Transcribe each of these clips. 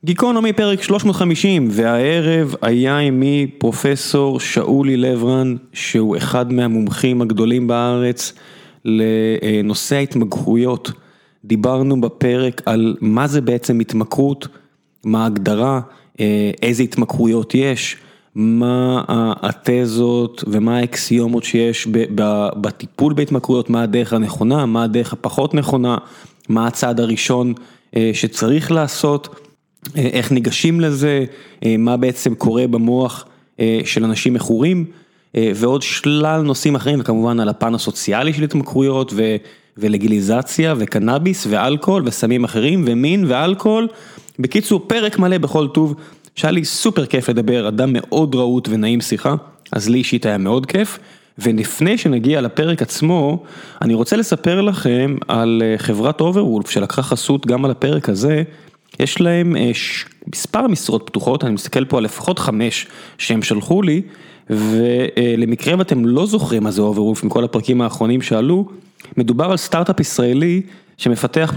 גיקונומי פרק 350, והערב היה עמי פרופסור שאולי לברן, שהוא אחד מהמומחים הגדולים בארץ לנושא ההתמכרויות. דיברנו בפרק על מה זה בעצם התמכרות, מה ההגדרה, איזה התמכרויות יש, מה התזות ומה האקסיומות שיש בטיפול בהתמכרויות, מה הדרך הנכונה, מה הדרך הפחות נכונה, מה הצעד הראשון שצריך לעשות, איך ניגשים לזה, מה בעצם קורה במוח של אנשים מכורים, ועוד שלל נושאים אחרים, וכמובן על הפן הסוציאלי של התמכרויות, ולגיליזציה, וקנאביס, ואלכוהול, וסמים אחרים, ומין, ואלכוהול. בקיצור, פרק מלא בכל טוב, שהיה לי סופר כיף לדבר, אדם מאוד רעות ונעים שיחה, אז לי אישית היה מאוד כיף, ולפני שנגיע לפרק עצמו, אני רוצה לספר לכם על חברת אוברוולף, שלקחה חסות גם על הפרק הזה. יש להם מספר משרות פתוחות, אני מסתכל פה על לפחות 5 שהם שלחו לי, ולמקרה ואתם לא זוכרים מה זה אוברוולף, מכל הפרקים האחרונים שעלו, מדובר על סטארט-אפ ישראלי, שמפתח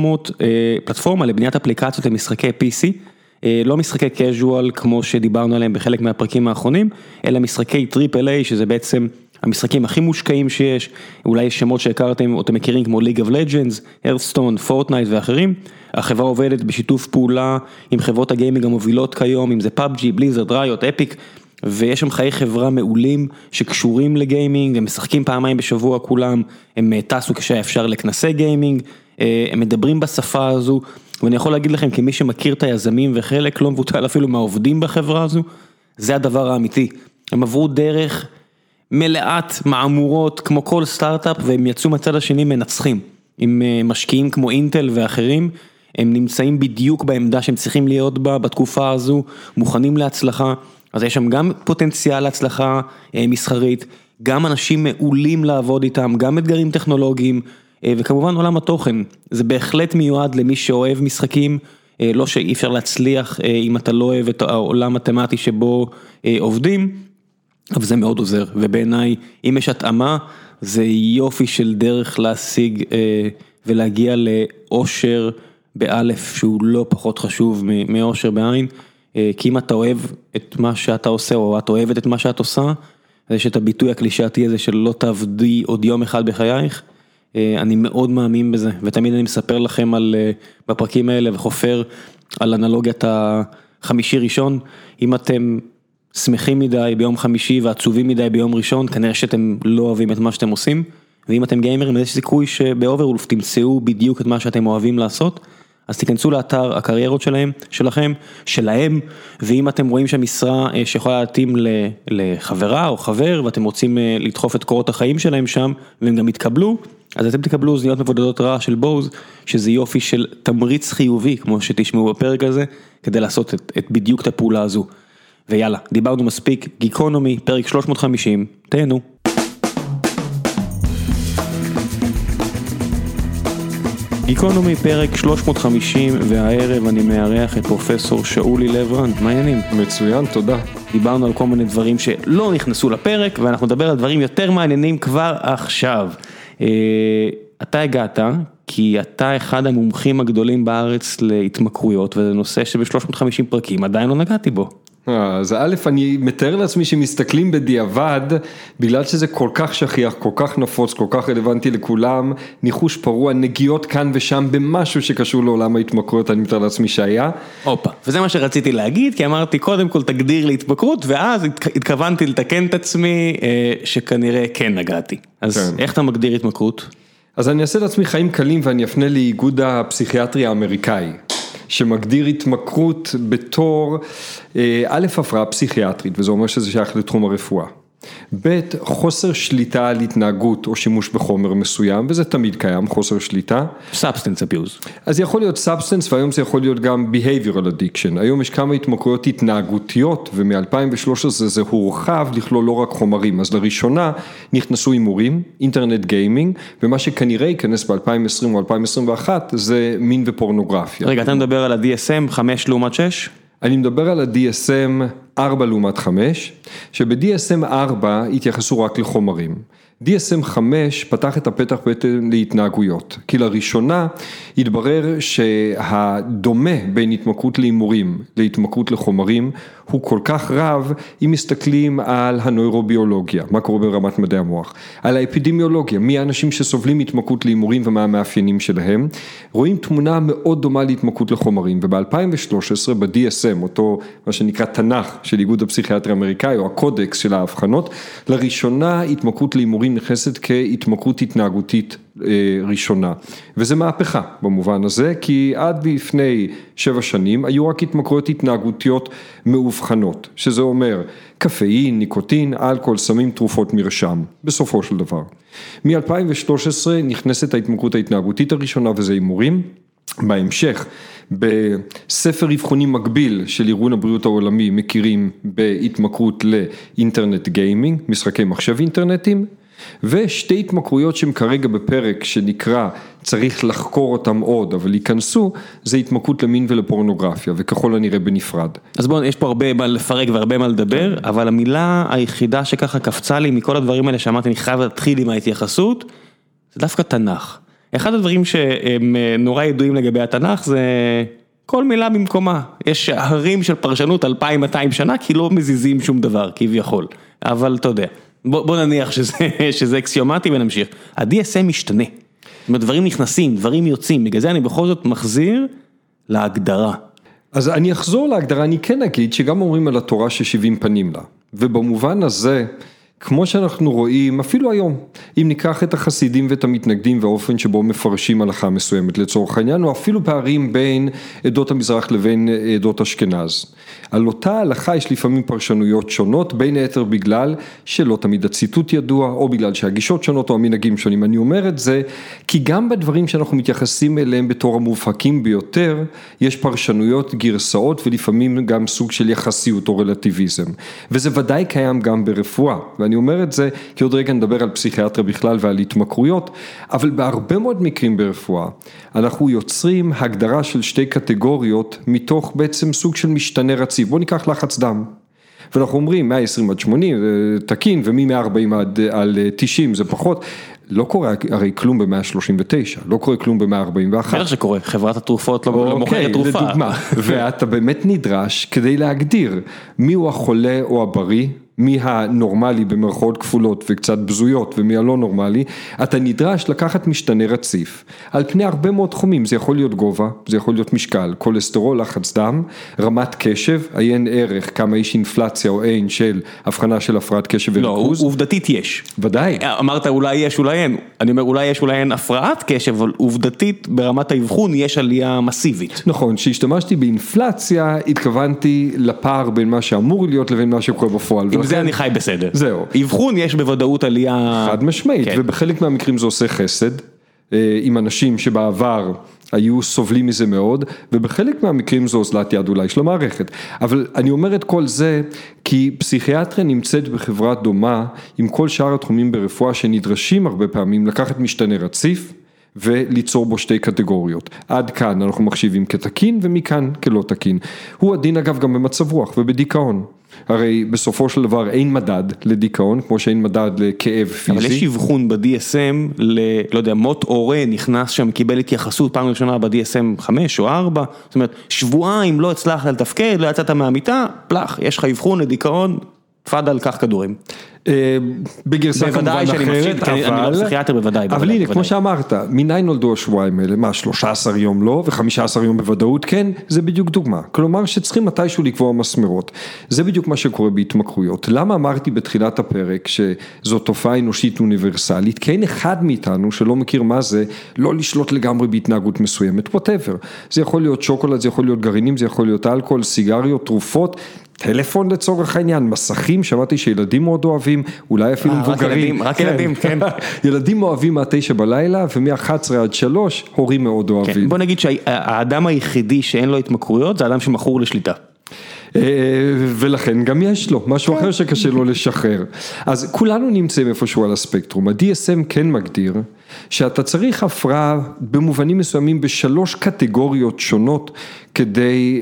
פלטפורמה לבניית אפליקציות למשחקי PC, לא משחקי casual כמו שדיברנו עליהם בחלק מהפרקים האחרונים, אלא משחקי טריפל איי, שזה בעצם המשחקים הכי מושקעים שיש, אולי יש שמות שהכרתם או אתם מכירים כמו League of Legends, Hearthstone, Fortnite ואחרים. החברה עובדת בשיתוף פעולה עם חברות הגיימינג המובילות כיום, אם זה PUBG, Blizzard, Riot, Epic, ויש שם חיי חברה מעולים שקשורים לגיימינג, הם משחקים פעמיים בשבוע כולם, הם טסו כשאפשר לכנסי גיימינג, הם מדברים בשפה הזו, ואני יכול להגיד לכם כמי שמכיר את היזמים וחלק לא מבוטל אפילו מהעובדים בחברה הזו, זה הדבר האמיתי. הם עברו דרך מלאת מעמורות כמו כל סטארט-אפ, והם יצאו מצד השני מנצחים. עם משקיעים כמו אינטל ואחרים, הם נמצאים בדיוק בעמדה שהם צריכים להיות בה בתקופה הזו, מוכנים להצלחה, אז יש שם גם פוטנציאל להצלחה מסחרית, גם אנשים מעולים לעבוד איתם, גם אתגרים טכנולוגיים, וכמובן עולם התוכן. זה בהחלט מיועד למי שאוהב משחקים, לא שאי אפשר להצליח אם אתה לא אוהב את העולם התמטי שבו עובדים, אבל זה מאוד עוזר, ובעיניי, אם יש התאמה, זה יופי של דרך להשיג ולהגיע לאושר באלף, שהוא לא פחות חשוב מאושר בעין, כי אם אתה אוהב את מה שאתה עושה, או את אוהבת את מה שאת עושה, יש את הביטוי הקלישאתי הזה של לא תעבדי עוד יום אחד בחייך, אני מאוד מאמין בזה, ותמיד אני מספר לכם בפרקים האלה, וחופר על אנלוגיית החמישי ראשון, אם אתם שמחים מדי ביום חמישי ועצובים מדי ביום ראשון, כנראה שאתם לא אוהבים את מה שאתם עושים, ואם אתם גיימרים, יש סיכוי שבאוברוולף תמצאו בדיוק את מה שאתם אוהבים לעשות, אז תיכנסו לאתר הקריירות שלהם, ואם אתם רואים שהמשרה שיכולה להתאים לחברה או חבר, ואתם רוצים לדחוף את קורות החיים שלהם שם, והם גם יתקבלו, אז אתם תקבלו אוזניות מבודדות רע של בוז, שזה יופי של תמריץ חיובי, כמו שתשמעו בפרק הזה, כדי לעשות בדיוק את הפעולה הזו. ויאללה, דיברנו מספיק, גיקונומי, פרק 350, תהנו. גיקונומי פרק 350, והערב אני מארח את פרופסור שאולי לברן. מה העניינים? מצוין, תודה. דיברנו על כל מיני דברים שלא נכנסו לפרק, ואנחנו נדבר על דברים יותר מעניינים כבר עכשיו. אתה הגעת, כי אתה אחד המומחים הגדולים בארץ להתמכרויות, וזה נושא שב-350 פרקים עדיין לא נגעתי בו. אז א', אני מתאר לעצמי שמסתכלים בדיעבד, בגלל שזה כל כך שכיח, כל כך נפוץ, כל כך רלוונטי לכולם, ניחוש פרוע, נגיעות כאן ושם במשהו שקשור לעולם ההתמכרויות, אני מתאר לעצמי שהיה. אופה, וזה מה שרציתי להגיד, כי אמרתי קודם כל תגדיר להתמכרות, ואז התכוונתי לתקן את עצמי שכנראה כן נגעתי. אז איך אתה מגדיר התמכרות? אז אני אעשה לעצמי חיים קלים ואני אפנה לאיגוד הפסיכיאטרי האמריקאי. שמגדיר התמכרות בתור א', הפרעה פסיכיאטרית, וזה אומר שזה שייך לתחום הרפואה. ב', חוסר שליטה על התנהגות או שימוש בחומר מסוים, וזה תמיד קיים, חוסר שליטה. Substance abuse. אז יכול להיות substance, והיום זה יכול להיות גם behavioral addiction. היום יש כמה התמכרויות התנהגותיות, ומ-2013 זה הורחב לכלול לא רק חומרים. אז לראשונה נכנסו הימורים, אינטרנט גיימינג, ומה שכנראה ייכנס ב-2020 או 2021, זה מין ופורנוגרפיה. רגע, אתה מדבר על ה-DSM 5 לעומת 6? אני מדבר על ה-DSM 4 לעומת 5, שב-DSM 4 התייחסו רק לחומרים. DSM 5 פתח את הפתח להתנהגויות, כי לראשונה התברר שהדומה בין התמכרות להימורים להתמכרות לחומרים הוא כל כך רב אם מסתכלים על הנוירוביולוגיה, מה קורה ברמת מדעי המוח, על האפידמיולוגיה, מי האנשים שסובלים התמכרות להימורים ומה המאפיינים שלהם, רואים תמונה מאוד דומה להתמכרות לחומרים, וב-2013 ב-DSM, אותו מה שנקרא תנ"ך של איגוד הפסיכיאטריה האמריקאי, או הקודקס של ההבחנות, לראשונה התמכרות להימורים נכנסת כהתמכרות התנהגותית ראשונה, וזה מהפכה במובן הזה, כי עד לפני 7 שנים היו רק התמכרויות התנהגותיות מאובחנות, שזה אומר קפאין, ניקוטין, אלכוהול, סמים, תרופות מרשם, בסופו של דבר. מ-2013 נכנסת ההתמכרות ההתנהגותית הראשונה, וזה הימורים. בהמשך, בספר אבחונים מקביל של ארגון הבריאות העולמי, מכירים בהתמכרות לאינטרנט גיימינג, משחקי מחשב אינטרנטיים, ושתי התמכרויות שהן כרגע בפרק שנקרא צריך לחקור אותם עוד, אבל ייכנסו, זה התמכרות למין ולפורנוגרפיה, וככל הנראה בנפרד. אז בואו, יש פה הרבה מה לפרק והרבה מה לדבר, אבל המילה היחידה שככה קפצה לי מכל הדברים האלה שאמרתי, אני חייב להתחיל עם ההתייחסות, זה דווקא תנ"ך. אחד הדברים שהם נורא ידועים לגבי התנ"ך זה כל מילה במקומה. יש הרים של פרשנות 2200 שנה, כי לא מזיזים שום דבר, כביכול. אבל אתה יודע. בוא נניח שזה אקסיומטי ונמשיך. ה-DSM משתנה. זאת אומרת, דברים נכנסים, דברים יוצאים. בגלל זה אני בכל זאת מחזיר להגדרה. אז אני אחזור להגדרה, אני כן אגיד שגם אומרים על התורה ש70 פנים לה. ובמובן הזה, כמו שאנחנו רואים, אפילו היום, אם ניקח את החסידים ואת המתנגדים והאופן שבו מפרשים הלכה מסוימת לצורך העניין, או אפילו פערים בין עדות המזרח לבין עדות אשכנז. על אותה הלכה יש לפעמים פרשנויות שונות, בין היתר בגלל שלא תמיד הציטוט ידוע, או בגלל שהגישות שונות או המנהגים שונים. אני אומר את זה, כי גם בדברים שאנחנו מתייחסים אליהם בתור המובהקים ביותר, יש פרשנויות, גרסאות, ולפעמים גם סוג של יחסיות או רלטיביזם. וזה ודאי קיים גם ברפואה. ואני אומר את זה, כי עוד רגע נדבר על פסיכיאטריה בכלל ועל התמכרויות, אבל בהרבה מאוד מקרים ברפואה, אנחנו יוצרים הגדרה של 2 קטגוריות, מתוך בעצם סוג של משתנה רציף. בוא ניקח לחץ דם. ואנחנו אומרים, 120 עד 80 זה תקין, ומ-140 עד 90 זה פחות. לא קורה הרי כלום ב-139, לא קורה כלום ב-141. בטח שקורה, חברת התרופות לא מוכרת תרופה. לדוגמה, ואתה באמת נדרש כדי להגדיר מי הוא החולה או הבריא, מי הנורמלי במרכאות כפולות וקצת בזויות ומי הלא נורמלי, אתה נדרש לקחת משתנה רציף. על פני הרבה מאוד תחומים, זה יכול להיות גובה, זה יכול להיות משקל, כולסטרול, לחץ דם, רמת קשב, עיין ערך, כמה יש אינפלציה או אין של הבחנה של הפרעת קשב וריכוז. לא, עובדתית יש. ודאי. אמרת אולי יש, אולי אין. אני אומר אולי יש, אולי אין הפרעת קשב, אבל עובדתית ברמת האבחון יש עלייה מסיבית. נכון, שהשתמשתי באינפלציה, התכוונתי לפער בין מה שאמור להיות לבין מה שקורה בפועל. זה אני חי בסדר. זהו. אבחון יש בוודאות עלייה... חד משמעית, ובחלק מהמקרים זה עושה חסד, עם אנשים שבעבר היו סובלים מזה מאוד, ובחלק מהמקרים זו אוזלת יד אולי של המערכת. אבל אני אומר את כל זה, כי פסיכיאטריה נמצאת בחברה דומה, עם כל שאר התחומים ברפואה שנדרשים הרבה פעמים לקחת משתנה רציף, וליצור בו 2 קטגוריות. עד כאן אנחנו מחשיבים כתקין, ומכאן כלא תקין. הוא הדין אגב גם במצב רוח ובדיכאון. הרי בסופו של דבר אין מדד לדיכאון, כמו שאין מדד לכאב פיזי. אבל יש אבחון ב-DSM, לא יודע, מות הורה נכנס שם, קיבל התייחסות פעם ראשונה ב-DSM 5 או 4, זאת אומרת, שבועיים לא הצלחת לתפקד, לא יצאת מהמיטה, פלח, יש לך אבחון לדיכאון, תפדל, קח כדורים. בגרסה כמובן אחרת, אבל הנה, כמו שאמרת, מניין נולדו השבועיים האלה, מה, 13 יום לא, ו15 יום בוודאות כן, זה בדיוק דוגמה. כלומר שצריכים מתישהו לקבוע מסמרות. זה בדיוק מה שקורה בהתמכרויות. למה אמרתי בתחילת הפרק שזו תופעה אנושית אוניברסלית? כי אין אחד מאיתנו שלא מכיר מה זה, לא לשלוט לגמרי בהתנהגות מסוימת, whatever. זה יכול להיות שוקולד, זה יכול להיות גרעינים, זה יכול להיות אלכוהול, סיגריות, תרופות, טלפון לצורך העניין, מסכים, שמעתי שילדים מאוד אוהבים, אולי אפילו מבוגרים. רק ילדים, כן. ילדים אוהבים מה-9 בלילה, ומ-11 עד 3, הורים מאוד אוהבים. בוא נגיד שהאדם היחידי שאין לו התמכרויות, זה האדם שמכור לשליטה. ולכן גם יש לו משהו אחר שקשה לו לשחרר. אז כולנו נמצאים איפשהו על הספקטרום. ה-DSM כן מגדיר שאתה צריך הפרעה במובנים מסוימים בשלוש קטגוריות שונות כדי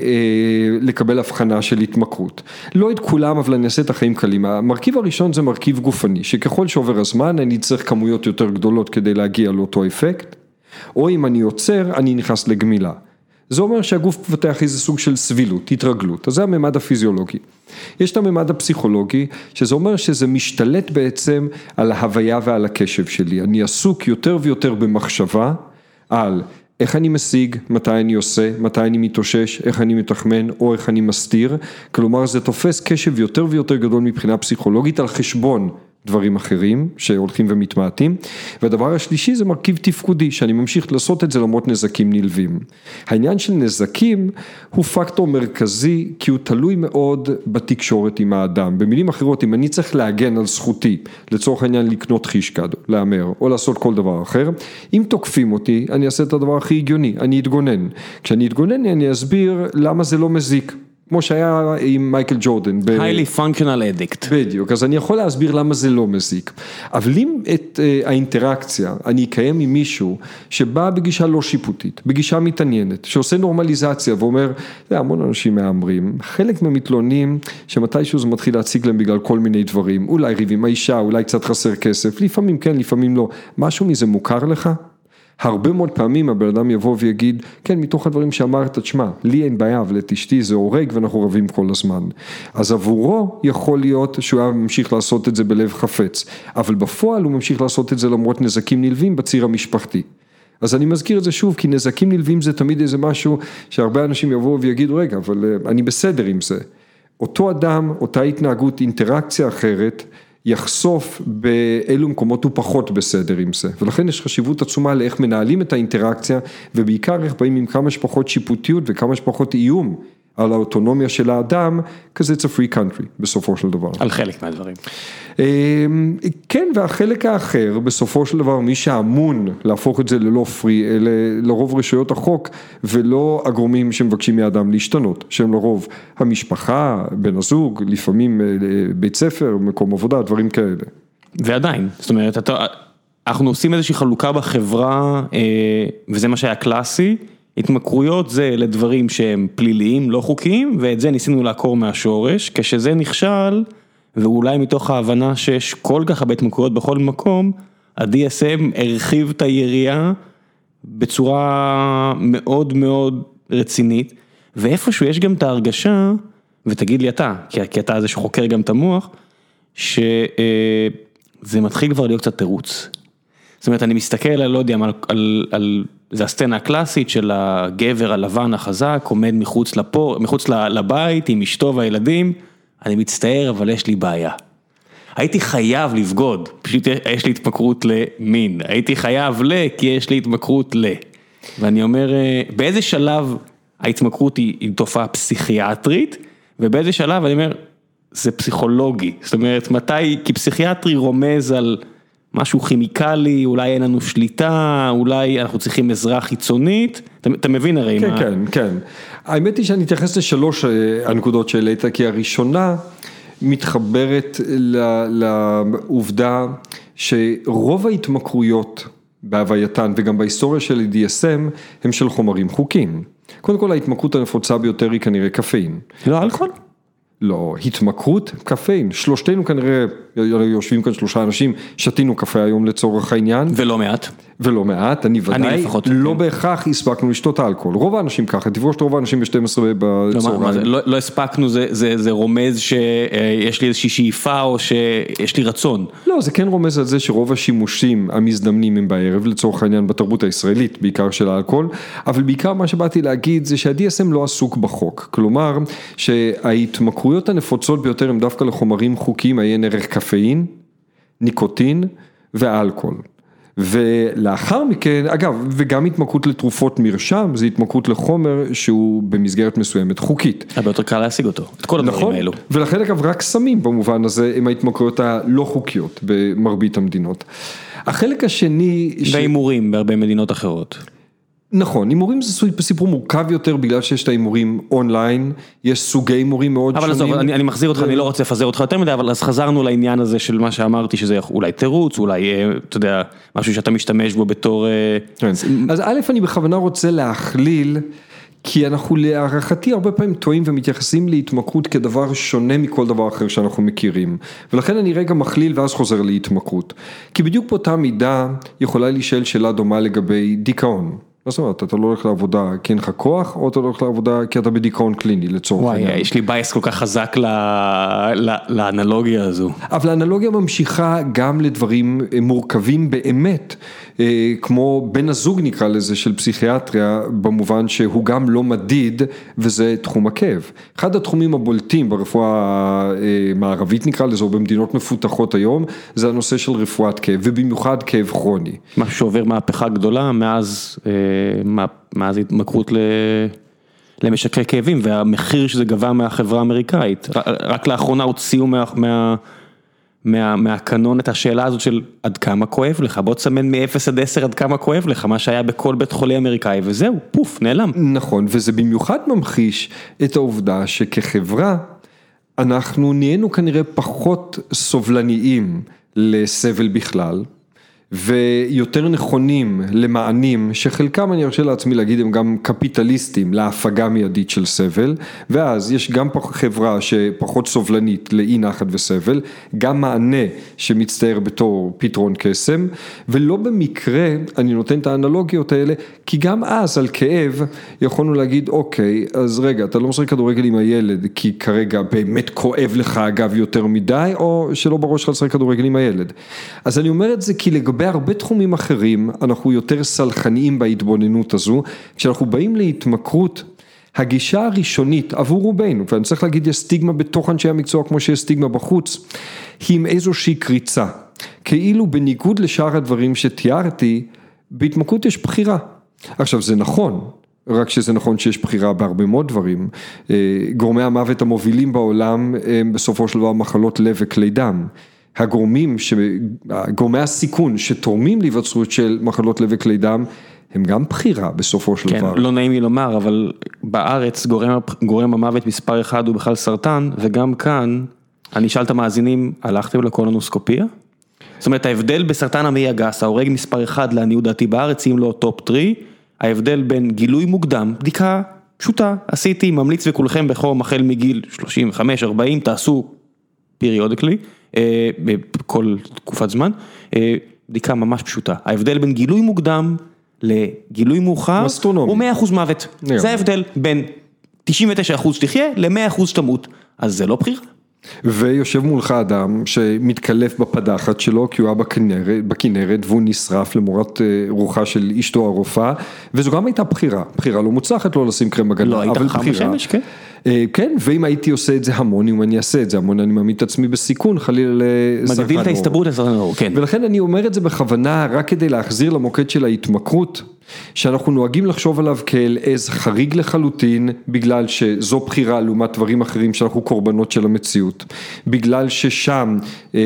לקבל הבחנה של התמכרות. לא את כולם, אבל אני אעשה את החיים קלים. המרכיב הראשון זה מרכיב גופני, שככל שעובר הזמן אני צריך כמויות יותר גדולות כדי להגיע לאותו אפקט, או אם אני עוצר, אני נכנס לגמילה. זה אומר שהגוף מפתח איזה סוג של סבילות, התרגלות, אז זה הממד הפיזיולוגי. יש את הממד הפסיכולוגי, שזה אומר שזה משתלט בעצם על ההוויה ועל הקשב שלי. אני עסוק יותר ויותר במחשבה על איך אני משיג, מתי אני עושה, מתי אני מתאושש, איך אני מתחמן או איך אני מסתיר. כלומר, זה תופס קשב יותר ויותר גדול מבחינה פסיכולוגית על חשבון דברים אחרים שהולכים ומתמעטים, והדבר השלישי זה מרכיב תפקודי, שאני ממשיך לעשות את זה למרות נזקים נלווים. העניין של נזקים הוא פקטור מרכזי, כי הוא תלוי מאוד בתקשורת עם האדם. במילים אחרות, אם אני צריך להגן על זכותי, לצורך העניין לקנות חישקד, לאמר, או לעשות כל דבר אחר, אם תוקפים אותי, אני אעשה את הדבר הכי הגיוני, אני אתגונן. כשאני אתגונן, אני אסביר למה זה לא מזיק. כמו שהיה עם מייקל ג'ורדן. highly functional addict. בדיוק, אז אני יכול להסביר למה זה לא מזיק. אבל אם את האינטראקציה, אני אקיים עם מישהו שבא בגישה לא שיפוטית, בגישה מתעניינת, שעושה נורמליזציה ואומר, המון אנשים מאמרים, חלק מהמתלוננים שמתישהו זה מתחיל להציג להם בגלל כל מיני דברים, אולי ריבים האישה, אולי קצת חסר כסף, לפעמים כן, לפעמים לא. משהו מזה מוכר לך? הרבה מאוד פעמים הבן אדם יבוא ויגיד, כן, מתוך הדברים שאמרת, תשמע, לי אין בעיה, אבל את אשתי זה הורג ואנחנו רבים כל הזמן. אז עבורו יכול להיות שהוא היה ממשיך לעשות את זה בלב חפץ, אבל בפועל הוא ממשיך לעשות את זה למרות נזקים נלווים בציר המשפחתי. אז אני מזכיר את זה שוב, כי נזקים נלווים זה תמיד איזה משהו שהרבה אנשים יבואו ויגידו, רגע, אבל אני בסדר עם זה. אותו אדם, אותה התנהגות, אינטראקציה אחרת, יחשוף באילו מקומות הוא פחות בסדר עם זה, ולכן יש חשיבות עצומה לאיך מנהלים את האינטראקציה, ובעיקר איך באים עם כמה שפחות שיפוטיות וכמה שפחות איום על האוטונומיה של האדם, כזה it's a free country בסופו של דבר. על חלק מהדברים. כן, והחלק האחר, בסופו של דבר, מי שאמון להפוך את זה ללא פרי, אלה לרוב רשויות החוק, ולא הגורמים שמבקשים מהאדם להשתנות, שהם לרוב המשפחה, בן הזוג, לפעמים בית ספר, מקום עבודה, דברים כאלה. ועדיין, זאת אומרת, אנחנו עושים איזושהי חלוקה בחברה, וזה מה שהיה קלאסי, התמכרויות זה לדברים שהם פליליים, לא חוקיים, ואת זה ניסינו לעקור מהשורש, כשזה נכשל, ואולי מתוך ההבנה שיש כל כך הרבה התמכרויות בכל מקום, ה-DSM הרחיב את היריעה בצורה מאוד מאוד רצינית, ואיפשהו יש גם את ההרגשה, ותגיד לי אתה, כי אתה זה שחוקר גם את המוח, שזה מתחיל כבר להיות קצת תירוץ. זאת אומרת, אני מסתכל, לא יודע, זה הסצנה הקלאסית של הגבר הלבן החזק, עומד מחוץ לבית עם אשתו והילדים, אני מצטער, אבל יש לי בעיה. הייתי חייב לבגוד, פשוט יש לי התמכרות למין, הייתי חייב כי יש לי התמכרות ואני אומר, באיזה שלב ההתמכרות היא תופעה פסיכיאטרית, ובאיזה שלב אני אומר, זה פסיכולוגי, זאת אומרת, מתי, כי פסיכיאטרי רומז על משהו כימיקלי, אולי אין לנו שליטה, אולי אנחנו צריכים עזרה חיצונית, אתה מבין הרי מה? כן, כן. האמת היא שאני אתייחס לשלוש הנקודות שהעלית, כי הראשונה מתחברת לעובדה שרוב ההתמכרויות בהווייתן וגם בהיסטוריה של DSM הם של חומרים חוקיים. קודם כל ההתמכרות הנפוצה ביותר היא כנראה קפאין. לא אלכוהול? לא, התמכרות, קפאין, שלושתנו כנראה, יושבים כאן שלושה אנשים, שתינו קפה היום לצורך העניין. ולא מעט. ולא מעט, אני ודאי, לא בהכרח הספקנו לשתות אלכוהול, רוב האנשים ככה, תפגוש את רוב האנשים ב-12 בצהריים. לא הספקנו, זה רומז שיש לי איזושהי שאיפה או שיש לי רצון. לא, זה כן רומז על זה שרוב השימושים המזדמנים הם בערב, לצורך העניין בתרבות הישראלית, בעיקר של האלכוהול, אבל בעיקר מה שבאתי להגיד זה שה-DSM לא עסוק בחוק, כלומר שההתמכרויות הנפוצות ביותר הם דווקא לחומרים חוקיים, עיין ערך קפאין, ניקוטין ואלכוהול. ולאחר מכן, אגב, וגם התמכרות לתרופות מרשם, זה התמכרות לחומר שהוא במסגרת מסוימת חוקית. הרבה יותר קל להשיג אותו, את כל הדברים האלו. ולכן אגב רק סמים במובן הזה, הם ההתמכרויות הלא חוקיות במרבית המדינות. החלק השני... והימורים בהרבה מדינות אחרות. נכון, הימורים זה סיפור מורכב יותר בגלל שיש את ההימורים אונליין, יש סוגי הימורים מאוד שונים. אבל עזוב, אני מחזיר אותך, אני לא רוצה לפזר אותך יותר מדי, אבל אז חזרנו לעניין הזה של מה שאמרתי, שזה אולי תירוץ, אולי, אתה יודע, משהו שאתה משתמש בו בתור... כן. אז א', אני בכוונה רוצה להכליל, כי אנחנו להערכתי הרבה פעמים טועים ומתייחסים להתמכרות כדבר שונה מכל דבר אחר שאנחנו מכירים. ולכן אני רגע מכליל ואז חוזר להתמכרות. כי בדיוק באותה מידה יכולה להישאל שאלה דומה לגבי דיכאון. זאת אומרת, אתה לא הולך לעבודה כי אין לך כוח, או אתה לא הולך לעבודה כי אתה בדיכאון קליני לצורך העניין. וואי, יש לי בייס כל כך חזק לאנלוגיה הזו. אבל האנלוגיה ממשיכה גם לדברים מורכבים באמת, כמו בן הזוג נקרא לזה של פסיכיאטריה, במובן שהוא גם לא מדיד, וזה תחום הכאב. אחד התחומים הבולטים ברפואה המערבית נקרא לזה, או במדינות מפותחות היום, זה הנושא של רפואת כאב, ובמיוחד כאב כרוני. משהו שעובר מהפכה גדולה מאז התמכרות למשככי כאבים, והמחיר שזה גבה מהחברה האמריקאית. רק לאחרונה הוציאו מהקנון את השאלה הזאת של עד כמה כואב לך, בוא תסמן מ-0 עד 10 עד כמה כואב לך, מה שהיה בכל בית חולי אמריקאי, וזהו, פוף, נעלם. נכון, וזה במיוחד ממחיש את העובדה שכחברה, אנחנו נהיינו כנראה פחות סובלניים לסבל בכלל, ויותר נכונים למענים, שחלקם אני ארשה לעצמי להגיד הם גם קפיטליסטים להפגה מיידית של סבל, ואז יש גם חברה שפחות סובלנית לאי נחת וסבל, גם מענה שמצטער בתור פתרון קסם, ולא במקרה אני נותן את האנלוגיות האלה, כי גם אז על כאב יכולנו להגיד אוקיי, אז רגע, אתה לא משחק כדורגל עם הילד, כי כרגע באמת כואב לך אגב יותר מדי, או שלא בראש שלך לשחק כדורגל עם הילד. אז אני אומר את זה כי לגבי הרבה תחומים אחרים, אנחנו יותר סלחניים בהתבוננות הזו, כשאנחנו באים להתמכרות, הגישה הראשונית עבור רובנו, ואני צריך להגיד יש סטיגמה בתוך אנשי המקצוע כמו שיש סטיגמה בחוץ, היא עם איזושהי קריצה, כאילו בניגוד לשאר הדברים שתיארתי, בהתמכרות יש בחירה. עכשיו זה נכון, רק שזה נכון שיש בחירה בהרבה מאוד דברים, גורמי המוות המובילים בעולם הם בסופו של דבר מחלות לב וכלי דם, גורמי הסיכון שתורמים להיווצרות של מחלות לב וכלי דם, הם גם בחירה בסופו של דבר. כן, לא נעים לי לומר, אבל בארץ גורם המוות מספר 1 הוא בכלל סרטן, וגם כאן, אני אשאל את המאזינים, הלכתם לקולונוסקופיה? זאת אומרת, ההבדל בסרטן המעי הגס, ההורג מספר 1 לעניות דעתי בארץ, אם לא טופ 3, ההבדל בין גילוי מוקדם, בדיקה פשוטה, עשיתי, ממליץ וכולכם בחום, החל מגיל 35-40, תעשו periodically, בכל תקופת זמן, בדיקה ממש פשוטה. ההבדל בין גילוי מוקדם לגילוי מאוחר, הוא 100% מוות. זה ההבדל בין 99% שתחיה ל100% שתמות. אז זה לא בחירה. ויושב מולך אדם שמתקלף בפדחת שלו, כי הוא היה בכנרת, והוא נשרף למורת רוחה של אשתו הרופאה, וזו גם הייתה בחירה. בחירה לא מוצלחת, לא לשים קרם הגנה, לא, אבל בחירה. בשמש, כן. כן, ואם הייתי עושה את זה המון, אם אני אעשה את זה המון, אני מעמיד את עצמי בסיכון, חלילה לסרטן. מגדיל את ההסתברות לסרטן עור, כן. ולכן אני אומר את זה בכוונה, רק כדי להחזיר למוקד של ההתמכרות, שאנחנו נוהגים לחשוב עליו כאל איזה חריג לחלוטין, בגלל שזו בחירה לעומת דברים אחרים שאנחנו קורבנות של המציאות, בגלל ששם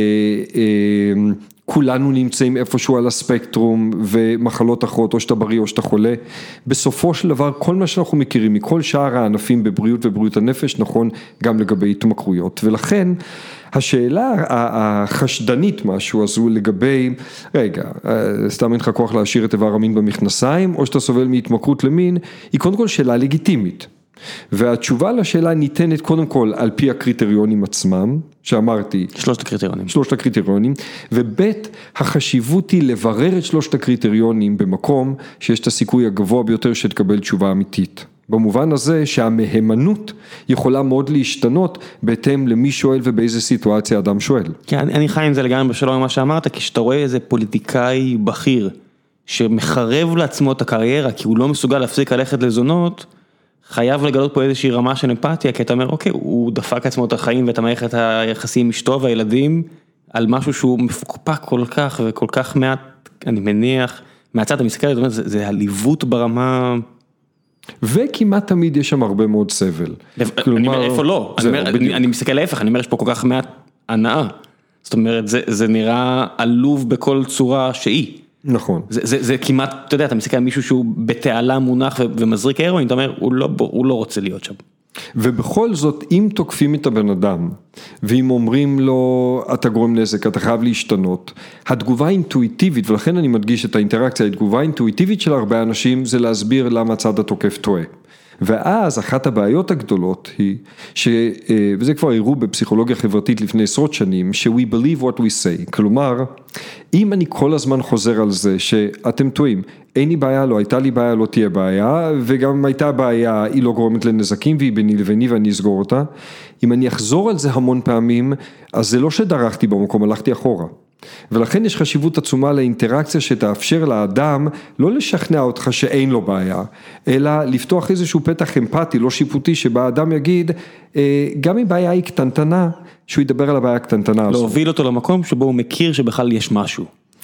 כולנו נמצאים איפשהו על הספקטרום ומחלות אחרות, או שאתה בריא או שאתה חולה. בסופו של דבר, כל מה שאנחנו מכירים מכל שאר הענפים בבריאות ובריאות הנפש, נכון גם לגבי התמכרויות. ולכן, השאלה החשדנית משהו הזו לגבי, רגע, סתם אין לך כוח להשאיר את איבר המין במכנסיים, או שאתה סובל מהתמכרות למין, היא קודם כל שאלה לגיטימית. והתשובה לשאלה ניתנת קודם כל על פי הקריטריונים עצמם, שאמרתי. שלושת הקריטריונים. ובית החשיבות היא לברר את שלושת הקריטריונים במקום שיש את הסיכוי הגבוה ביותר שתקבל תשובה אמיתית. במובן הזה שהמהימנות יכולה מאוד להשתנות בהתאם למי שואל ובאיזה סיטואציה אדם שואל. כן, אני חי עם זה לגמרי בשלום עם מה שאמרת, כי שאתה רואה איזה פוליטיקאי בכיר שמחרב לעצמו את הקריירה, כי הוא לא מסוגל להפסיק ללכת לזונות, חייב לגלות פה איזושהי רמה של אמפתיה, כי אתה אומר, אוקיי, הוא דפק עצמו את החיים ואת המערכת היחסים עם אשתו והילדים, על משהו שהוא מפוקפק כל כך וכל כך מעט, אני מניח, מהצד אתה מסתכל, זה הליוות ברמה... וכמעט תמיד יש שם הרבה מאוד סבל. אני אומר, איפה לא? אני מסתכל להפך, אני אומר, יש פה כל כך מעט הנאה. זאת אומרת, זה נראה עלוב בכל צורה שהיא. נכון. זה כמעט, אתה יודע, אתה מסתכל על מישהו שהוא בתעלה מונח ומזריק הרואין, אתה אומר, הוא לא רוצה להיות שם. ובכל זאת, אם תוקפים את הבן אדם, ואם אומרים לו, אתה גורם נזק, אתה חייב להשתנות, התגובה האינטואיטיבית, ולכן אני מדגיש את האינטראקציה, התגובה האינטואיטיבית של הרבה אנשים, זה להסביר למה הצד התוקף טועה. ואז אחת הבעיות הגדולות היא, וזה כבר הראו בפסיכולוגיה חברתית לפני עשרות שנים, ש-we believe what we say, כלומר, אם אני כל הזמן חוזר על זה, שאתם טועים, אין לי בעיה, לא הייתה לי בעיה, לא תהיה בעיה, וגם אם הייתה בעיה, היא לא גורמת לנזקים, והיא ביני לביני ואני אסגור אותה, אם אני אחזור על זה המון פעמים, אז זה לא שדרכתי במקום, הלכתי אחורה. ולכן יש חשיבות עצומה לאינטראקציה שתאפשר לאדם לא לשכנע אותך שאין לו בעיה, אלא לפתוח איזשהו פתח אמפתי, לא שיפוטי, שבה האדם יגיד, גם אם בעיה היא קטנטנה, שהוא ידבר על הבעיה הקטנטנה הזאת. להוביל אותו למקום שבו הוא מכיר שבכלל יש משהו.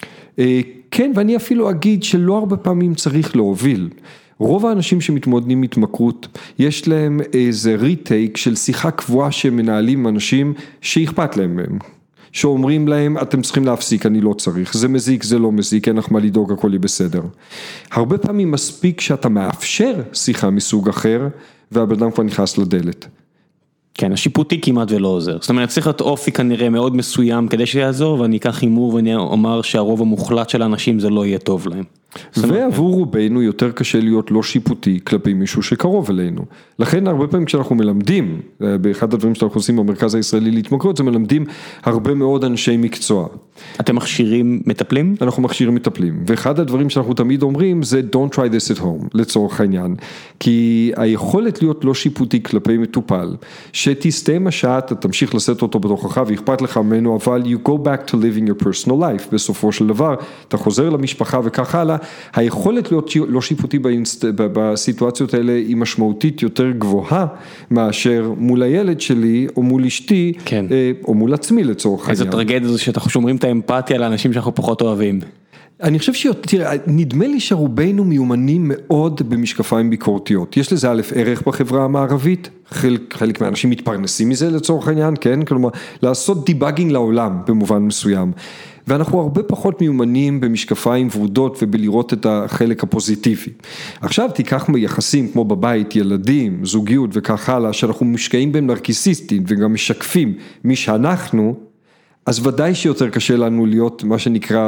כן, ואני אפילו אגיד שלא הרבה פעמים צריך להוביל. רוב האנשים שמתמודדים התמכרות, יש להם איזה ריטייק של שיחה קבועה שמנהלים עם אנשים שאכפת להם מהם. שאומרים להם, אתם צריכים להפסיק, אני לא צריך, זה מזיק, זה לא מזיק, אין לך מה לדאוג, הכל יהיה בסדר. הרבה פעמים מספיק שאתה מאפשר שיחה מסוג אחר, והבן אדם כבר נכנס לדלת. כן, השיפוטי כמעט ולא עוזר. זאת אומרת, צריך להיות אופי כנראה מאוד מסוים כדי שיעזור, ואני אקח הימור ואני אומר שהרוב המוחלט של האנשים זה לא יהיה טוב להם. ועבור רובנו יותר קשה להיות לא שיפוטי כלפי מישהו שקרוב אלינו. לכן הרבה פעמים כשאנחנו מלמדים, באחד הדברים שאנחנו עושים במרכז הישראלי להתמכרות, זה מלמדים הרבה מאוד אנשי מקצוע. אתם מכשירים מטפלים? אנחנו מכשירים מטפלים, ואחד הדברים שאנחנו תמיד אומרים זה don't try this at home, לצורך העניין, כי היכולת להיות לא שיפוטי כלפי מטופל, שתסתיים השעה, אתה תמשיך לשאת אותו בתוכך ואכפת לך ממנו, אבל you go back to living your personal life, בסופו של דבר, אתה חוזר למשפחה וכך הלאה, היכולת להיות לא שיפוטי בסיטואציות האלה היא משמעותית יותר גבוהה מאשר מול הילד שלי או מול אשתי, כן. או מול עצמי לצורך העניין. איזו טרגדיה זה שאנחנו שומרים את האמפתיה לאנשים שאנחנו פחות אוהבים. אני חושב תראה, נדמה לי שרובנו מיומנים מאוד במשקפיים ביקורתיות. יש לזה א' ערך בחברה המערבית, חלק מהאנשים מתפרנסים מזה לצורך העניין, כן? כלומר, לעשות דיבאגינג לעולם במובן מסוים. ואנחנו הרבה פחות מיומנים במשקפיים ורודות ובלראות את החלק הפוזיטיבי. עכשיו תיקח יחסים כמו בבית, ילדים, זוגיות וכך הלאה, שאנחנו משקעים בהם נרקיסיסטים וגם משקפים מי שאנחנו, אז ודאי שיותר קשה לנו להיות מה שנקרא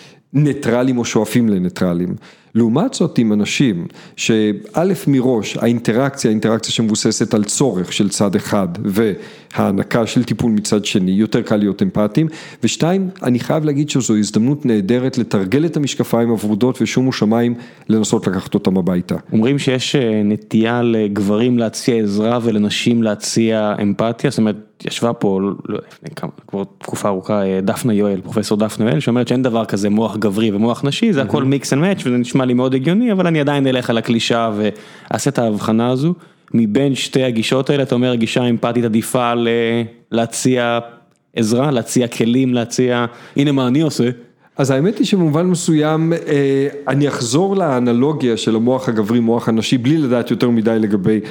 ניטרלים או שואפים לניטרלים. לעומת זאת עם אנשים שא' מראש האינטראקציה שמבוססת על צורך של צד אחד וההענקה של טיפול מצד שני, יותר קל להיות אמפתיים, ושתיים, אני חייב להגיד שזו הזדמנות נהדרת לתרגל את המשקפיים הוורודות ושומו שמיים לנסות לקחת אותם הביתה. אומרים שיש נטייה לגברים להציע עזרה ולנשים להציע אמפתיה, זאת אומרת, ישבה פה כבר תקופה ארוכה דפנה יואל, פרופסור דפנה יואל, שאומרת שאין דבר כזה מוח גברי ומוח נשי, זה הכל מיקס אנד מאץ' וזה נשמע לי מאוד הגיוני, אבל אני עדיין אלך על הקלישה ועשה את ההבחנה הזו, מבין שתי הגישות האלה, אתה אומר, הגישה האמפתית עדיפה להציע עזרה, להציע כלים, להציע, הנה מה אני עושה. אז האמת היא שבמובן מסוים, אני אחזור לאנלוגיה של המוח הגברי, מוח הנשי, בלי לדעת יותר מדי לגבי,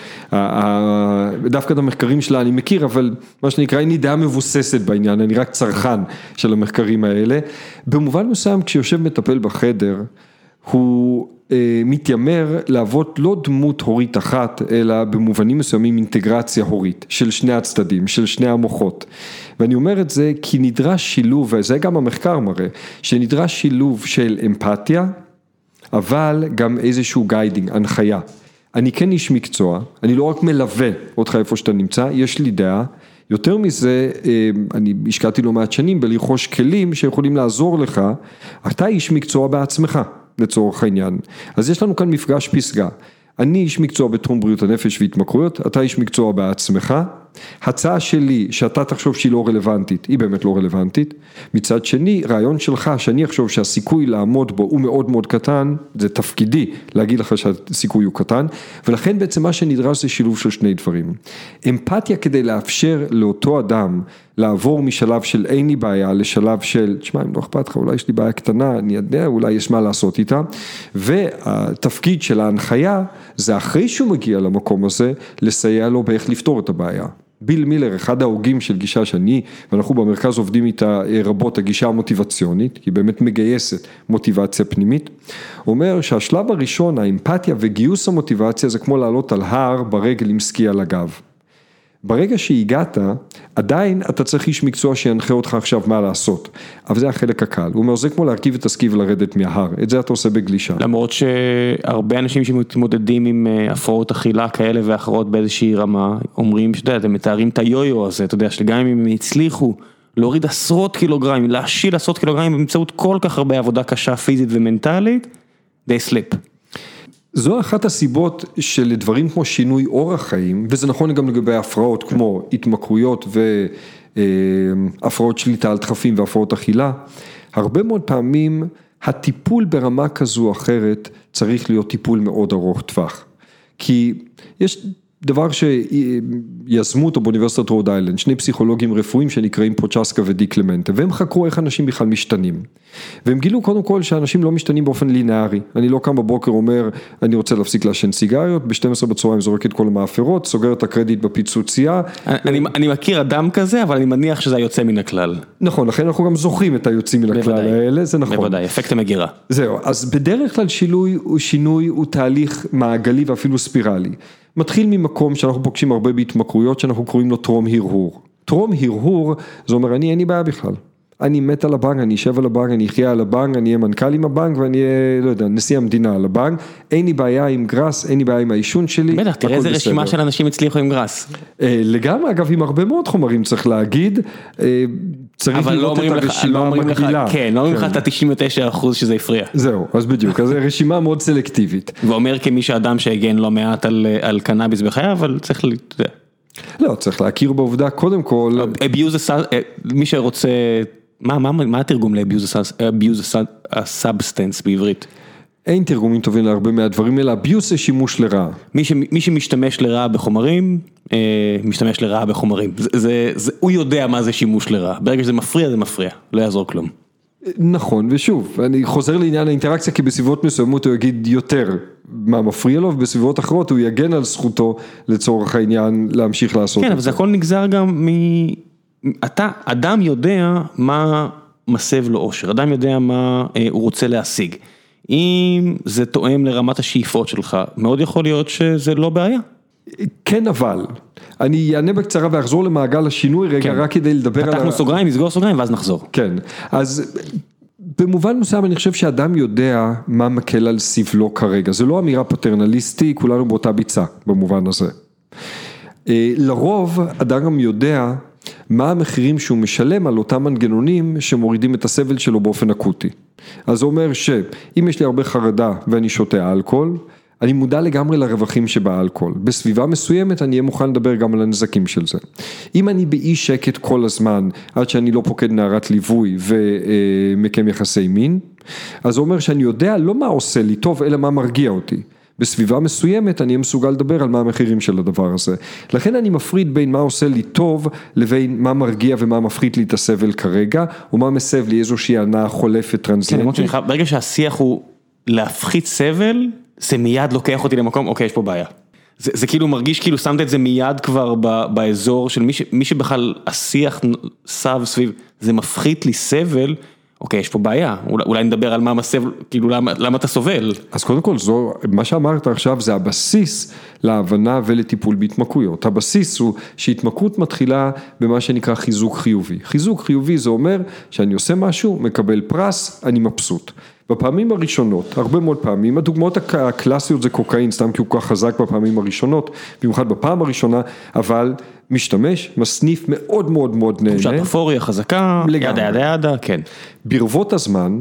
דווקא את המחקרים שלה אני מכיר, אבל מה שנקרא, אין לי דעה מבוססת בעניין, אני רק צרכן של המחקרים האלה. במובן מסוים, כשיושב מטפל בחדר, הוא מתיימר להוות לא דמות הורית אחת, אלא במובנים מסוימים אינטגרציה הורית, של שני הצדדים, של שני המוחות. ואני אומר את זה כי נדרש שילוב, וזה גם המחקר מראה, שנדרש שילוב של אמפתיה, אבל גם איזשהו גיידינג, הנחיה. אני כן איש מקצוע, אני לא רק מלווה אותך איפה שאתה נמצא, יש לי דעה, יותר מזה, אני השקעתי לא מעט שנים בלרכוש כלים שיכולים לעזור לך, אתה איש מקצוע בעצמך, לצורך העניין. אז יש לנו כאן מפגש פסגה. אני איש מקצוע בתחום בריאות הנפש והתמכרויות, אתה איש מקצוע בעצמך, הצעה שלי שאתה תחשוב שהיא לא רלוונטית, היא באמת לא רלוונטית, מצד שני, רעיון שלך שאני אחשוב שהסיכוי לעמוד בו הוא מאוד מאוד קטן, זה תפקידי להגיד לך שהסיכוי הוא קטן, ולכן בעצם מה שנדרש זה שילוב של שני דברים. אמפתיה כדי לאפשר לאותו אדם לעבור משלב של אין לי בעיה לשלב של, תשמע, אם לא אכפת לך, אולי יש לי בעיה קטנה, אני יודע, אולי יש מה לעשות איתה, והתפקיד של ההנחיה זה אחרי שהוא מגיע למקום הזה, לסייע לו באיך לפתור את הבעיה. ביל מילר, אחד ההוגים של גישה שאני, ואנחנו במרכז עובדים איתה רבות, הגישה המוטיבציונית, היא באמת מגייסת מוטיבציה פנימית, אומר שהשלב הראשון, האמפתיה וגיוס המוטיבציה, זה כמו לעלות על הר ברגל עם סקי על הגב. ברגע שהגעת, עדיין אתה צריך איש מקצוע שינחה אותך עכשיו מה לעשות, אבל זה החלק הקל, הוא אומר, זה כמו להרכיב את הסקי ולרדת מההר, את זה אתה עושה בגלישה. למרות שהרבה אנשים שמתמודדים עם הפרעות אכילה כאלה ואחרות באיזושהי רמה, אומרים שאתה יודע, אתם מתארים את היו-יו הזה, אתה יודע, שגם אם הם הצליחו להוריד עשרות קילוגרמים, להשיל עשרות קילוגרמים באמצעות כל כך הרבה עבודה קשה פיזית ומנטלית, they slip. זו אחת הסיבות שלדברים כמו שינוי אורח חיים, וזה נכון גם לגבי הפרעות כמו התמכרויות והפרעות שליטה על דחפים והפרעות אכילה, הרבה מאוד פעמים הטיפול ברמה כזו או אחרת צריך להיות טיפול מאוד ארוך טווח. כי יש דבר שיזמו אותו באוניברסיטת רוד איילנד, שני פסיכולוגים רפואיים שנקראים פוצ'סקה ודיקלמנטה, והם חקרו איך אנשים בכלל משתנים. והם גילו קודם כל שאנשים לא משתנים באופן לינארי. אני לא קם בבוקר אומר, אני רוצה להפסיק לעשן סיגריות, ב-12 בצהריים זורק את כל המאפרות, סוגר את הקרדיט בפיצוצייה. אני מכיר אדם כזה, אבל אני מניח שזה היוצא מן הכלל. נכון, לכן אנחנו גם זוכרים את היוצאים מן הכלל האלה, זה נכון. בוודאי, אפקט המגירה. זהו, אז בדרך כלל שינוי הוא תהליך מעגלי ואפילו ספירלי. מתחיל ממקום שאנחנו פוגשים הרבה בהתמכרויות, שאנחנו קוראים לו טרום הרהור. טרום הרהור, זה אומר, אין לי בעיה בכלל. אני מת על הבנק, אני אשב על הבנק, אני אחיה על הבנק, אני אהיה מנכ"ל עם הבנק, ואני אהיה, לא יודע, נשיא המדינה על הבנק. אין לי בעיה עם גרס, אין לי בעיה עם האישון שלי. בטח, תראה איזה רשימה של אנשים הצליחו עם גרס. לגמרי, אגב, עם הרבה מאוד חומרים צריך להגיד, צריך לראות את הרשימה המקבילה. כן, לא אומרים לך את ה-99% שזה הפריע. זהו, אז בדיוק, אז רשימה מאוד סלקטיבית. ואומר כמי שאדם שהגן לא מעט על קנאביס בחייו, אבל צריך לא, צריך להכיר בעובדה, קודם כל... מי שרוצה... מה התרגום ל-abuse a substance בעברית? אין תרגומים טובים להרבה מהדברים, אלא abuse זה שימוש לרעה. מי שמשתמש לרעה בחומרים, משתמש לרעה בחומרים. הוא יודע מה זה שימוש לרעה. ברגע שזה מפריע, זה מפריע. לא יעזור כלום. נכון, ושוב, אני חוזר לעניין האינטראקציה, כי בסביבות מסוימות הוא יגיד יותר מה מפריע לו, ובסביבות אחרות הוא יגן על זכותו לצורך העניין להמשיך לעשות. כן, אבל זה הכל נגזר גם אדם יודע מה מסב לו אושר, אדם יודע מה הוא רוצה להשיג. אם זה תואם לרמת השאיפות שלך, מאוד יכול להיות שזה לא בעיה. כן, אבל אני אענה בקצרה ואחזור למעגל השינוי רגע, רק כדי לדבר על... פתחנו סוגריים, נסגור סוגריים ואז נחזור. כן, אז במובן מסוים אני חושב שאדם יודע מה מקל על סבלו כרגע, זה לא אמירה פטרנליסטית, כולנו באותה ביצה במובן הזה. לרוב אדם גם יודע מה המחירים שהוא משלם על אותם מנגנונים שמורידים את הסבל שלו באופן אקוטי. אז זה אומר שאם יש לי הרבה חרדה ואני שותה אלכוהול, אני מודע לגמרי לרווחים שבאלכוהול. בסביבה מסוימת אני אהיה מוכן לדבר גם על הנזקים של זה. אם אני באי שקט כל הזמן, עד שאני לא פוקד נערת ליווי ומקיים יחסי מין, אז זה אומר שאני יודע לא מה עושה לי טוב, אלא מה מרגיע אותי. בסביבה מסוימת אני אהיה מסוגל לדבר על מה המחירים של הדבר הזה. לכן אני מפריד בין מה עושה לי טוב, לבין מה מרגיע ומה מפריד לי את הסבל כרגע, ומה מסב לי איזושהי הנאה חולפת טרנזיאנטית. ברגע שהשיח הוא להפחית סבל, זה מיד לוקח אותי למקום, אוקיי, יש פה בעיה. זה כאילו מרגיש כאילו שמת את זה מיד כבר באזור של מי שבכלל השיח סב סביב, זה מפחית לי סבל, אוקיי, יש פה בעיה, אולי נדבר על מה מסבל, כאילו למה אתה סובל. אז קודם כל, מה שאמרת עכשיו זה הבסיס להבנה ולטיפול בהתמכרויות. הבסיס הוא שהתמכרות מתחילה במה שנקרא חיזוק חיובי. חיזוק חיובי זה אומר שאני עושה משהו, מקבל פרס, אני מבסוט. בפעמים הראשונות, הרבה מאוד פעמים, הדוגמאות הקלאסיות זה קוקאין, סתם כי הוא כך חזק בפעמים הראשונות, במיוחד בפעם הראשונה, אבל משתמש, מסניף מאוד מאוד מאוד נהנה. תחושת אפוריה חזקה, ידה, כן. ברבות הזמן,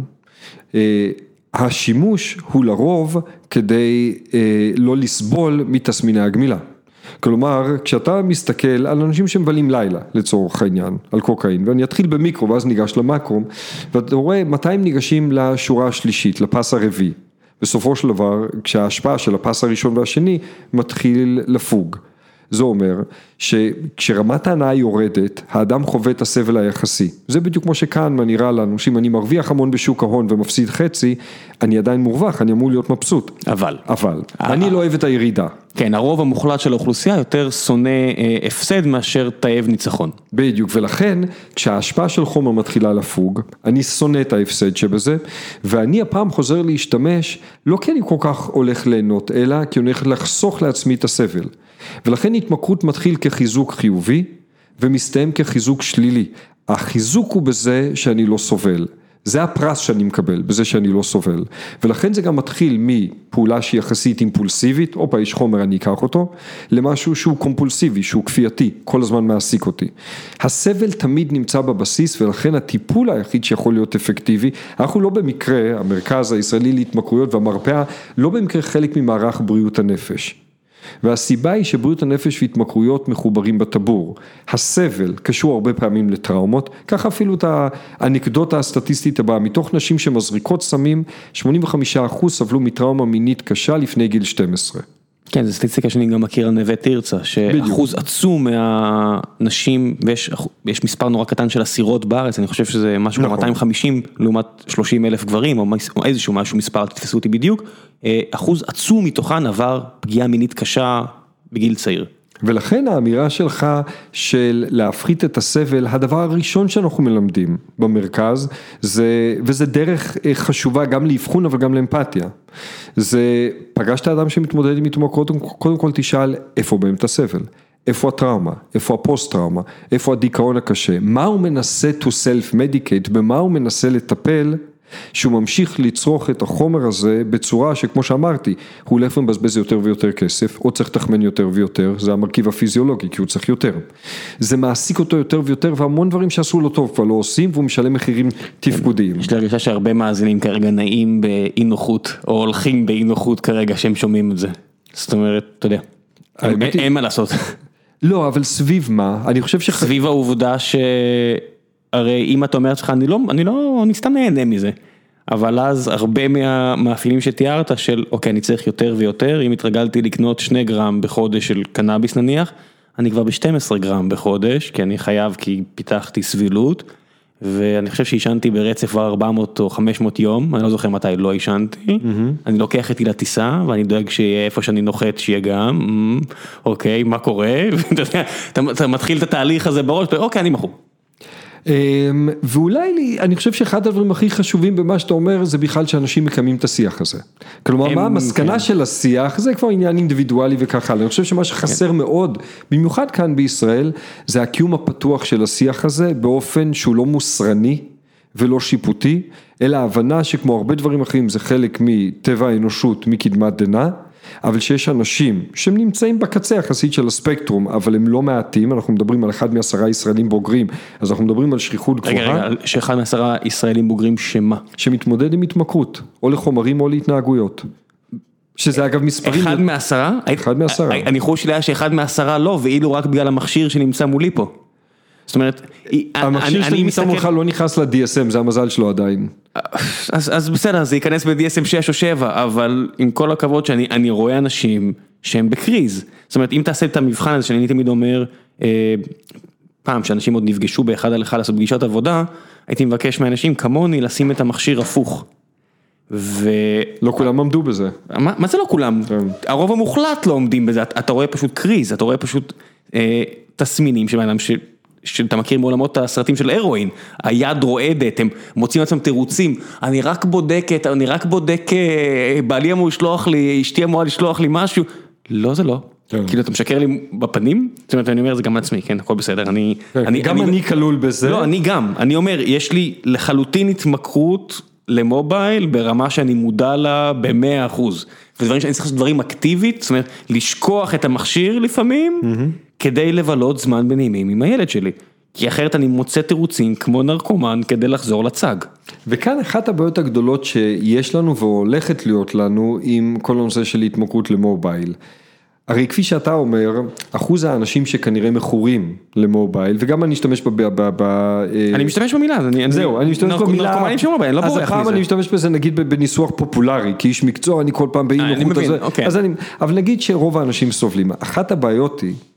השימוש הוא לרוב כדי לא לסבול מתסמיני הגמילה. כלומר, כשאתה מסתכל על אנשים שמבלים לילה, לצורך העניין, על קוקאין, ואני אתחיל במיקרו ואז ניגש למקרו, ואתה רואה מתי הם ניגשים לשורה השלישית, לפס הרביעי. בסופו של דבר, כשההשפעה של הפס הראשון והשני מתחיל לפוג. זה אומר שכשרמת ההנאה יורדת, האדם חווה את הסבל היחסי. זה בדיוק כמו שכאן נראה לנו, שאם אני מרוויח המון בשוק ההון ומפסיד חצי, אני עדיין מורווח, אני אמור להיות מבסוט. אבל. אני לא אוהב את הירידה. כן, הרוב המוחלט של האוכלוסייה יותר שונא הפסד מאשר תאב ניצחון. בדיוק, ולכן כשההשפעה של חומר מתחילה לפוג, אני שונא את ההפסד שבזה, ואני הפעם חוזר להשתמש, לא כי אני כל כך הולך ליהנות, אלא כי אני הולך לחסוך לעצמי את הסבל. ולכן התמכרות מתחיל כחיזוק חיובי, ומסתיים כחיזוק שלילי. החיזוק הוא בזה שאני לא סובל. זה הפרס שאני מקבל, בזה שאני לא סובל. ולכן זה גם מתחיל מפעולה שהיא יחסית אימפולסיבית, אופה, יש חומר, אני אקח אותו, למשהו שהוא קומפולסיבי, שהוא כפייתי, כל הזמן מעסיק אותי. הסבל תמיד נמצא בבסיס, ולכן הטיפול היחיד שיכול להיות אפקטיבי, אנחנו לא במקרה, המרכז הישראלי להתמכרויות והמרפאה, לא במקרה חלק ממערך בריאות הנפש. והסיבה היא שבריאות הנפש והתמכרויות מחוברים בטבור. הסבל קשור הרבה פעמים לטראומות, ככה אפילו את האנקדוטה הסטטיסטית הבאה, מתוך נשים שמזריקות סמים, 85% סבלו מטראומה מינית קשה לפני גיל 12. כן, זו סטטיסטיקה שאני גם מכיר על נווה תרצה, שאחוז עצום מהנשים, ויש מספר נורא קטן של אסירות בארץ, אני חושב שזה משהו כמו 250 לעומת 30,000 גברים, או איזשהו משהו מספר, תתפסו אותי בדיוק, אחוז עצום מתוכן עבר פגיעה מינית קשה בגיל צעיר. ולכן האמירה שלך של להפחית את הסבל, הדבר הראשון שאנחנו מלמדים במרכז, וזה דרך חשובה גם לאבחון אבל גם לאמפתיה. זה פגשת אדם שמתמודד עם התמכרות, קודם כל תשאל איפה באמת הסבל, איפה הטראומה, איפה הפוסט-טראומה, איפה הדיכאון הקשה, מה הוא מנסה to self-medicate, במה הוא מנסה לטפל, שהוא ממשיך לצרוך את החומר הזה בצורה שכמו שאמרתי, הוא הולך ומבזבז יותר ויותר כסף, או צריך לתחמן יותר ויותר, זה המרכיב הפיזיולוגי, כי הוא צריך יותר. זה מעסיק אותו יותר ויותר, והמון דברים שעשו לו טוב כבר לא עושים, והוא משלם מחירים תפקודיים. יש לי הרגשה שהרבה מאזינים כרגע נעים באי נוחות, או הולכים באי נוחות כרגע שהם שומעים את זה. זאת אומרת, אתה יודע, אין מה לעשות. לא, אבל סביב מה? אני חושב סביב העובדה הרי אם אתה אומר לך, אני סתם נהנה מזה, אבל אז הרבה מהמאפיינים שתיארת של, אוקיי, אני צריך יותר ויותר, אם התרגלתי לקנות 2 גרם בחודש של קנאביס נניח, אני כבר ב-12 גרם בחודש, כי אני חייב, כי פיתחתי סבילות, ואני חושב שישנתי ברצף כבר 400 או 500 יום, אני לא זוכר מתי לא ישנתי, אני לוקח איתי לטיסה, ואני דואג שיהיה איפה שאני נוחת, שיהיה גם, אוקיי, מה קורה? אתה מתחיל את התהליך הזה בראש, אוקיי, אני מכור. ואולי אני חושב שאחד הדברים הכי חשובים במה שאתה אומר זה בכלל שאנשים מקיימים את השיח הזה. כלומר, מה המסקנה של השיח, זה כבר עניין אינדיבידואלי וככה. אני חושב שמה שחסר מאוד, במיוחד כאן בישראל, זה הקיום הפתוח של השיח הזה, באופן שהוא לא מוסרני ולא שיפוטי, אלא ההבנה שכמו הרבה דברים אחרים זה חלק מטבע האנושות, מקדמת דנא, אבל שיש אנשים שהם נמצאים בקצה יחסית של הספקטרום, אבל הם לא מעטים, אנחנו מדברים על 1 מ10 ישראלים בוגרים, אז אנחנו מדברים על שכיחות גבוהה. רגע, ש1 מ10 ישראלים בוגרים שמה? שמתמודד עם התמכרות, או לחומרים או להתנהגויות. שזה אגב מספרים... 1 מ10? 1 מ10. אני חושב שהיה ש1 מ10 לא, ואילו רק בגלל המכשיר שנמצא מולי פה. זאת אומרת, המכשיר שנמצא מולך לא נכנס ל-DSM, זה המזל שלו עדיין. אז בסדר, זה ייכנס ב-DSM 6 או 7, אבל עם כל הכבוד שאני רואה אנשים שהם בקריז. זאת אומרת, אם תעשה את המבחן הזה, שאני תמיד אומר, פעם שאנשים עוד נפגשו באחד על אחד לעשות פגישת עבודה, הייתי מבקש מאנשים כמוני לשים את המכשיר הפוך. לא כולם עמדו בזה. מה זה לא כולם? הרוב המוחלט לא עומדים בזה, אתה רואה פשוט קריז, אתה רואה פשוט תסמינים שבאדם שאתה מכיר מעולמות הסרטים של הרואין, היד רועדת, הם מוצאים עצמם תירוצים, אני רק בודק, בעלי אמור לשלוח לי, אשתי אמורה לשלוח לי משהו, לא זה לא, כאילו אתה משקר לי בפנים, זאת אומרת אני אומר זה גם לעצמי, כן, הכל בסדר, גם אני כלול בזה. לא, אני אומר, יש לי לחלוטין התמכרות למובייל ברמה שאני מודע לה ב100%, ודברים שאני צריך לעשות דברים אקטיבית, זאת אומרת, לשכוח את המכשיר לפעמים, כדי לבלות זמן בנעימים עם הילד שלי, כי אחרת אני מוצא תירוצים כמו נרקומן כדי לחזור לצג. וכאן אחת הבעיות הגדולות שיש לנו והולכת להיות לנו עם כל הנושא של התמכרות למובייל. הרי כפי שאתה אומר, אחוז האנשים שכנראה מכורים למובייל, וגם אני אשתמש אני משתמש במילה, זהו, אני משתמש במילה, נרקומנים של מובייל, לא בורח מזה. אז הפעם אני משתמש בזה נגיד בניסוח פופולרי, כי איש מקצוע, אני כל פעם באי נוחות הזה, אבל נגיד שרוב האנשים סובלים. אחת הבעיות היא,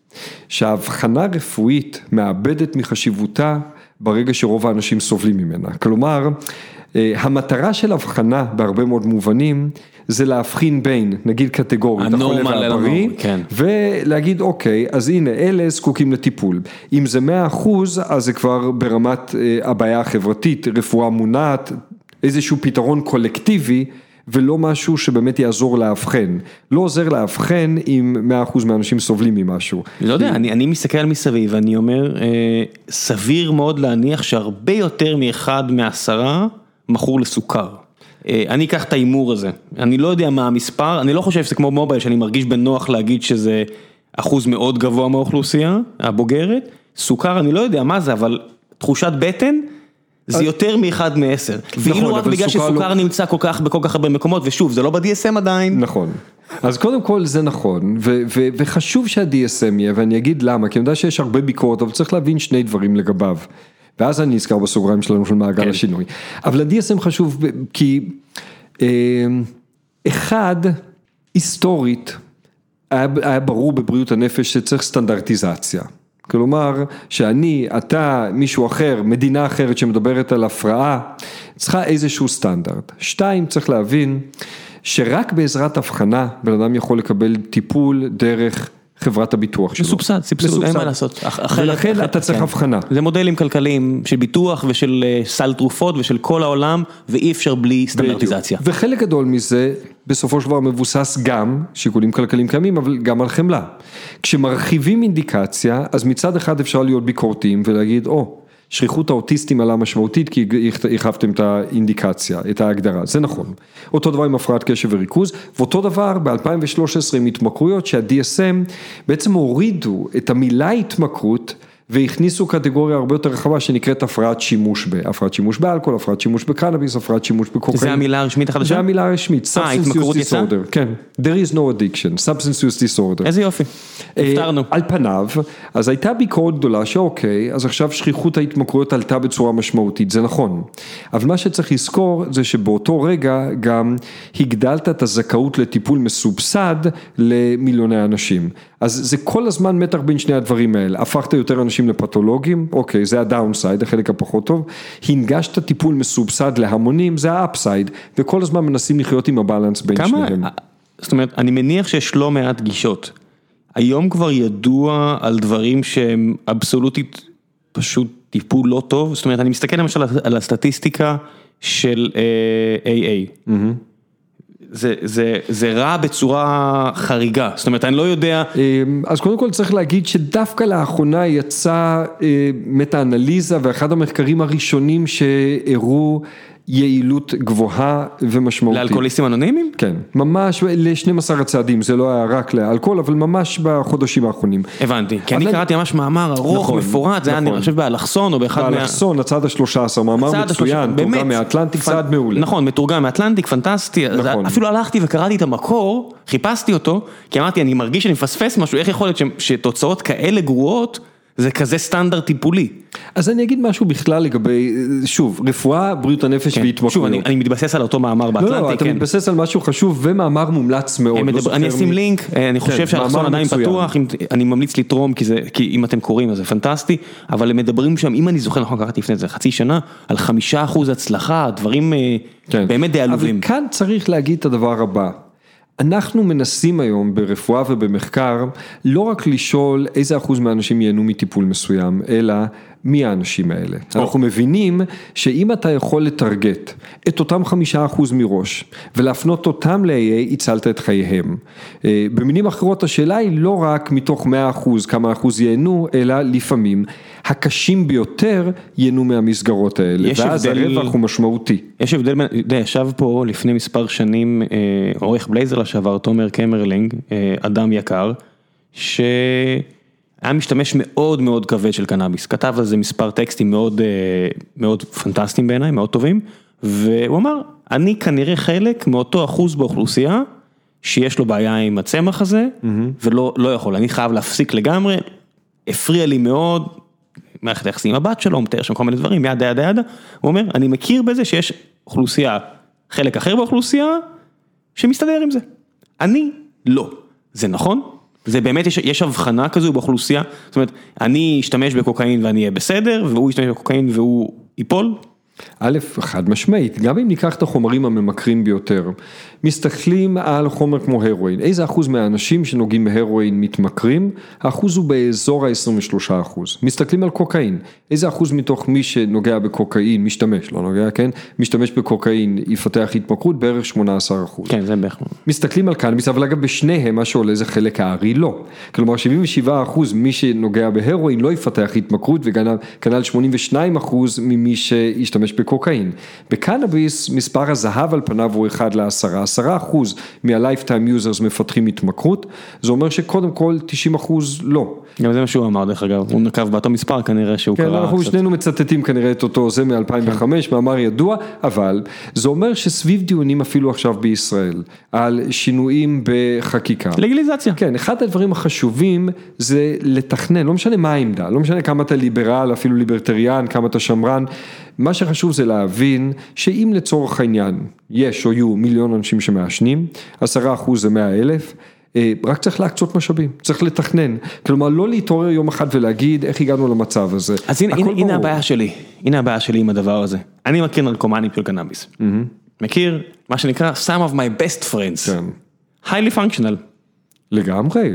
שההבחנה רפואית מאבדת מחשיבותה ברגע שרוב האנשים סובלים ממנה. כלומר, המטרה של הבחנה בהרבה מאוד מובנים, זה להבחין בין, נגיד קטגורית, החולה והבריא, ולהגיד אוקיי, אז הנה, אלה זקוקים לטיפול. אם זה 100%, אז זה כבר ברמת הבעיה החברתית, רפואה מונעת, איזשהו פתרון קולקטיבי, ולא משהו שבאמת יעזור להבחן. לא עוזר להבחן אם 100% מהאנשים סובלים ממשהו. לא יודע, אני מסתכל על מסביב, ואני אומר, סביר מאוד להניח שהרבה יותר מ1 מ10 מכור לסוכר. אני אקח את האימור הזה, אני לא יודע מה המספר, אני לא חושב שזה כמו מובייל, שאני מרגיש בנוח להגיד שזה אחוז מאוד גבוה מהאוכלוסייה, הבוגרת, סוכר אני לא יודע מה זה, אבל תחושת בטן, זה יותר מ1 מ10, ואילו רק בגלל שסוכר נמצא בכל כך הרבה מקומות, ושוב, זה לא ב-DSM עדיין. נכון, אז קודם כל זה נכון, וחשוב שה-DSM יהיה, ואני אגיד למה, כי אני יודע שיש הרבה ביקורת, אבל צריך להבין שני דברים לגביו. ואז אני אזכר בסוגריים שלנו של מעגל השינוי. אבל ה-DSM חשוב כי אחד, היסטורית, היה ברור בבריאות הנפש שצריך סטנדרטיזציה. כלומר, שאני, אתה, מישהו אחר, מדינה אחרת שמדברת על הפרעה, צריכה איזשהו סטנדרט. 2, צריך להבין שרק בעזרת הבחנה, בן אדם יכול לקבל טיפול דרך חברת הביטוח שלו. מסובסד, סבסוד, אין מה לעשות. ולכן אתה צריך הבחנה. זה מודלים כלכליים של ביטוח ושל סל תרופות ושל כל העולם, ואי אפשר בלי סטנדרטיזציה. וחלק גדול מזה, בסופו של דבר מבוסס גם, שיקולים כלכליים קיימים, אבל גם על חמלה. כשמרחיבים אינדיקציה, אז מצד אחד אפשר להיות ביקורתיים ולהגיד, שכיחות האוטיסטים עלה משמעותית, כי הרחבתם את האינדיקציה, את ההגדרה, זה נכון. אותו דבר עם הפרעת קשב וריכוז, ואותו דבר ב-2013 עם התמכרויות, שה-DSM בעצם הורידו את המילה התמכרות, והכניסו קטגוריה הרבה יותר רחבה שנקראת הפרעת שימוש באלכוהול, הפרעת שימוש בקנאביס, הפרעת שימוש בקוקאין. זה המילה הרשמית החדשה? זה המילה הרשמית, Substance Use Disorder. כן, there is no addiction, Substance Use Disorder. איזה יופי, הפתרנו. על פניו, אז הייתה ביקורת גדולה שאוקיי, אז עכשיו שכיחות ההתמכרויות עלתה בצורה משמעותית, זה נכון. אבל מה שצריך לזכור זה שבאותו רגע גם הגדלת את הזכאות לטיפול מסובסד למיליוני אנשים. אז זה כל הזמן מתח בין שני הדברים האלה, הפכת יותר אנשים לפתולוגים, אוקיי, זה הדאונסייד, החלק הפחות טוב, הנגשת טיפול מסובסד להמונים, זה האפסייד, וכל הזמן מנסים לחיות עם הבאלנס בין שניהם. זאת אומרת, אני מניח שיש לא מעט גישות, היום כבר ידוע על דברים שהם אבסולוטית פשוט טיפול לא טוב, זאת אומרת, אני מסתכל למשל על הסטטיסטיקה של AA, זה רע בצורה חריגה, זאת אומרת, אני לא יודע. אז קודם כל צריך להגיד שדווקא לאחרונה יצא מטה-אנליזה, ואחד המחקרים הראשונים שהראו יעילות גבוהה ומשמעותית. לאלכוהוליסטים אנונימיים? כן, ממש ל-12 הצעדים, זה לא היה רק לאלכוהול, אבל ממש בחודשים האחרונים. הבנתי, כי אני קראתי ממש מאמר ארוך, מפורט, זה היה אני חושב באלכסון או באחד מה... באלכסון, הצעד ה-13, מאמר מצוין, תורגם מאטלנטיק, צעד מעולה. נכון, מתורגם מאטלנטיק, פנטסטי, אפילו הלכתי וקראתי את המקור, חיפשתי אותו, כי אמרתי, אני מרגיש שאני מפספס משהו, איך יכול להיות שתוצאות כאלה גרועות, זה כזה סטנדרט טיפולי. אז אני אגיד משהו בכלל לגבי, שוב, רפואה, בריאות הנפש והתמכרויות. שוב, אני מתבסס על אותו מאמר באטלנטיק. לא, אתה מתבסס על משהו חשוב ומאמר מומלץ מאוד. אני אשים לינק, אני חושב שהאלכסון עדיין פתוח, אני ממליץ לתרום, כי אם אתם קוראים אז זה פנטסטי, אבל הם מדברים שם, אם אני זוכר, נכון, קראתי לפני זה חצי שנה, על 5% הצלחה, דברים באמת די עלובים. אבל כאן צריך להגיד את הדבר הבא. אנחנו מנסים היום ברפואה ובמחקר לא רק לשאול איזה אחוז מהאנשים ייהנו מטיפול מסוים, אלא מי האנשים האלה. אנחנו מבינים שאם אתה יכול לטרגט את אותם 5% מראש ולהפנות אותם ל-AA, הצלת את חייהם. במילים אחרות השאלה היא לא רק מתוך 100% כמה אחוז ייהנו, אלא לפעמים הקשים ביותר ייהנו מהמסגרות האלה. ואז הרווח הוא משמעותי. יש הבדל, ישב פה לפני מספר שנים עורך בלייזר לשעבר, תומר קמרלינג, אדם יקר, היה משתמש מאוד מאוד כבד של קנאביס, כתב על זה מספר טקסטים מאוד, מאוד פנטסטיים בעיניי, מאוד טובים, והוא אמר, אני כנראה חלק מאותו אחוז באוכלוסייה, שיש לו בעיה עם הצמח הזה, ולא יכול, אני חייב להפסיק לגמרי, הפריע לי מאוד, מערכת היחסים עם הבת שלו, הוא מתאר שם כל מיני דברים, ידה, הוא אומר, אני מכיר בזה שיש אוכלוסייה, חלק אחר באוכלוסייה, שמסתדר עם זה. אני לא. זה נכון? זה באמת, יש הבחנה כזו באוכלוסייה, זאת אומרת, אני אשתמש בקוקאין ואני אהיה בסדר, והוא ישתמש בקוקאין והוא ייפול? א', חד משמעית, גם אם ניקח את החומרים הממכרים ביותר, מסתכלים על חומר כמו הרואין, איזה אחוז מהאנשים שנוגעים בהרואין מתמכרים, האחוז הוא באזור ה-23%. מסתכלים על קוקאין, איזה אחוז מתוך מי שנוגע בקוקאין, משתמש, לא נוגע, כן? משתמש בקוקאין יפתח התמכרות בערך 18%. כן, זה בערך. מסתכלים על קנאביס, אבל אגב בשניהם מה שעולה זה חלק הארי לא. כלומר 77% מי שנוגע בהרואין לא יפתח התמכרות, וכנ"ל 82% ממי שישתמש בקוקאין. בקנאביס מספר הזהב על פניו הוא 1 ל-10%, 10% מה-lifetime users מפתחים התמכרות, זה אומר שקודם כל 90% לא. גם זה מה שהוא אמר דרך אגב, הוא נקב באותו מספר כנראה שהוא קרא. כן, אנחנו שנינו מצטטים כנראה את אותו, זה מ-2005, מאמר ידוע, אבל זה אומר שסביב דיונים אפילו עכשיו בישראל, על שינויים בחקיקה. לגליזציה. כן, אחד הדברים החשובים זה לתכנן, לא משנה מה העמדה, לא משנה כמה אתה ליברל, אפילו ליברטריאן, כמה אתה שמרן, מה שחשוב זה להבין שאם לצורך העניין יש או יהיו מיליון אנשים שמעשנים, 10% זה 100,000, רק צריך להקצות משאבים, צריך לתכנן, כלומר לא להתעורר יום אחד ולהגיד איך הגענו למצב הזה. אז הנה הבעיה שלי, הנה הבעיה שלי עם הדבר הזה, אני מכיר נרקומנים של קנאביס, מכיר מה שנקרא some of my best friends, highly functional. לגמרי.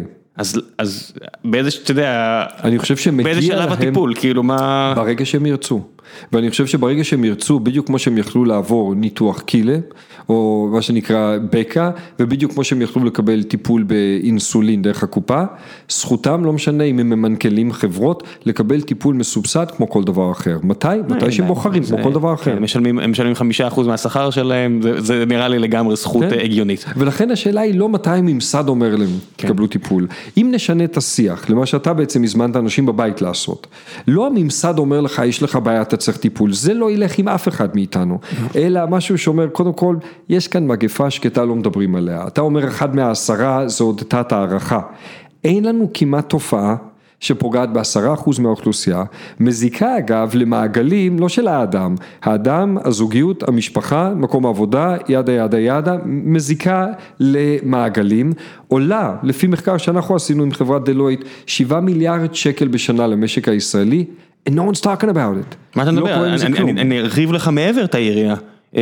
אז באיזה, אתה יודע, אני חושב שמגיע באיזה שלב הטיפול, כאילו מה... ברגע שהם ירצו. ואני חושב שברגע שהם ירצו, בדיוק כמו שהם יכלו לעבור ניתוח קילה, או מה שנקרא בקה, ובדיוק כמו שהם יכלו לקבל טיפול באינסולין דרך הקופה, זכותם לא משנה אם הם ממנכלים חברות, לקבל טיפול מסובסד כמו כל דבר אחר. מתי? מתי שהם בוחרים, כמו כל דבר אחר. הם משלמים 5% מהשכר שלהם, זה נראה לי לגמרי זכות הגיונית. ולכן השאלה היא לא מתי ממסד אומר להם, תקבלו טיפול. אם נשנה את השיח, למה שאתה בעצם הזמנת אנשים בבית לעשות, לא הממסד אומר לך, יש לך בעיה, אתה צריך טיפול, זה לא ילך עם אף אחד מאיתנו, אלא משהו שאומר, קודם כל, יש כאן מגפה שקטה, לא מדברים עליה, אתה אומר 1 מה-10, זו עוד תת הערכה, אין לנו כמעט תופעה, שפוגעת ב10% מהאוכלוסייה, מזיקה אגב למעגלים, לא של האדם, הזוגיות, המשפחה, מקום העבודה, ידה, מזיקה למעגלים, עולה, לפי מחקר שאנחנו עשינו עם חברת דלויט, 7 מיליארד שקל בשנה למשק הישראלי, and no one's talking about it. מה אתה מדבר? אני ארחיב לך מעבר את היריעה.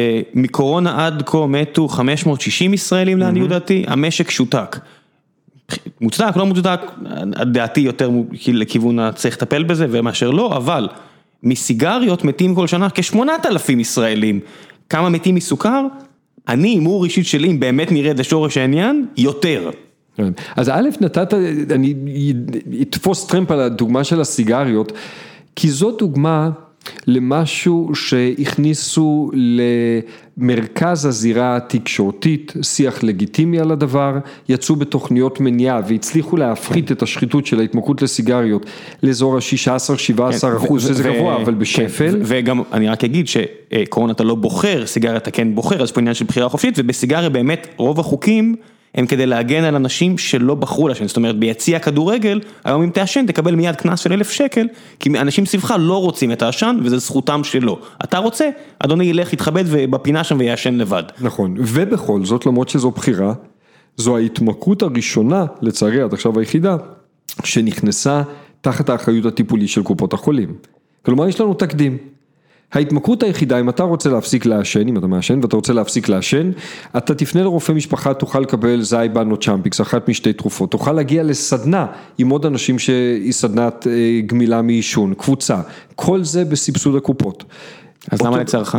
מקורונה עד כה מתו 560 ישראלים לעניות דעתי, המשק שותק. מוצדק, לא מוצדק, דעתי יותר לכיוון צריך לטפל בזה ומאשר לא, אבל מסיגריות מתים כל שנה כ8,000 ישראלים. כמה מתים מסוכר? אני, הימור אישית שלי, אם באמת נראה את שורש העניין, יותר. אז א' נתת, אני אתפוס טרמפ על הדוגמה של הסיגריות, כי זו דוגמה למשהו שהכניסו למרכז הזירה התקשורתית, שיח לגיטימי על הדבר, יצאו בתוכניות מניעה והצליחו להפחית את השחיתות של ההתמכרות לסיגריות לאזור ה-16-17%, שזה גבוה, אבל בשפל. וגם אני רק אגיד שקורונה אתה לא בוחר, סיגריה אתה כן בוחר, אז פה עניין של בחירה חופשית, ובסיגריה באמת רוב החוקים הם כדי להגן על אנשים שלא בחרו לשן, זאת אומרת ביציע כדורגל, היום אם תעשן תקבל מיד קנס של 1,000 שקל, כי אנשים סביבך לא רוצים את העשן וזה זכותם שלו. אתה רוצה, אדוני ילך יתכבד בפינה שם ויעשן לבד. נכון, ובכל זאת למרות שזו בחירה, זו ההתמכרות הראשונה, לצערי עד עכשיו היחידה, שנכנסה תחת האחריות הטיפולי של קופות החולים. כלומר יש לנו תקדים. ההתמכרות היחידה, אם אתה רוצה להפסיק לעשן, אם אתה מעשן ואתה רוצה להפסיק לעשן, אתה תפנה לרופא משפחה, תוכל לקבל זייבן או צ'מפיקס, אחת משתי תרופות, תוכל להגיע לסדנה עם עוד אנשים שהיא סדנת גמילה מעישון, קבוצה, כל זה בסבסוד הקופות. אז למה לצערך?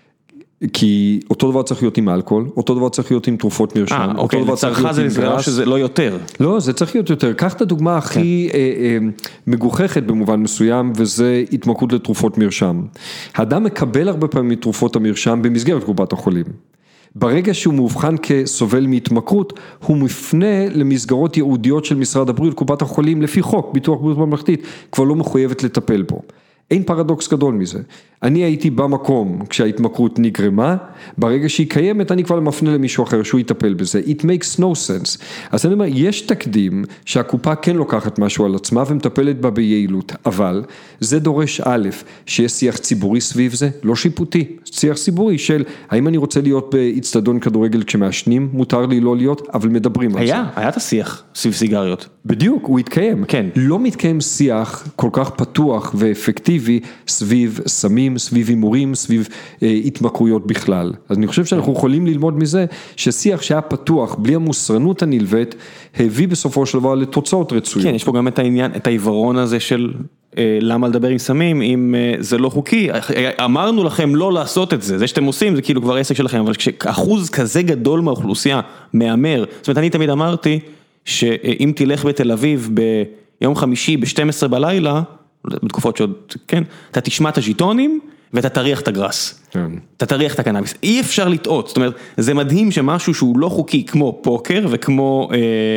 כי אותו דבר צריך להיות עם אלכוהול, אותו דבר צריך להיות עם תרופות מרשם. אוקיי, לצערך זה לא יותר. לא, זה צריך להיות יותר. קח את הדוגמה הכי מגוחכת במובן מסוים, וזה התמכרות לתרופות מרשם. האדם מקבל הרבה פעמים תרופות המרשם במסגרת קופת החולים. ברגע שהוא מאובחן כסובל מהתמכרות, הוא מפנה למסגרות ייעודיות של משרד הבריאות, קופת החולים לפי חוק, ביטוח בריאות ממלכתית, כבר לא מחויבת לטפל בו. אין פרדוקס גדול מזה. אני הייתי במקום כשההתמכרות נגרמה, ברגע שהיא קיימת אני כבר מפנה למישהו אחר שהוא יטפל בזה. It makes no sense. אז אני אומר, יש תקדים שהקופה כן לוקחת משהו על עצמה ומטפלת בה ביעילות, אבל זה דורש א', שיש שיח ציבורי סביב זה, לא שיפוטי, שיח ציבורי של האם אני רוצה להיות באצטדיון כדורגל כשמעשנים, מותר לי לא להיות, אבל מדברים על זה. היה את השיח סביב סיגריות. בדיוק, הוא התקיים. כן. לא מתקיים שיח כל כך פתוח ואפקטיבי סביב סמים, סביב הימורים, סביב התמכרויות בכלל. אז אני חושב שאנחנו יכולים ללמוד מזה ששיח שהיה פתוח, בלי המוסרנות הנלווית, הביא בסופו של דבר לתוצאות רצויות. כן, יש פה גם את העניין, את העיוורון הזה של למה לדבר עם סמים, אם זה לא חוקי. אמרנו לכם לא לעשות את זה, זה שאתם עושים, זה כאילו כבר עסק שלכם, אבל כשאחוז כזה גדול מהאוכלוסייה מאמר, זאת אומרת, אני תמיד אמרתי, שאם תלך בתל אביב ביום חמישי ב-12 בלילה, בתקופות שעוד, כן, אתה תשמע את הז'יטונים, ואתה תריח את הגרס. כן. אתה תריח את הקנאביס. אי אפשר לטעות, זאת אומרת, זה מדהים שמשהו שהוא לא חוקי, כמו פוקר וכמו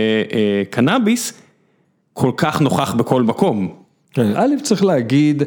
קנאביס, כל כך נוכח בכל מקום. כן, א' צריך להגיד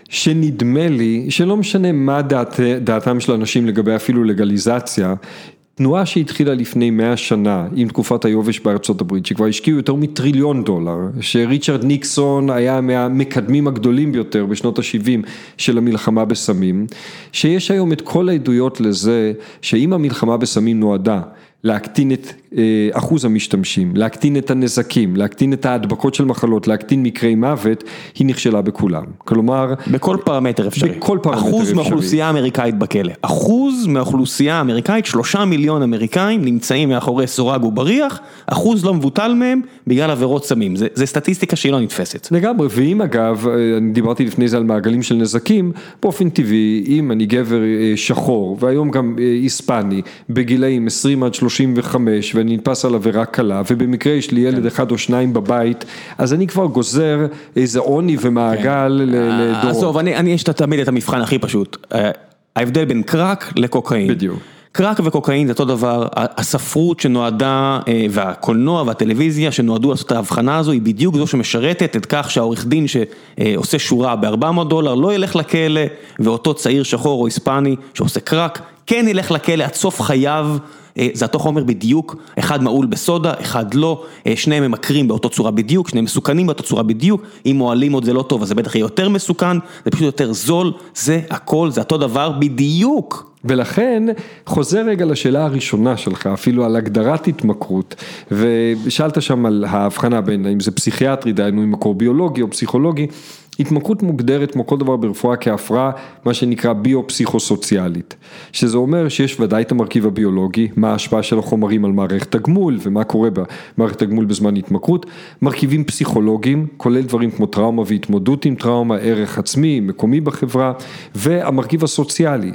שנדמה לי, שלא משנה מה דעתם של אנשים לגבי אפילו לגליזציה, תנועה שהתחילה לפני 100 שנה עם תקופת היובש בארצות הברית, שכבר השקיעו יותר מטריליון דולר, שריצ'רד ניקסון היה מהמקדמים הגדולים ביותר בשנות ה-70 של המלחמה בסמים, שיש היום את כל העדויות לזה שאם המלחמה בסמים נועדה להקטין את אחוז המשתמשים, להקטין את הנזקים, להקטין את ההדבקות של מחלות, להקטין מקרי מוות, היא נכשלה בכולם. כלומר, בכל פרמטר אפשרי. בכל פרמטר אפשרי. אחוז מהאוכלוסייה האמריקאית בכלא. אחוז מהאוכלוסייה האמריקאית, 3 מיליון אמריקאים נמצאים מאחורי סורג ובריח, אחוז לא מבוטל מהם בגלל עבירות סמים. זה סטטיסטיקה שהיא לא נתפסת. לגמרי, ואם אגב, אני דיברתי לפני זה על מעגלים של נזקים, באופן טבעי, אם אני גבר שחור, והיום גם היספני, בגילאים 20 עד 35, ואני נתפס על עבירה קלה, ובמקרה יש לי ילד אחד או שניים בבית, אז אני כבר גוזר איזה עוני ומעגל לדורות. עזוב, אני יש תמיד את המבחן הכי פשוט. ההבדל בין קרק לקוקאין. בדיוק. קרק וקוקאין זה אותו דבר, הספרות שנועדה, והקולנוע והטלוויזיה שנועדו לעשות את ההבחנה הזו, היא בדיוק זו שמשרתת את כך שהעורך דין שעושה שורה $400 לא ילך לכלא, ואותו צעיר שחור או היספני שעושה קרק, כן ילך לכלא עד סוף חייו, זה אותו חומר בדיוק, אחד מעול בסודה, אחד לא, שניהם ממכרים באותו צורה בדיוק, שניהם מסוכנים באותו צורה בדיוק, אם מועלים עוד זה לא טוב, אז זה בטח יהיה יותר מסוכן, זה פשוט יותר זול, זה הכל, זה אותו דבר בדיוק. ולכן חוזר רגע לשאלה הראשונה שלך, אפילו על הגדרת התמכרות, ושאלת שם על ההבחנה בין אם זה פסיכיאטרי, דהיינו עם מקור ביולוגי או פסיכולוגי, התמכרות מוגדרת כמו כל דבר ברפואה כהפרעה, מה שנקרא ביו-פסיכוסוציאלית, שזה אומר שיש ודאי את המרכיב הביולוגי, מה ההשפעה של החומרים על מערכת הגמול, ומה קורה במערכת הגמול בזמן התמכרות, מרכיבים פסיכולוגיים, כולל דברים כמו טראומה והתמודדות עם טראומה, ערך עצמי, מקומי בחברה, והמרכיב הסוציאלי.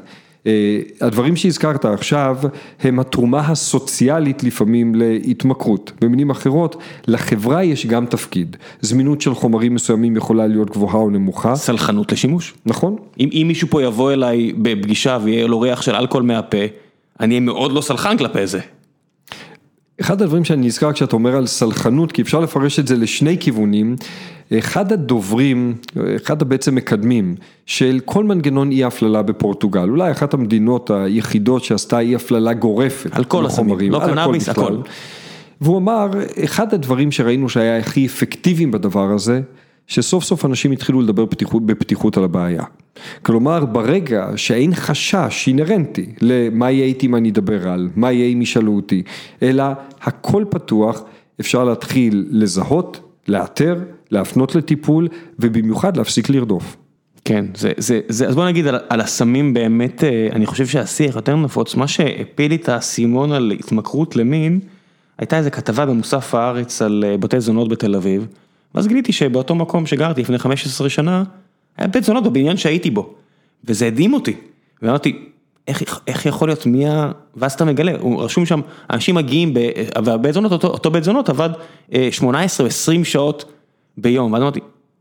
הדברים שהזכרת עכשיו הם התרומה הסוציאלית לפעמים להתמכרות. במילים אחרות, לחברה יש גם תפקיד. זמינות של חומרים מסוימים יכולה להיות גבוהה או נמוכה. סלחנות לשימוש. נכון. אם מישהו פה יבוא אליי בפגישה ויהיה לו ריח של אלכוהול מהפה, אני מאוד לא סלחן כלפי זה. אחד הדברים שאני נזכר כשאתה אומר על סלחנות, כי אפשר לפרש את זה לשני כיוונים, אחד הדוברים, אחד בעצם מקדמים, של כל מנגנון אי הפללה בפורטוגל, אולי אחת המדינות היחידות שעשתה אי הפללה גורפת. על כל הסמים, לא קנאביס, הכל. והוא אמר, אחד הדברים שראינו שהיה הכי אפקטיביים בדבר הזה, שסוף סוף אנשים התחילו לדבר בפתיחות על הבעיה. כלומר, ברגע שאין חשש אינרנטי למה יהיה איתי מה אני אדבר על, מה יהיה אם ישאלו אותי, אלא הכל פתוח, אפשר להתחיל לזהות, לאתר, להפנות לטיפול, ובמיוחד להפסיק לרדוף. כן, אז בוא נגיד על הסמים באמת, אני חושב שהשיח יותר נפוץ, מה שהפיל לי את הסימון על התמכרות למין, הייתה איזו כתבה במוסף הארץ על בתי זונות בתל אביב, ואז גיליתי שבאותו מקום שגרתי לפני 15 שנה, היה בית זונות בבניין שהייתי בו, וזה הדהים אותי, ואמרתי, איך יכול להיות ואז אתה מגלה, הוא רשום שם, אנשים מגיעים, והבית זונות, אותו בית זונות עבד 18 או 20 שעות ביום, ואז אמרתי,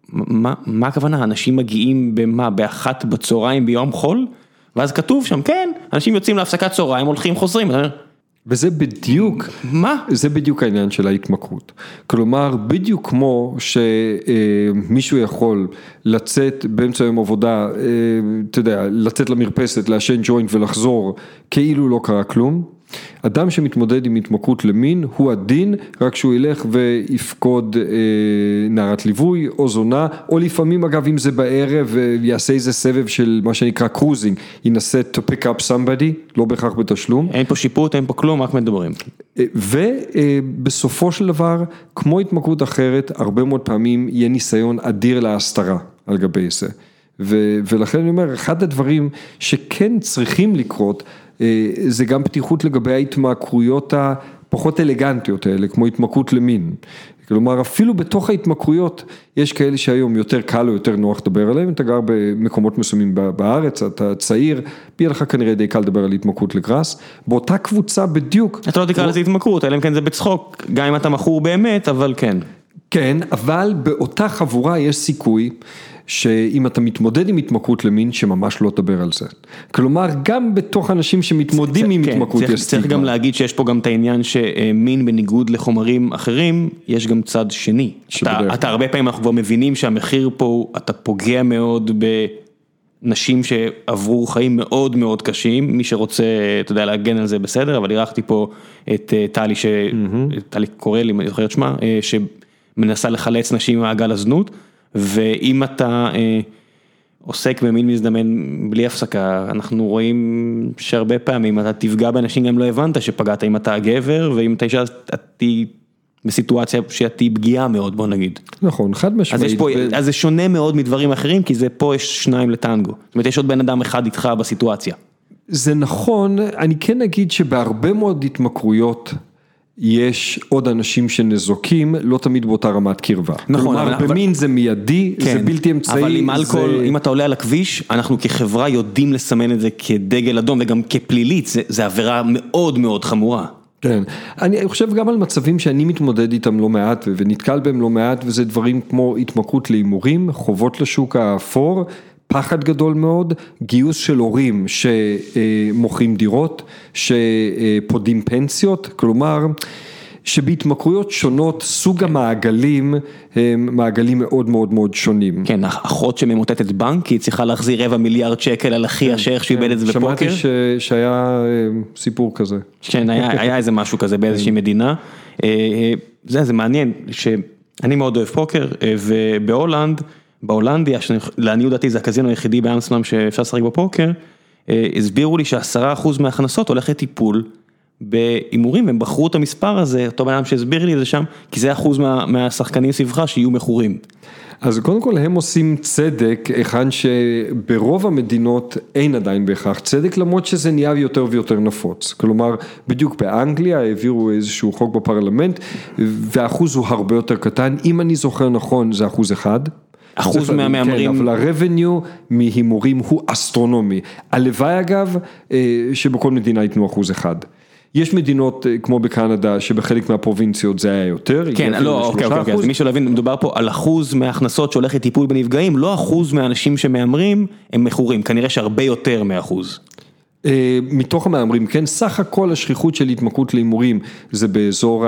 מה הכוונה, אנשים מגיעים באחת בצהריים ביום חול, ואז כתוב שם, כן, אנשים יוצאים להפסקת צהריים, הולכים, חוזרים, וזה בדיוק, מה? זה בדיוק העניין של ההתמכרות. כלומר, בדיוק כמו שמישהו יכול לצאת באמצע יום עבודה, אתה יודע, לצאת למרפסת, לעשן ג'וינט ולחזור, כאילו לא קרה כלום. אדם שמתמודד עם התמכרות למין הוא הדין, רק שהוא ילך ויפקוד נערת ליווי או זונה, או לפעמים אגב אם זה בערב ויעשה איזה סבב של מה שנקרא קרוזינג, ינסה to pick up somebody, לא בהכרח בתשלום. אין פה שיפוט, אין פה כלום, רק מדברים. ובסופו של דבר, כמו התמכרות אחרת, הרבה מאוד פעמים יהיה ניסיון אדיר להסתרה על גבי זה. ולכן אני אומר, אחד הדברים שכן צריכים לקרות, זה גם פתיחות לגבי ההתמכרויות הפחות אלגנטיות האלה, כמו התמכרות למין. כלומר, אפילו בתוך ההתמכרויות, יש כאלה שהיום יותר קל או יותר נוח לדבר עליהם, אתה גר במקומות מסוימים בארץ, אתה צעיר, יהיה לך כנראה די קל לדבר על התמכרות לגראס, באותה קבוצה בדיוק. אתה לא תקרא לזה התמכרות, אלא אם כן זה בצחוק, גם אם אתה מכור באמת, אבל כן. כן, אבל באותה חבורה יש סיכוי, שאם אתה מתמודד עם התמכרות למין, שממש לא תדבר על זה. כלומר, גם בתוך אנשים שמתמודדים עם התמכרות יש סטיגמה. צריך גם להגיד שיש פה גם את העניין שמין בניגוד לחומרים אחרים, יש גם צד שני. אתה הרבה פעמים אנחנו כבר מבינים שהמחיר פה, אתה פוגע מאוד בנשים שעברו חיים מאוד מאוד קשים, מי שרוצה, אתה יודע, להגן על זה בסדר, אבל אירחתי פה את טלי, טלי קורל, אם אני זוכר את שמה, שמנסה לחלץ נשים ממעגל הזנות, ואם אתה עוסק במין מזדמן בלי הפסקה, אנחנו רואים שהרבה פעמים אתה תפגע באנשים, גם לא הבנת שפגעת אם אתה הגבר, ואם אתה אישה, אתה בסיטואציה שאתה פגיעה מאוד, בוא נגיד. נכון, חד משמעית. אז זה שונה מאוד מדברים אחרים, כי זה פה יש שניים לטנגו. זאת אומרת, יש עוד בן אדם אחד איתך בסיטואציה. זה נכון, אני כן אגיד שבהרבה מאוד התמכרויות, יש עוד אנשים שנזוקים, לא תמיד באותה רמת קרבה. נכון. כלומר, במין זה מיידי, זה בלתי אמצעי. אבל עם אלכוהול, אם אתה עולה על הכביש, אנחנו כחברה יודעים לסמן את זה כדגל אדום, וגם כפלילית, זה עבירה מאוד מאוד חמורה. כן, אני חושב גם על מצבים שאני מתמודד איתם לא מעט, ונתקל בהם לא מעט, וזה דברים כמו התמכרות להימורים, חובות לשוק האפור, פחד גדול מאוד, גיוס של הורים שמוכרים דירות, שפודים פנסיות, כלומר, שבהתמכרויות שונות, סוג המעגלים, הם מעגלים מאוד מאוד מאוד שונים. כן, אחות שממוטטת בנק, היא צריכה להחזיר 250 מיליון שקל על אחי השייך שאיבד את זה בפוקר. שמעתי שהיה סיפור כזה. כן, היה איזה משהו כזה באיזושהי מדינה. זה מעניין, שאני מאוד אוהב פוקר, בהולנדיה, לעניות דעתי זה הקזינו היחידי באמסטרדם שאפשר לשחק בפוקר, הסבירו לי ש10% מההכנסות הולך לטיפול בהימורים, הם בחרו את המספר הזה, אותו בן אדם שהסביר לי את זה שם, כי זה אחוז מהשחקנים סביבך שיהיו מכורים. אז קודם כל הם עושים צדק, היכן שברוב המדינות אין עדיין בהכרח צדק, למרות שזה נהיה יותר ויותר נפוץ. כלומר, בדיוק באנגליה העבירו איזשהו חוק בפרלמנט, והאחוז הוא הרבה יותר קטן, אם אני זוכר נכון זה 1%. אחוז מהמאמרים. כן, אבל הרבניו מהימורים הוא אסטרונומי. הלוואי אגב, שבכל מדינה ייתנו 1%. יש מדינות כמו בקנדה, שבחלק מהפרובינציות זה היה יותר. כן, לא, אוקיי, אז מי שלא הבין, מדובר פה על אחוז מההכנסות שהולך לטיפול בנפגעים, לא אחוז מהאנשים שמאמרים, הם מכורים, כנראה שהרבה יותר מאחוז. מתוך המאמרים, כן, סך הכל השכיחות של התמכרות להימורים, זה באזור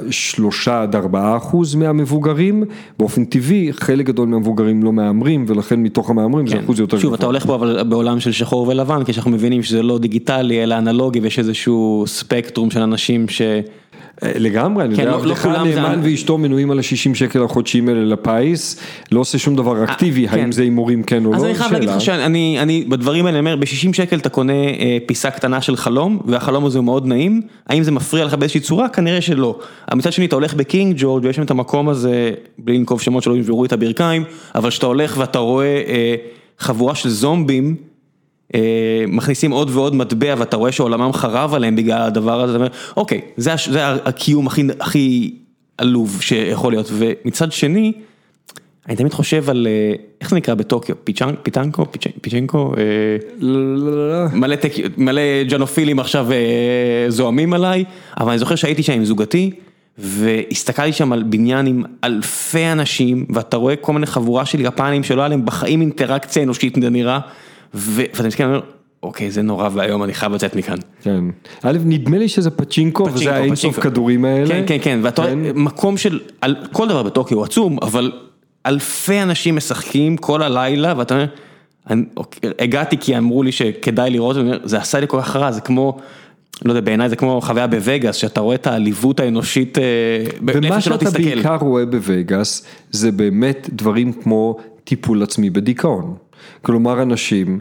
3-4% מהמבוגרים, באופן טבעי, חלק גדול מהמבוגרים לא מאמרים, ולכן מתוך המאמרים זה אחוז יותר גבוה. שוב, אתה הולך פה אבל בעולם של שחור ולבן, כי שאנחנו מבינים שזה לא דיגיטלי, אלא אנלוגי, ויש איזשהו ספקטרום של אנשים ש... לגמרי, אני יודע, עבדך נאמן ואשתו מנויים על ה-60 שקל החודשיים האלה לפייס, לא עושה שום דבר אקטיבי, האם זה הימורים כן או לא? אז אני חייב להגיד לך שאני בדברים האלה אומר, ב-60 שקל אתה קונה פיסה קטנה של חלום, והחלום הזה הוא מאוד נעים, האם זה מפריע לך באיזושהי צורה? כנראה שלא. מצד שני, אתה הולך בקינג ג'ורג' ויש שם את המקום הזה, בלי לנקוב שמות שלא ישברו את הברכיים, אבל שאתה הולך ואתה רואה חבורה של זומבים, מכניסים עוד ועוד מטבע, ואתה רואה שעולמם חרב עליהם בגלל הדבר הזה, אתה אומר, אוקיי, זה הקיום הכי עלוב שיכול להיות, ומצד שני, אני תמיד חושב על, איך זה נקרא בטוקיו, פיצ'נקו, מלא ג'נופילים עכשיו זוהמים עליי, אבל אני זוכר שהייתי שם עם זוגתי, והסתכלתי שם על בניין עם אלפי אנשים, ואתה רואה כל מיני חבורה של יפנים שלא היה להם בחיים אינטראקציה אנושית נראה, ואתה מסתכל, אוקיי, זה נורא והיום אני חייב לצאת מכאן. כן. א', נדמה לי שזה פצ'ינקו, וזה האינסוף כדורים האלה. כן, כן, כן, ואתה רואה, מקום של, כל דבר בטוקיו הוא עצום, אבל אלפי אנשים משחקים כל הלילה, ואתה אומר, הגעתי כי אמרו לי שכדאי לראות, זה עשה לי כל כך רע, זה כמו, לא יודע, בעיניי זה כמו חוויה בווגאס, שאתה רואה את העליבות האנושית, ומה שאתה בעיקר רואה בווגאס, זה באמת דברים כמו טיפול עצמי בדיכאון. כלומר אנשים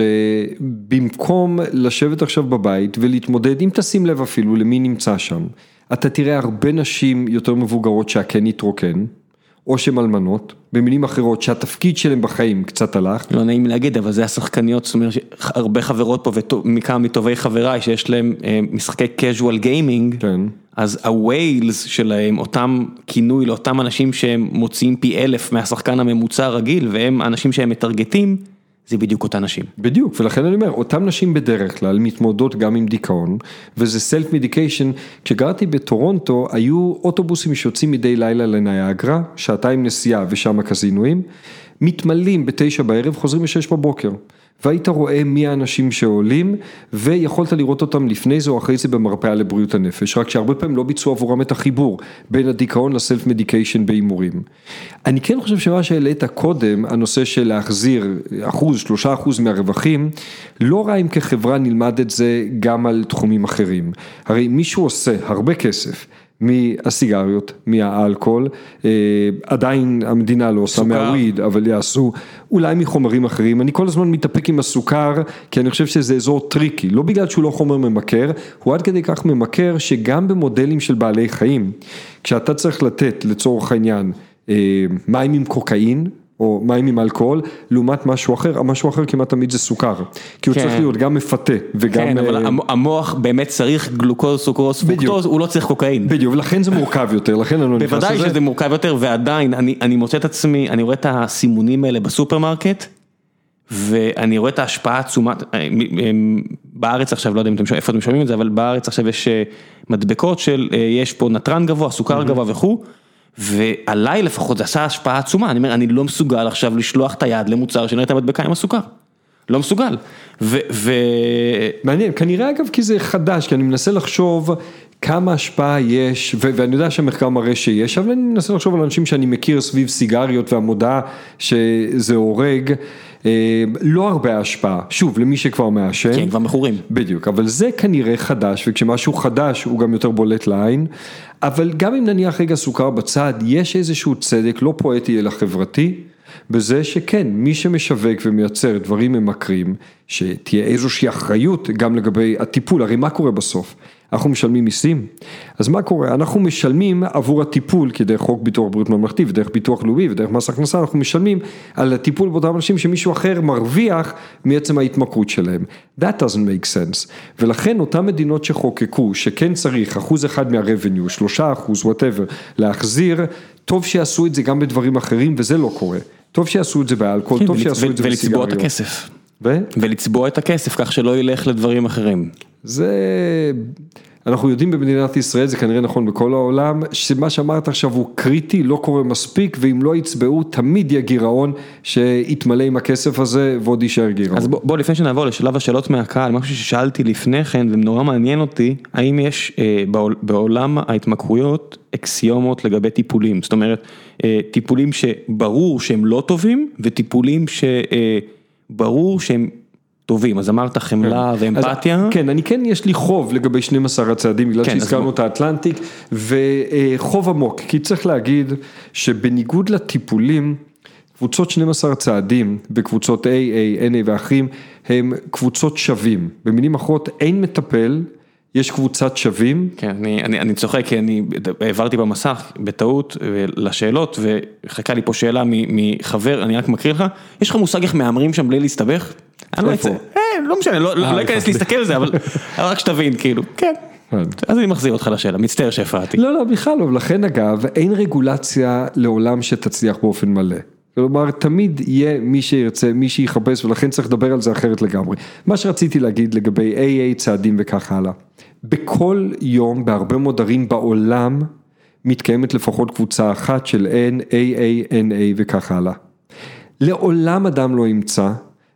שבמקום לשבת עכשיו בבית ולהתמודד, אם תשים לב אפילו למי נמצא שם, אתה תראה הרבה נשים יותר מבוגרות שהכן יתרוקן, או שמלמנות, במילים אחרות שהתפקיד שלהם בחיים קצת הלך. לא נעים להגיד, אבל זה השחקניות, זאת אומרת שהרבה חברות פה, ומכמה מטובי חבריי, שיש להם משחקי casual gaming, כן. אז הוויילס שלהם, אותם כינוי לאותם אנשים שהם מוציאים פי 1000 מהשחקן הממוצע הרגיל, והם אנשים שהם מטרגטים, זה בדיוק אותם נשים. בדיוק, ולכן אני אומר, אותם נשים בדרך כלל מתמודדות גם עם דיכאון, וזה סלף מדייקיישן. כשגרתי בטורונטו, היו אוטובוסים שיוצאים מדי לילה לניאגרה, שעתיים נסיעה ושם הקזינואים, מתמלאים ב9 בערב, חוזרים ב6 בבוקר. והיית רואה מי האנשים שעולים, ויכולת לראות אותם לפני זה או אחרי זה במרפאה לבריאות הנפש, רק שהרבה פעמים לא ביצעו עבורם את החיבור, בין הדיכאון לסלף מדיקיישן באימורים. אני כן חושב שמה שהעלית קודם, הנושא של להחזיר 3% מהרווחים, לא רע אם כחברה נלמד את זה גם על תחומים אחרים. הרי מישהו עושה הרבה כסף, מהסיגריות, מהאלכוהול, עדיין המדינה לא עושה מהוויד, אבל יעשו אולי מחומרים אחרים. אני כל הזמן מתאפק עם הסוכר, כי אני חושב שזה אזור טריקי, לא בגלל שהוא לא חומר ממכר, הוא עד כדי כך ממכר שגם במודלים של בעלי חיים, כשאתה צריך לתת לצורך העניין מים עם קוקאין, או מים עם אלכוהול, לעומת משהו אחר, המשהו אחר כמעט תמיד זה סוכר, כי הוא צריך להיות גם מפתה, וגם... כן, אבל המוח באמת צריך גלוקוז, סוכרוז, פרוקטוז, הוא לא צריך קוקאין. בדיוק, ולכן זה מורכב יותר, לכן אני לא נכנס לזה. בוודאי שזה מורכב יותר, ועדיין, אני מוצא את עצמי, אני רואה את הסימונים האלה בסופרמרקט, ואני רואה את ההשפעה העצומה, בארץ עכשיו, לא יודע איפה אתם שומעים את זה, אבל בארץ עכשיו יש מדבקות של, יש פה נטרן גבוה, סוכר גבוה וכו', ועליי לפחות זה עשה השפעה עצומה, אני אומר, אני לא מסוגל עכשיו לשלוח את היד למוצר שנראה את המדבקה עם הסוכר, לא מסוגל, מעניין, כנראה אגב כי זה חדש, כי אני מנסה לחשוב כמה השפעה יש, ואני יודע שהמחקר מראה שיש, אבל אני מנסה לחשוב על אנשים שאני מכיר סביב סיגריות והמודעה שזה הורג, לא הרבה השפעה, שוב, למי שכבר מעשן. כן, כבר מכורים. בדיוק, אבל זה כנראה חדש, וכשמשהו חדש הוא גם יותר בולט לעין, אבל גם אם נניח רגע סוכר בצד, יש איזשהו צדק, לא פואטי אלא חברתי, בזה שכן, מי שמשווק ומייצר דברים ממכרים, שתהיה איזושהי אחריות גם לגבי הטיפול, הרי מה קורה בסוף? אנחנו משלמים מיסים, אז מה קורה? אנחנו משלמים עבור הטיפול, כי דרך חוק ביטוח בריאות ממלכתי, ודרך ביטוח לאומי, ודרך מס הכנסה, אנחנו משלמים על הטיפול באותם אנשים שמישהו אחר מרוויח מעצם ההתמכרות שלהם. That doesn't make sense. ולכן אותן מדינות שחוקקו, שכן צריך 1% מהרבניו, 3%, whatever, להחזיר, טוב שיעשו את זה גם בדברים אחרים, וזה לא קורה. טוב שיעשו את זה באלכוהול, טוב שיעשו את זה בסיגריות. ולצבוע את הכסף. ולצבוע את הכסף, כך שלא ילך לדברים אחרים. זה, אנחנו יודעים במדינת ישראל, זה כנראה נכון בכל העולם, שמה שאמרת עכשיו הוא קריטי, לא קורה מספיק, ואם לא יצבעו, תמיד יהיה גירעון שיתמלא עם הכסף הזה, ועוד יישאר גירעון. אז בוא לפני שנעבור לשלב השאלות מהקהל, משהו ששאלתי לפני כן, ונורא מעניין אותי, האם יש בעולם ההתמכרויות אקסיומות לגבי טיפולים, זאת אומרת, טיפולים שברור שהם לא טובים, וטיפולים שברור שהם טובים, אז אמרת חמלה ואמפתיה. כן, אני כן, יש לי חוב לגבי 12 הצעדים, בגלל שהזכרנו את האטלנטיק, וחוב עמוק, כי צריך להגיד שבניגוד לטיפולים, קבוצות 12 הצעדים, בקבוצות AA, NA ואחרים, הם קבוצות שווים. במילים אחרות, אין מטפל, יש קבוצת שווים. כן, אני צוחק, כי אני העברתי במסך בטעות לשאלות, וחכה לי פה שאלה מחבר, אני רק מקריא לך, יש לך מושג איך מאמרים שם בלי להסתבך? אני לא אצא, לא משנה, לא אכנס להסתכל על זה, אבל רק שתבין, כאילו, כן. אז אני מחזיר אותך לשאלה, מצטער שהפרעתי. לא, בכלל לא, לכן אגב, אין רגולציה לעולם שתצליח באופן מלא. כלומר, תמיד יהיה מי שירצה, מי שיחפש, ולכן צריך לדבר על זה אחרת לגמרי. מה שרציתי להגיד לגבי AA, צעדים וכך הלאה. בכל יום, בהרבה מאוד ערים בעולם, מתקיימת לפחות קבוצה אחת של N, AA, NA וכך הלאה. לעולם אדם לא ימצא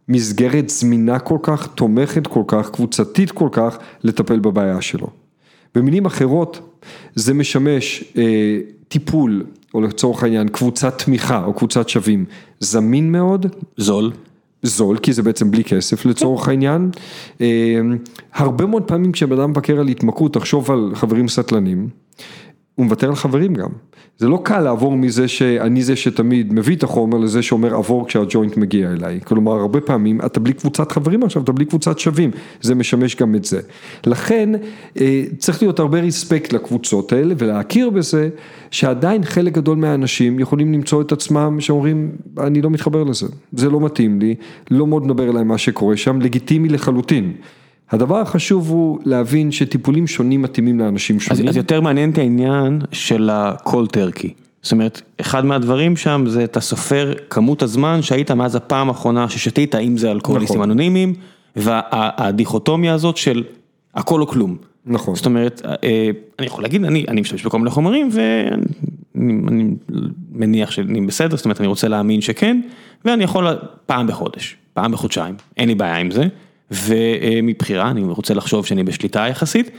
מסגרת זמינה כל כך, תומכת כל כך, קבוצתית כל כך, לטפל בבעיה שלו. במילים אחרות, זה משמש טיפול, או לצורך העניין, קבוצת תמיכה, או קבוצת שווים, זמין מאוד. זול, כי זה בעצם בלי כסף לצורך העניין. הרבה מאוד פעמים כשאדם מבקר על התמכרות, תחשוב על חברים סטלנים, הוא מוותר על חברים גם. זה לא קל לעבור מזה שאני זה שתמיד מביא את החומר לזה שאומר עבור כשהג'וינט מגיע אליי. כלומר, הרבה פעמים אתה בלי קבוצת חברים עכשיו, אתה בלי קבוצת שווים. זה משמש גם את זה. לכן, צריך להיות הרבה ריספקט לקבוצות האלה, ולהכיר בזה שעדיין חלק גדול מהאנשים יכולים למצוא את עצמם שאומרים, אני לא מתחבר לזה. זה לא מתאים לי, לא מאוד מדבר אליי מה שקורה שם, לגיטימי לחלוטין. הדבר החשוב הוא להבין שטיפולים שונים מתאימים לאנשים שונים. אז יותר מעניין את העניין של ה-cold turkey. זאת אומרת, אחד מהדברים שם זה אתה סופר כמות הזמן שהיית מאז הפעם האחרונה ששתית, אם זה אלכוהוליסטים אנונימיים, והדיכוטומיה הזאת של הכל או כלום. נכון. זאת אומרת, אני יכול להגיד, אני משתמש בכל מיני חומרים, ואני מניח שאני בסדר, זאת אומרת, אני רוצה להאמין שכן, ואני יכול פעם בחודש, פעם בחודשיים, אין לי בעיה עם זה. ומבחירה, אני רוצה לחשוב שאני בשליטה יחסית,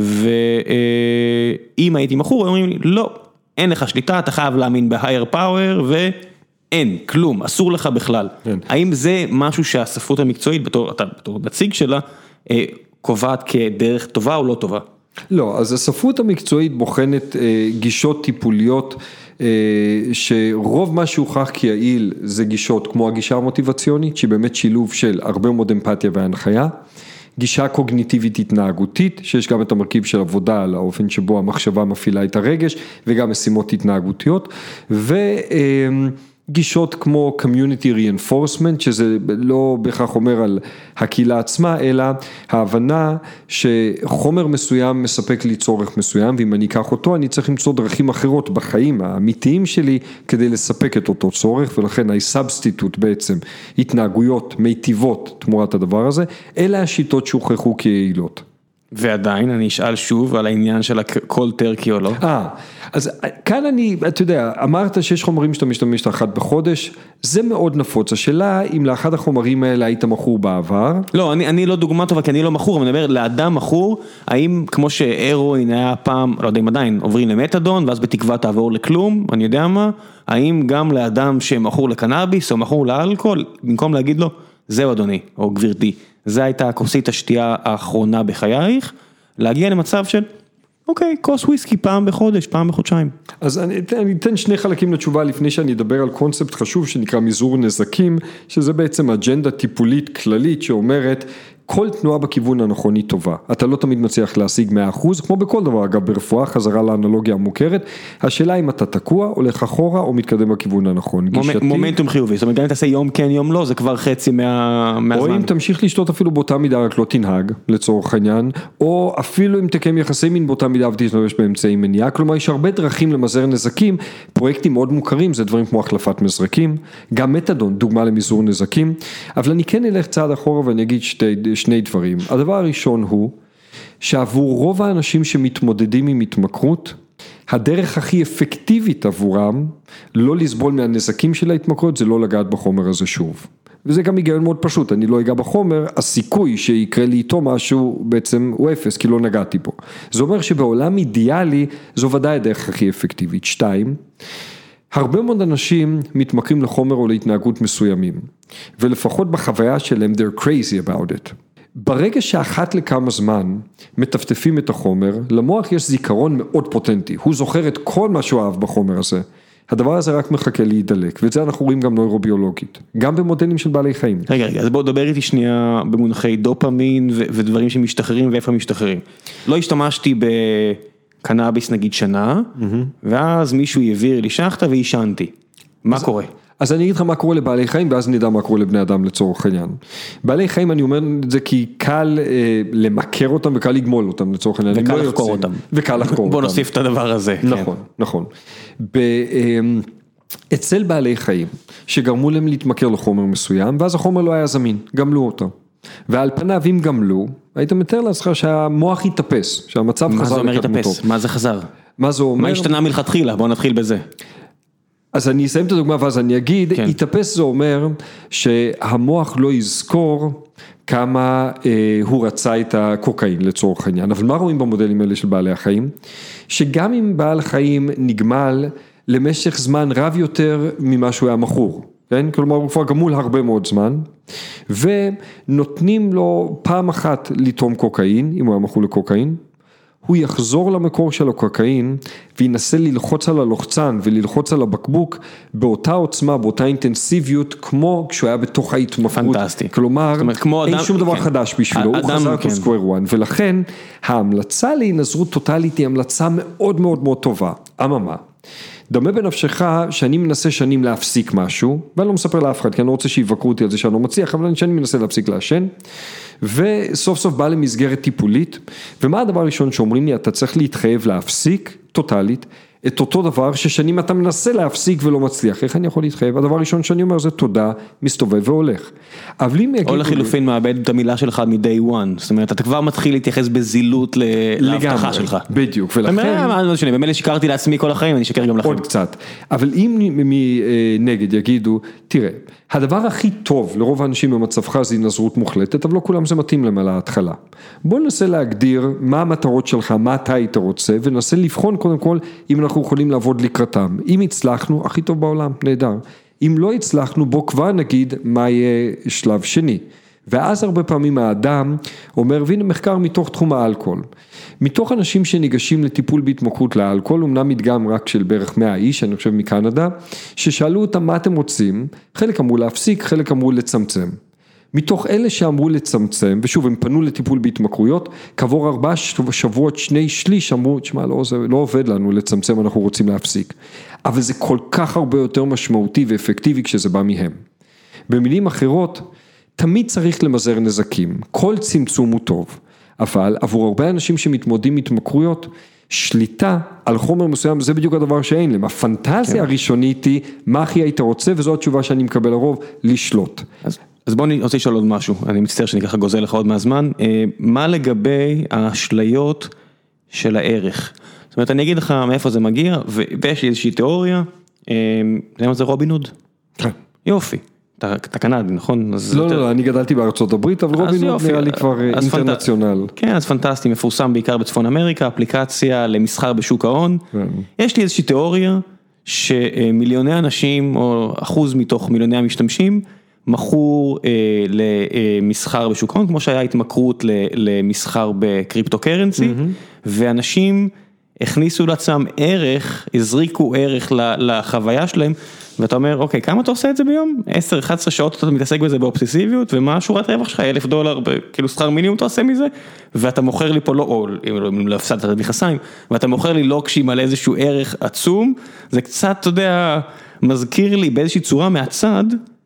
ואם הייתי מכור, אומרים לי, לא, אין לך שליטה, אתה חייב להאמין ב-higher power, ואין, כלום, אסור לך בכלל. האם זה משהו שהספרות המקצועית, בתור נציג שלה, קובעת כדרך טובה או לא טובה? לא, אז הספרות המקצועית בוחנת גישות טיפוליות, שרוב מה שהוכח כיעיל זה גישות כמו הגישה המוטיבציונית, שהיא באמת שילוב של הרבה מאוד אמפתיה והנחיה, גישה קוגניטיבית התנהגותית, שיש גם את המרכיב של עבודה על האופן שבו המחשבה מפעילה את הרגש, וגם משימות התנהגותיות, גישות כמו community reinforcement, שזה לא בהכרח אומר על הקהילה עצמה, אלא ההבנה שחומר מסוים מספק לי צורך מסוים, ואם אני אקח אותו, אני צריך למצוא דרכים אחרות בחיים האמיתיים שלי, כדי לספק את אותו צורך, ולכן ה-substitute בעצם, התנהגויות מיטיבות תמורת הדבר הזה, אלה השיטות שהוכחו כיעילות. ועדיין אני אשאל שוב על העניין של הכל טרקי או לא. אז כאן אתה יודע, אמרת שיש חומרים שאתה משתמש אחת בחודש, זה מאוד נפוץ. השאלה אם לאחד החומרים האלה היית מכור בעבר? לא, אני לא דוגמה טובה, כי אני לא מכור, אני מדבר לאדם מכור, האם כמו שהרואין היה פעם, לא יודע אם עדיין, עוברים למתדון, ואז בתקווה תעבור לכלום, אני יודע מה, האם גם לאדם שמכור לקנאביס או מכור לאלכוהול, במקום להגיד לו, זהו אדוני, או גבירתי, זה הייתה כוסית השתייה האחרונה בחייך, להגיע למצב של, אוקיי, כוס וויסקי פעם בחודש, פעם בחודשיים. אז אני אתן שני חלקים לתשובה לפני שאני אדבר על קונספט חשוב שנקרא מזעור נזקים, שזה בעצם אג'נדה טיפולית כללית שאומרת, כל תנועה בכיוון הנכון היא טובה. אתה לא תמיד מצליח להשיג 100%, כמו בכל דבר, אגב, ברפואה, חזרה לאנלוגיה המוכרת. השאלה אם אתה תקוע, הולך אחורה, או מתקדם בכיוון הנכון. מומנטום חיובי, זאת אומרת, גם אם תעשה יום כן, יום לא, זה כבר חצי מהזמן. או אם תמשיך לשתות אפילו באותה מידה, רק לא תנהג, לצורך העניין, או אפילו אם תקיים יחסי מין באותה מידה, ותשתמש באמצעי מניעה. כלומר, יש הרבה דרכים למזער נזקים, פרויקטים מאוד מוכרים, זה דברים כמו החלפת מזרקים, גם מתדון, דוגמה למזעור נזקים, אבל אני כן אלך צעד אחורה ואני אגיד שני דברים. הדבר הראשון הוא שעבור רוב האנשים שמתמודדים עם התמכרות, הדרך הכי אפקטיבית עבורם לא לסבול מהנזקים של ההתמכרות, זה לא לגעת בחומר הזה שוב. וזה גם היגיון מאוד פשוט, אני לא אגע בחומר, הסיכוי שיקרה לי איתו משהו בעצם הוא אפס, כי לא נגעתי בו. זה אומר שבעולם אידיאלי זו ודאי הדרך הכי אפקטיבית. 2, הרבה מאוד אנשים מתמכרים לחומר או להתנהגות מסוימים, ולפחות בחוויה שלהם, they're crazy about it. ברגע שאחת לכמה זמן מטפטפים את החומר, למוח יש זיכרון מאוד פוטנטי, הוא זוכר את כל מה שהוא אהב בחומר הזה. הדבר הזה רק מחכה להידלק, ואת זה אנחנו רואים גם נוירוביולוגית, גם במודלים של בעלי חיים. רגע, אז בואו דבר איתי שנייה במונחי דופמין ודברים שמשתחררים ואיפה משתחררים. לא השתמשתי בקנאביס נגיד שנה, ואז מישהו יעביר לי שחטה וישנתי. מה קורה? אז אני אגיד לך מה קורה לבעלי חיים, ואז נדע מה קורה לבני אדם לצורך העניין. בעלי חיים, אני אומר את זה כי קל למכר אותם וקל לגמול אותם לצורך העניין. וקל לחקור אותם. וקל לחקור אותם. בוא נוסיף את הדבר הזה. נכון, נכון. אצל בעלי חיים, שגרמו להם להתמכר לחומר מסוים, ואז החומר לא היה זמין, גמלו אותם. ועל פניו, אם גמלו, היית מתאר לעצמך שהמוח יתאפס, שהמצב חזר לקדמותו. מה זה אומר יתאפס? מה זה חזר? מה זה אומר? מה השתנה מלכתחילה? בואו נתחיל בזה. אז אני אסיים את הדוגמה ואז אני אגיד, כן. יתאפס זה אומר שהמוח לא יזכור כמה הוא רצה את הקוקאין לצורך העניין, אבל מה רואים במודלים האלה של בעלי החיים? שגם אם בעל החיים נגמל למשך זמן רב יותר ממה שהוא היה מכור, כן? כלומר הוא כבר גמול הרבה מאוד זמן, ונותנים לו פעם אחת לטעום קוקאין, אם הוא היה מכור לקוקאין, הוא יחזור למקור של הקוקאין, וינסה ללחוץ על הלוחצן וללחוץ על הבקבוק, באותה עוצמה, באותה אינטנסיביות, כמו כשהוא היה בתוך ההתמכרות. פנטסטי. כלומר, אין שום דבר חדש בשבילו, הוא חזר את הסקוואר וואן, ולכן ההמלצה להינזרות טוטלית היא המלצה מאוד מאוד מאוד טובה. אממה, דמה בנפשך שאני מנסה שנים להפסיק משהו, ואני לא מספר לאף אחד, כי אני לא רוצה שיבקרו אותי על זה שאני לא מצליח, אבל שאני מנסה להפסיק לעשן, וסוף סוף בא למסגרת טיפולית, ומה הדבר הראשון שאומרים לי, אתה צריך להתחייב להפסיק טוטלית, את אותו דבר ששנים אתה מנסה להפסיק ולא מצליח, איך אני יכול להתחייב? הדבר הראשון שאני אומר זה תודה, מסתובב והולך. או לחילופין מאבד את המילה שלך מ-day one, זאת אומרת, אתה כבר מתחיל להתייחס בזילות להבטחה שלך. בדיוק, ולכן... במילא שיקרתי לעצמי כל החיים, אני אשקר גם לכם. עוד קצת, אבל אם מנגד יגידו, תראה, הדבר הכי טוב לרוב האנשים במצבך זה נזרות מוחלטת, אבל לא כולם זה מתאים להם על ההתחלה. בוא ננסה להגדיר מה המטרות שלך, מה אתה היית רוצה, וננסה לבחון קודם כל אם אנחנו יכולים לעבוד לקראתם. אם הצלחנו, הכי טוב בעולם, נהדר. אם לא הצלחנו, בוא כבר נגיד מה יהיה שלב שני. ואז הרבה פעמים האדם אומר, והנה מחקר מתוך תחום האלכוהול. מתוך אנשים שניגשים לטיפול בהתמכרות לאלכוהול, אמנם מדגם רק של בערך 100 איש, אני חושב מקנדה, ששאלו אותם מה אתם רוצים, חלק אמרו להפסיק, חלק אמרו לצמצם. מתוך אלה שאמרו לצמצם, ושוב הם פנו לטיפול בהתמכרויות, כעבור 4 שבועות 2/3 אמרו, תשמע, לא עובד לנו לצמצם, אנחנו רוצים להפסיק. אבל זה כל כך הרבה יותר משמעותי ואפקטיבי כשזה בא מהם. במילים אחרות, תמיד צריך למזער נזקים, כל צמצום הוא טוב, אבל עבור הרבה אנשים שמתמודדים התמכרויות, שליטה על חומר מסוים, זה בדיוק הדבר שאין להם. הפנטזיה הראשונית היא, מה הכי היית רוצה, וזו התשובה שאני מקבל לרוב, לשלוט. אז בוא אני רוצה לשאול עוד משהו, אני מצטער שאני ככה גוזל לך עוד מהזמן, מה לגבי האשליות של הערך? זאת אומרת, אני אגיד לך מאיפה זה מגיע, ויש לי איזושהי תיאוריה, זה רובין הוד. כן. יופי. אתה קנדי, נכון? לא, אני גדלתי בארצות הברית, אבל רובין הוד נראה לי כבר אינטרנציונל. כן, אז פנטסטי, מפורסם בעיקר בצפון אמריקה, אפליקציה למסחר בשוק ההון. יש לי איזושהי תיאוריה, שמיליוני אנשים, או אחוז מתוך מיליוני המשתמשים, מכור למסחר בשוק ההון, כמו שהיה התמכרות למסחר בקריפטו-קרנסי, ואנשים הכניסו לעצמם ערך, הזריקו ערך לחוויה שלהם, ואתה אומר, אוקיי, כמה אתה עושה את זה ביום? 10-11 שעות אתה מתעסק בזה באובססיביות, ומה השורת רווח שלך? $1,000, כאילו שכר מינימום אתה עושה מזה, ואתה מוכר לי פה לא, או אם לא הפסדת את מכסיים, ואתה מוכר לי לוקשים על איזשהו ערך עצום, זה קצת, אתה יודע, מזכיר לי באיזושהי צורה מהצד,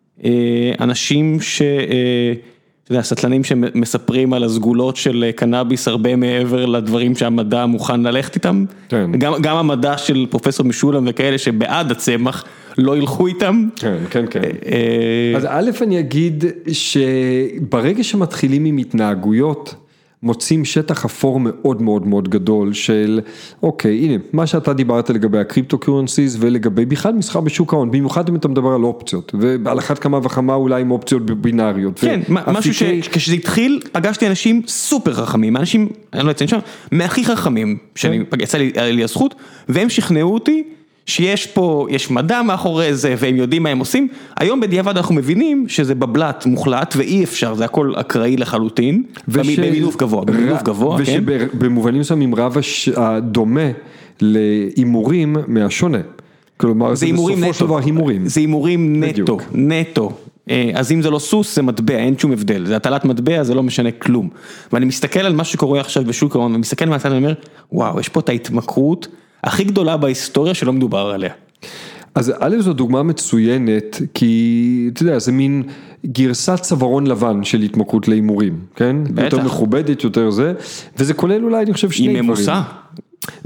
אנשים אתה יודע, סטלנים שמספרים על הסגולות של קנאביס הרבה מעבר לדברים שהמדע מוכן ללכת איתם, כן. גם המדע של פרופסור משולם וכאלה שבעד הצמח לא ילכו איתם. כן, כן, כן. אז א' אני אגיד שברגע שמתחילים עם התנהגויות, מוצאים שטח אפור מאוד מאוד מאוד גדול של, אוקיי, הנה, מה שאתה דיברת לגבי הקריפטו-קורנסיז ולגבי בכלל מסחר בשוק ההון, במיוחד אם אתה מדבר על אופציות, ועל אחת כמה וכמה אולי עם אופציות בינאריות. כן, משהו שכשזה התחיל, פגשתי אנשים סופר חכמים, אנשים, אני לא אציין שם, מהכי חכמים, שיצא לי הזכות, והם שכנעו אותי, שיש פה, יש מדע מאחורי זה, והם יודעים מה הם עושים, היום בדיעבד אנחנו מבינים שזה בבלט מוחלט, ואי אפשר, זה הכל אקראי לחלוטין, במינוף גבוה, כן? ושבמובנים מסוימים רב הדומה להימורים מהשונה, כלומר זה בסופו של דבר הימורים. זה הימורים נטו, אז אם זה לא סוס, זה מטבע, אין שום הבדל, זה הטלת מטבע, זה לא משנה כלום, ואני מסתכל על מה שקורה עכשיו בשוק ההון, ומסתכל מהצד ואומר, וואו, יש פה את ההתמכרות, הכי גדולה בהיסטוריה שלא מדובר עליה. אז א' זו דוגמה מצוינת, כי אתה יודע, זה מין גרסת צווארון לבן של התמכרות להימורים, כן? בטח. יותר מכובדת, יותר זה, וזה כולל אולי, אני חושב, שני דברים. היא ממוסה.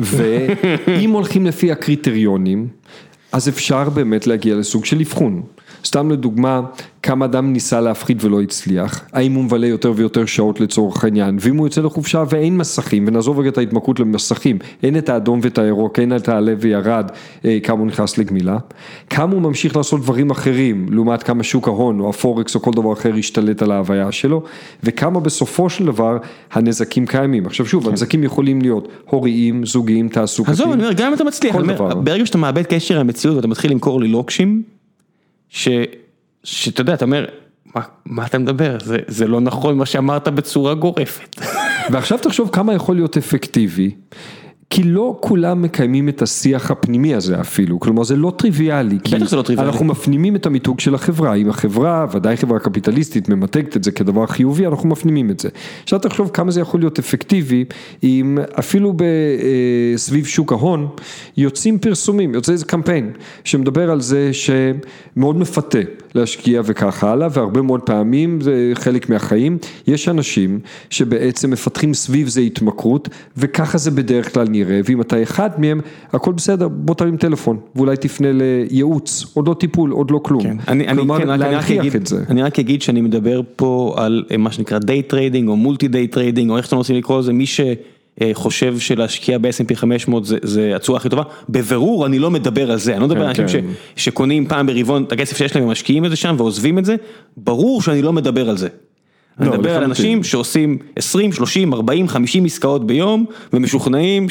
ואם הולכים לפי הקריטריונים, אז אפשר באמת להגיע לסוג של אבחון. סתם לדוגמה, כמה אדם ניסה להפחית ולא הצליח, האם הוא מבלה יותר ויותר שעות לצורך העניין, ואם הוא יוצא לחופשה ואין מסכים, ונעזוב רגע את ההתמכרות למסכים, אין את האדום ואת הירוק, אין את העלה וירד, כמה הוא נכנס לגמילה, כמה הוא ממשיך לעשות דברים אחרים, לעומת כמה שוק ההון או הפורקס או כל דבר אחר ישתלט על ההוויה שלו, וכמה בסופו של דבר הנזקים קיימים. עכשיו שוב, הנזקים יכולים להיות הוריים, זוגיים, תעסוקתיים. עזוב, אני אומר, גם אם אתה מצליח, ברגע שאתה מאבד קשר למציאות ואתה מתחיל למכור לי לוקשים, שאתה יודע, אתה אומר, מה אתה מדבר? זה לא נכון מה שאמרת בצורה גורפת. ועכשיו תחשוב כמה יכול להיות אפקטיבי, כי לא כולם מקיימים את השיח הפנימי הזה אפילו, כלומר זה לא טריוויאלי, כי אנחנו מפנימים את המיתוג של החברה, אם החברה, ודאי חברה קפיטליסטית, ממתגת את זה כדבר חיובי, אנחנו מפנימים את זה. עכשיו תחשוב כמה זה יכול להיות אפקטיבי, אם אפילו בסביב שוק ההון, יוצאים פרסומים, יוצא איזה קמפיין, שמדבר על זה שמאוד מפתה להשקיע וכך הלאה, והרבה מאוד פעמים, זה חלק מהחיים, יש אנשים שבעצם מפתחים סביב זה התמכרות, וככה זה בדרך כלל נראה, ואם אתה אחד מהם, הכל בסדר, בוא תרים טלפון, ואולי תפנה לייעוץ, עוד לא טיפול, עוד לא כלום. כלומר, להנחיח את זה. אני רק אגיד שאני מדבר פה על מה שנקרא דיי טריידינג, או מולטי דיי טריידינג, או איך שאתם רוצים לקרוא לזה, מי שחושב שלהשקיע ב-S&P 500 זה הצורה הכי טובה, בבירור אני לא מדבר על זה, אני לא מדבר על אנשים שקונים פעם ברבעון את הכסף שיש להם, ומשקיעים את זה שם, ועוזבים את זה, ברור שאני לא מדבר על זה. אני מדבר על אנשים שעושים 20, 30, 40, 50 עסקאות ביום, ומשוכנעים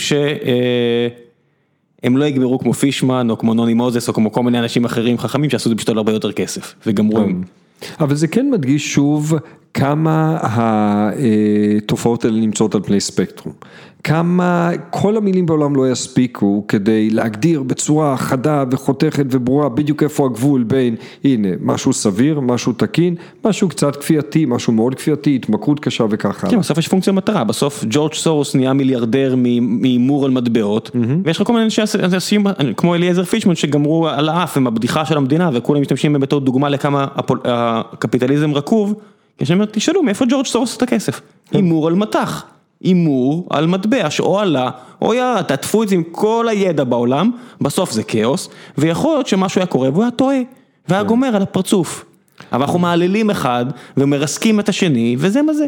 שהם לא יגמרו כמו פישמן, או כמו נוני מוזס, או כמו כל מיני אנשים אחרים חכמים, שעשו את זה פשוט הרבה יותר כסף, וגמרו הם. אבל זה כן מדגיש שוב כמה התופעות האלה נמצאות על פני ספקטרום. כמה כל המילים בעולם לא יספיקו כדי להגדיר בצורה חדה וחותכת וברורה בדיוק איפה הגבול בין, הנה, משהו סביר, משהו תקין, משהו קצת כפייתי, משהו מאוד כפייתי, התמכרות קשה וככה. כן, בסוף יש פונקציה מטרה, בסוף ג'ורג' סורוס נהיה מיליארדר מאימור על מטבעות, ויש לך כל מיני אנשים כמו אליעזר פישמן שגמרו על האף עם הבדיחה של המדינה, וכולם משתמשים בהם בתור דוגמה לכמה הקפיטליזם רקוב, כשאני אומר, תשאלו מאיפה ג'ורג' סורוס את הכסף? אימור על מטח. אימור על מטבע שאו עלה או ירד, תעטפו את זה עם כל הידע בעולם, בסוף זה כאוס, ויכול להיות שמשהו היה קורה והוא היה טועה, והיה גומר על הפרצוף. אבל אנחנו מעלילים אחד ומרסקים את השני, וזה מה זה.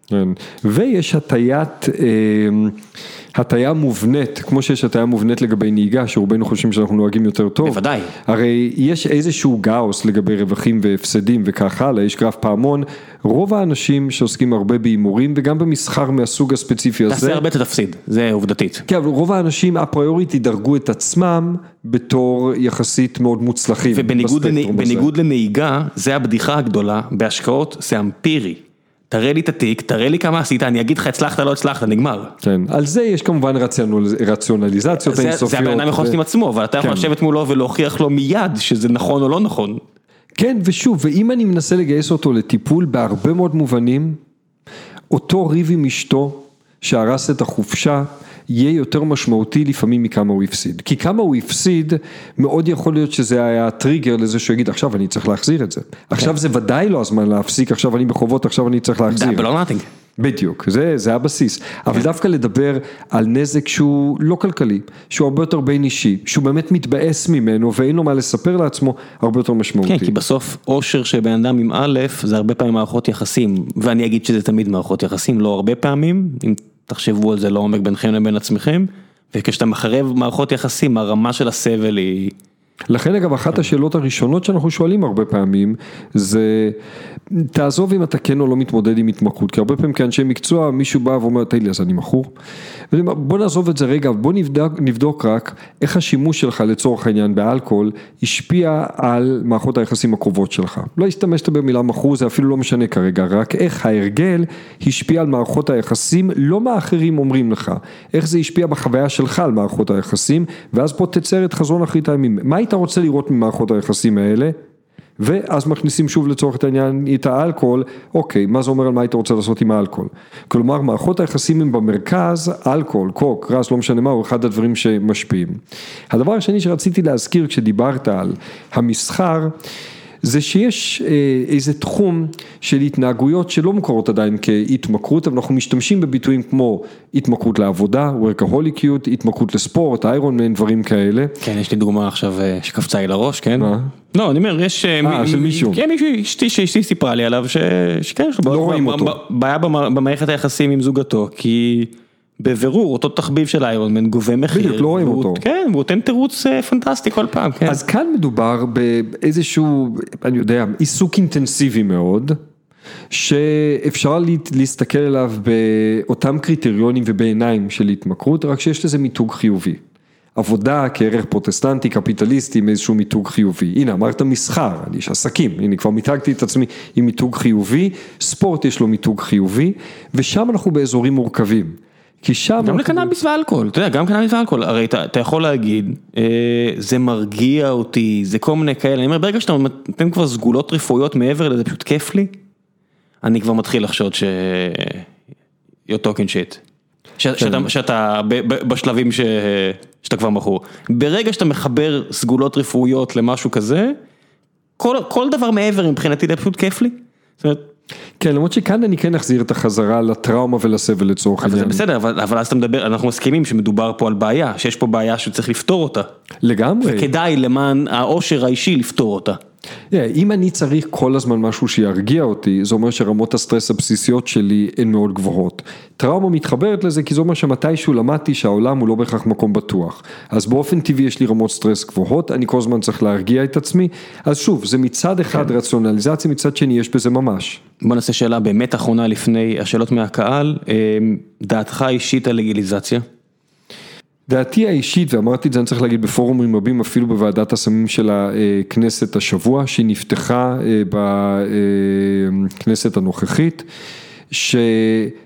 ויש הטיה מובנית, כמו שיש הטיה מובנית לגבי נהיגה, שרובנו חושבים שאנחנו נוהגים יותר טוב. בוודאי. הרי יש איזשהו גאוס לגבי רווחים והפסדים וכך הלאה, יש גרף פעמון, רוב האנשים שעוסקים הרבה באימורים, וגם במסחר מהסוג הספציפי הזה. תעשה הרבה תפסיד, זה עובדתית. כן, אבל רוב האנשים הפריורית ידרגו את עצמם, בתור יחסית מאוד מוצלחים. ובניגוד לנהיגה, זה הבדיחה הגדולה, בהשקעות זה אמפירי. תראה לי את התיק, תראה לי כמה עשית, אני אגיד לך הצלחת, לא הצלחת, נגמר. כן, על זה יש כמובן רציונליזציות אינסופיות. זה הבן אדם יכול לעשות עם עצמו, אבל אתה יכול לשבת מולו ולהוכיח לו מיד שזה נכון או לא נכון. כן, ושוב, ואם אני מנסה לגייס אותו לטיפול בהרבה מאוד מובנים, אותו ריב עם אשתו שהרס את החופשה, יהיה יותר משמעותי לפעמים מכמה הוא הפסיד. כי כמה הוא הפסיד, מאוד יכול להיות שזה היה טריגר לזה שהוא יגיד, עכשיו אני צריך להחזיר את זה. עכשיו זה ודאי לא הזמן להפסיק, עכשיו אני בחובות, עכשיו אני צריך להחזיר. Double or nothing. בדיוק, זה הבסיס. אבל דווקא לדבר על נזק שהוא לא כלכלי, שהוא הרבה יותר בין אישי, שהוא באמת מתבאס ממנו, ואין לו מה לספר לעצמו, הרבה יותר משמעותי. כן, כי בסוף אושר שבן אדם עם א', זה הרבה פעמים מערכות יחסים, ואני אגיד שזה תמיד מערכות יחסים, לא הרבה פעמים, אם תחשבו על זה לעומק ביניכם לבין עצמכם, וכשאתה מחרב מערכות יחסים, הרמה של הסבל היא... לכן אגב, אחת השאלות הראשונות שאנחנו שואלים הרבה פעמים, זה, תעזוב אם אתה כן או לא מתמודד עם התמכרות, כי הרבה פעמים כאנשי מקצוע, מישהו בא ואומר, תהי לי, אז אני מכור. בוא נעזוב את זה רגע, בוא נבדוק רק, איך השימוש שלך לצורך העניין באלכוהול, השפיע על מערכות היחסים הקרובות שלך. לא השתמשת במילה מכור, זה אפילו לא משנה כרגע, רק איך ההרגל השפיע על מערכות היחסים, לא מה אחרים אומרים לך, איך זה השפיע בחוויה שלך על מערכות היחסים, ואז פה תצר את חזון אחרית הימים. מה היית רוצה לראות ממערכות היחסים האלה? ואז מכניסים שוב לצורך העניין את האלכוהול, אוקיי, מה זה אומר על מה היית רוצה לעשות עם האלכוהול? כלומר, מערכות היחסים הם במרכז, אלכוהול, קוק, רס, לא משנה מה, הוא אחד הדברים שמשפיעים. הדבר השני שרציתי להזכיר כשדיברת על המסחר, זה שיש איזה תחום של התנהגויות שלא מוכרות עדיין כהתמכרות, אבל אנחנו משתמשים בביטויים כמו התמכרות לעבודה, workaholicיות, התמכרות לספורט, איירון מן, דברים כאלה. כן, יש לי דוגמה עכשיו שקפצה לי לראש, כן? מה? לא, אני אומר, יש... של מישהו. כן, מישהו שאשתי סיפרה לי עליו, שכן, יש לא רואים אותו. בעיה במערכת היחסים עם זוגתו, כי בבירור, אותו תחביב של איירון מן גובה מחיר. בדיוק, לא רואים אותו. כן, והוא נותן תירוץ פנטסטי כל פעם, כן. אז כאן מדובר באיזשהו, אני יודע, עיסוק אינטנסיבי מאוד, שאפשר להסתכל עליו באותם קריטריונים ובעיניים של התמכרות, רק שיש לזה מיתוג חיובי. עבודה כערך פרוטסטנטי, קפיטליסטי, עם איזשהו מיתוג חיובי. הנה, אמרת מסחר, אני איש עסקים, הנה, כבר מיתגתי את עצמי עם מיתוג חיובי, ספורט יש לו מיתוג חיובי, ושם אנחנו באזורים מורכבים. כי שם... גם לקנאביס ואלכוהול, אתה יודע, גם קנאביס ואלכוהול, הרי אתה יכול להגיד, זה מרגיע אותי, זה כל מיני כאלה, אני אומר, ברגע שאתה נותן כבר סגולות רפואיות מעבר לזה, פשוט כיף לי, אני כבר מתחיל לחשוד you're talking shit. שאתה בשלבים שאתה כבר מכור. ברגע שאתה מחבר סגולות רפואיות למשהו כזה, כל דבר מעבר מבחינתי זה פשוט כיף לי. זאת אומרת, כן, למרות שכאן אני כן אחזיר את החזרה לטראומה ולסבל לצורך העניין. זה בסדר, אבל אז אתה מדבר, אנחנו מסכימים שמדובר פה על בעיה, שיש פה בעיה שצריך לפתור אותה. לגמרי. וכדאי למען העושר האישי לפתור אותה. אם אני צריך כל הזמן משהו שירגיע אותי, זה אומר שרמות הסטרס הבסיסיות שלי הן מאוד גבוהות. טראומה מתחברת לזה, כי זה אומר שמתישהו למדתי שהעולם הוא לא בהכרח מקום בטוח. אז באופן טבעי יש לי רמות סטרס גבוהות, אני כל הזמן צריך להרגיע את עצמי. אז שוב, זה מצד אחד רציונליזציה, מצד שני יש בזה ממש. בוא נעשה שאלה באמת אחרונה לפני השאלות מהקהל, דעתך אישית על לגיליזציה? דעתי האישית, ואמרתי את זה, אני צריך להגיד בפורומים רבים, אפילו בוועדת הסמים של הכנסת השבוע, שהיא נפתחה בכנסת הנוכחית, שיש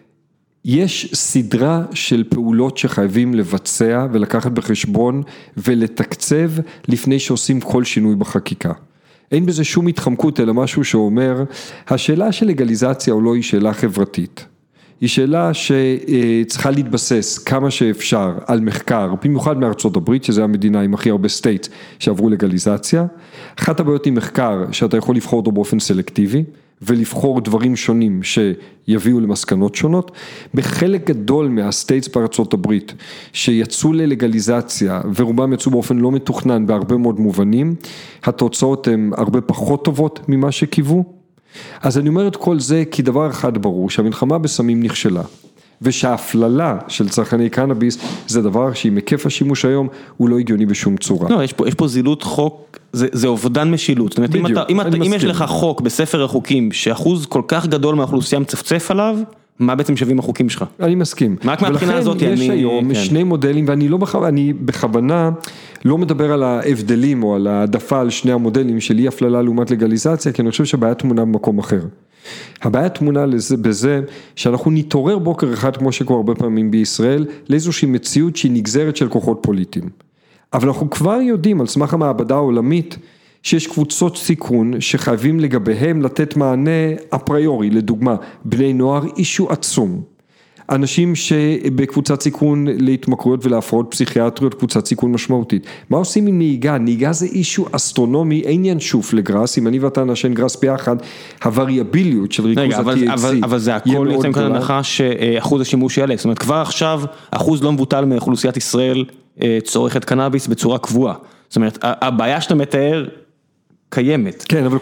סדרה של פעולות שחייבים לבצע ולקחת בחשבון ולתקצב לפני שעושים כל שינוי בחקיקה. אין בזה שום התחמקות, אלא משהו שאומר, השאלה של לגליזציה או לא היא שאלה חברתית. היא שאלה שצריכה להתבסס כמה שאפשר על מחקר, במיוחד מארצות הברית, שזה המדינה עם הכי הרבה סטייטס שעברו לגליזציה. אחת הבעיות היא מחקר שאתה יכול לבחור אותו באופן סלקטיבי, ולבחור דברים שונים שיביאו למסקנות שונות. בחלק גדול מהסטייטס בארצות הברית שיצאו ללגליזציה, ורובם יצאו באופן לא מתוכנן בהרבה מאוד מובנים, התוצאות הן הרבה פחות טובות ממה שקיוו. אז אני אומר את כל זה כי דבר אחד ברור, שהמלחמה בסמים נכשלה, ושההפללה של צרכני קנאביס זה דבר שעם היקף השימוש היום הוא לא הגיוני בשום צורה. לא, יש פה זילות חוק, זה אובדן משילות. זאת אומרת, אם יש לך חוק בספר החוקים שאחוז כל כך גדול מהאוכלוסייה מצפצף עליו, מה בעצם שווים החוקים שלך? אני מסכים. רק מהבחינה הזאת, ולכן יש היום שני מודלים, ואני בכוונה לא מדבר על ההבדלים או על העדפה על שני המודלים של אי הפללה לעומת לגליזציה, כי אני חושב שהבעיה תמונה במקום אחר. הבעיה תמונה בזה שאנחנו נתעורר בוקר אחד, כמו שקורה הרבה פעמים בישראל, לאיזושהי מציאות שהיא נגזרת של כוחות פוליטיים. אבל אנחנו כבר יודעים על סמך המעבדה העולמית, שיש קבוצות סיכון שחייבים לגביהם לתת מענה אפריורי, לדוגמה, בני נוער אישו עצום. אנשים שבקבוצת סיכון להתמכרויות ולהפרעות פסיכיאטריות, קבוצת סיכון משמעותית. מה עושים עם נהיגה? נהיגה זה אישו אסטרונומי, אין ינשוף לגרס, אם אני ואתה נשן גרס ביחד, הווריאביליות של ריכוז ה-THC. אבל זה הכל יוצא מכאן הנחה שאחוז השימוש יעלה, זאת אומרת כבר עכשיו אחוז לא מבוטל מאוכלוסיית ישראל צורכת קנאביס בצורה קבועה, זאת אומרת הבעיה שאתה מתאר קיימת. כן, אבל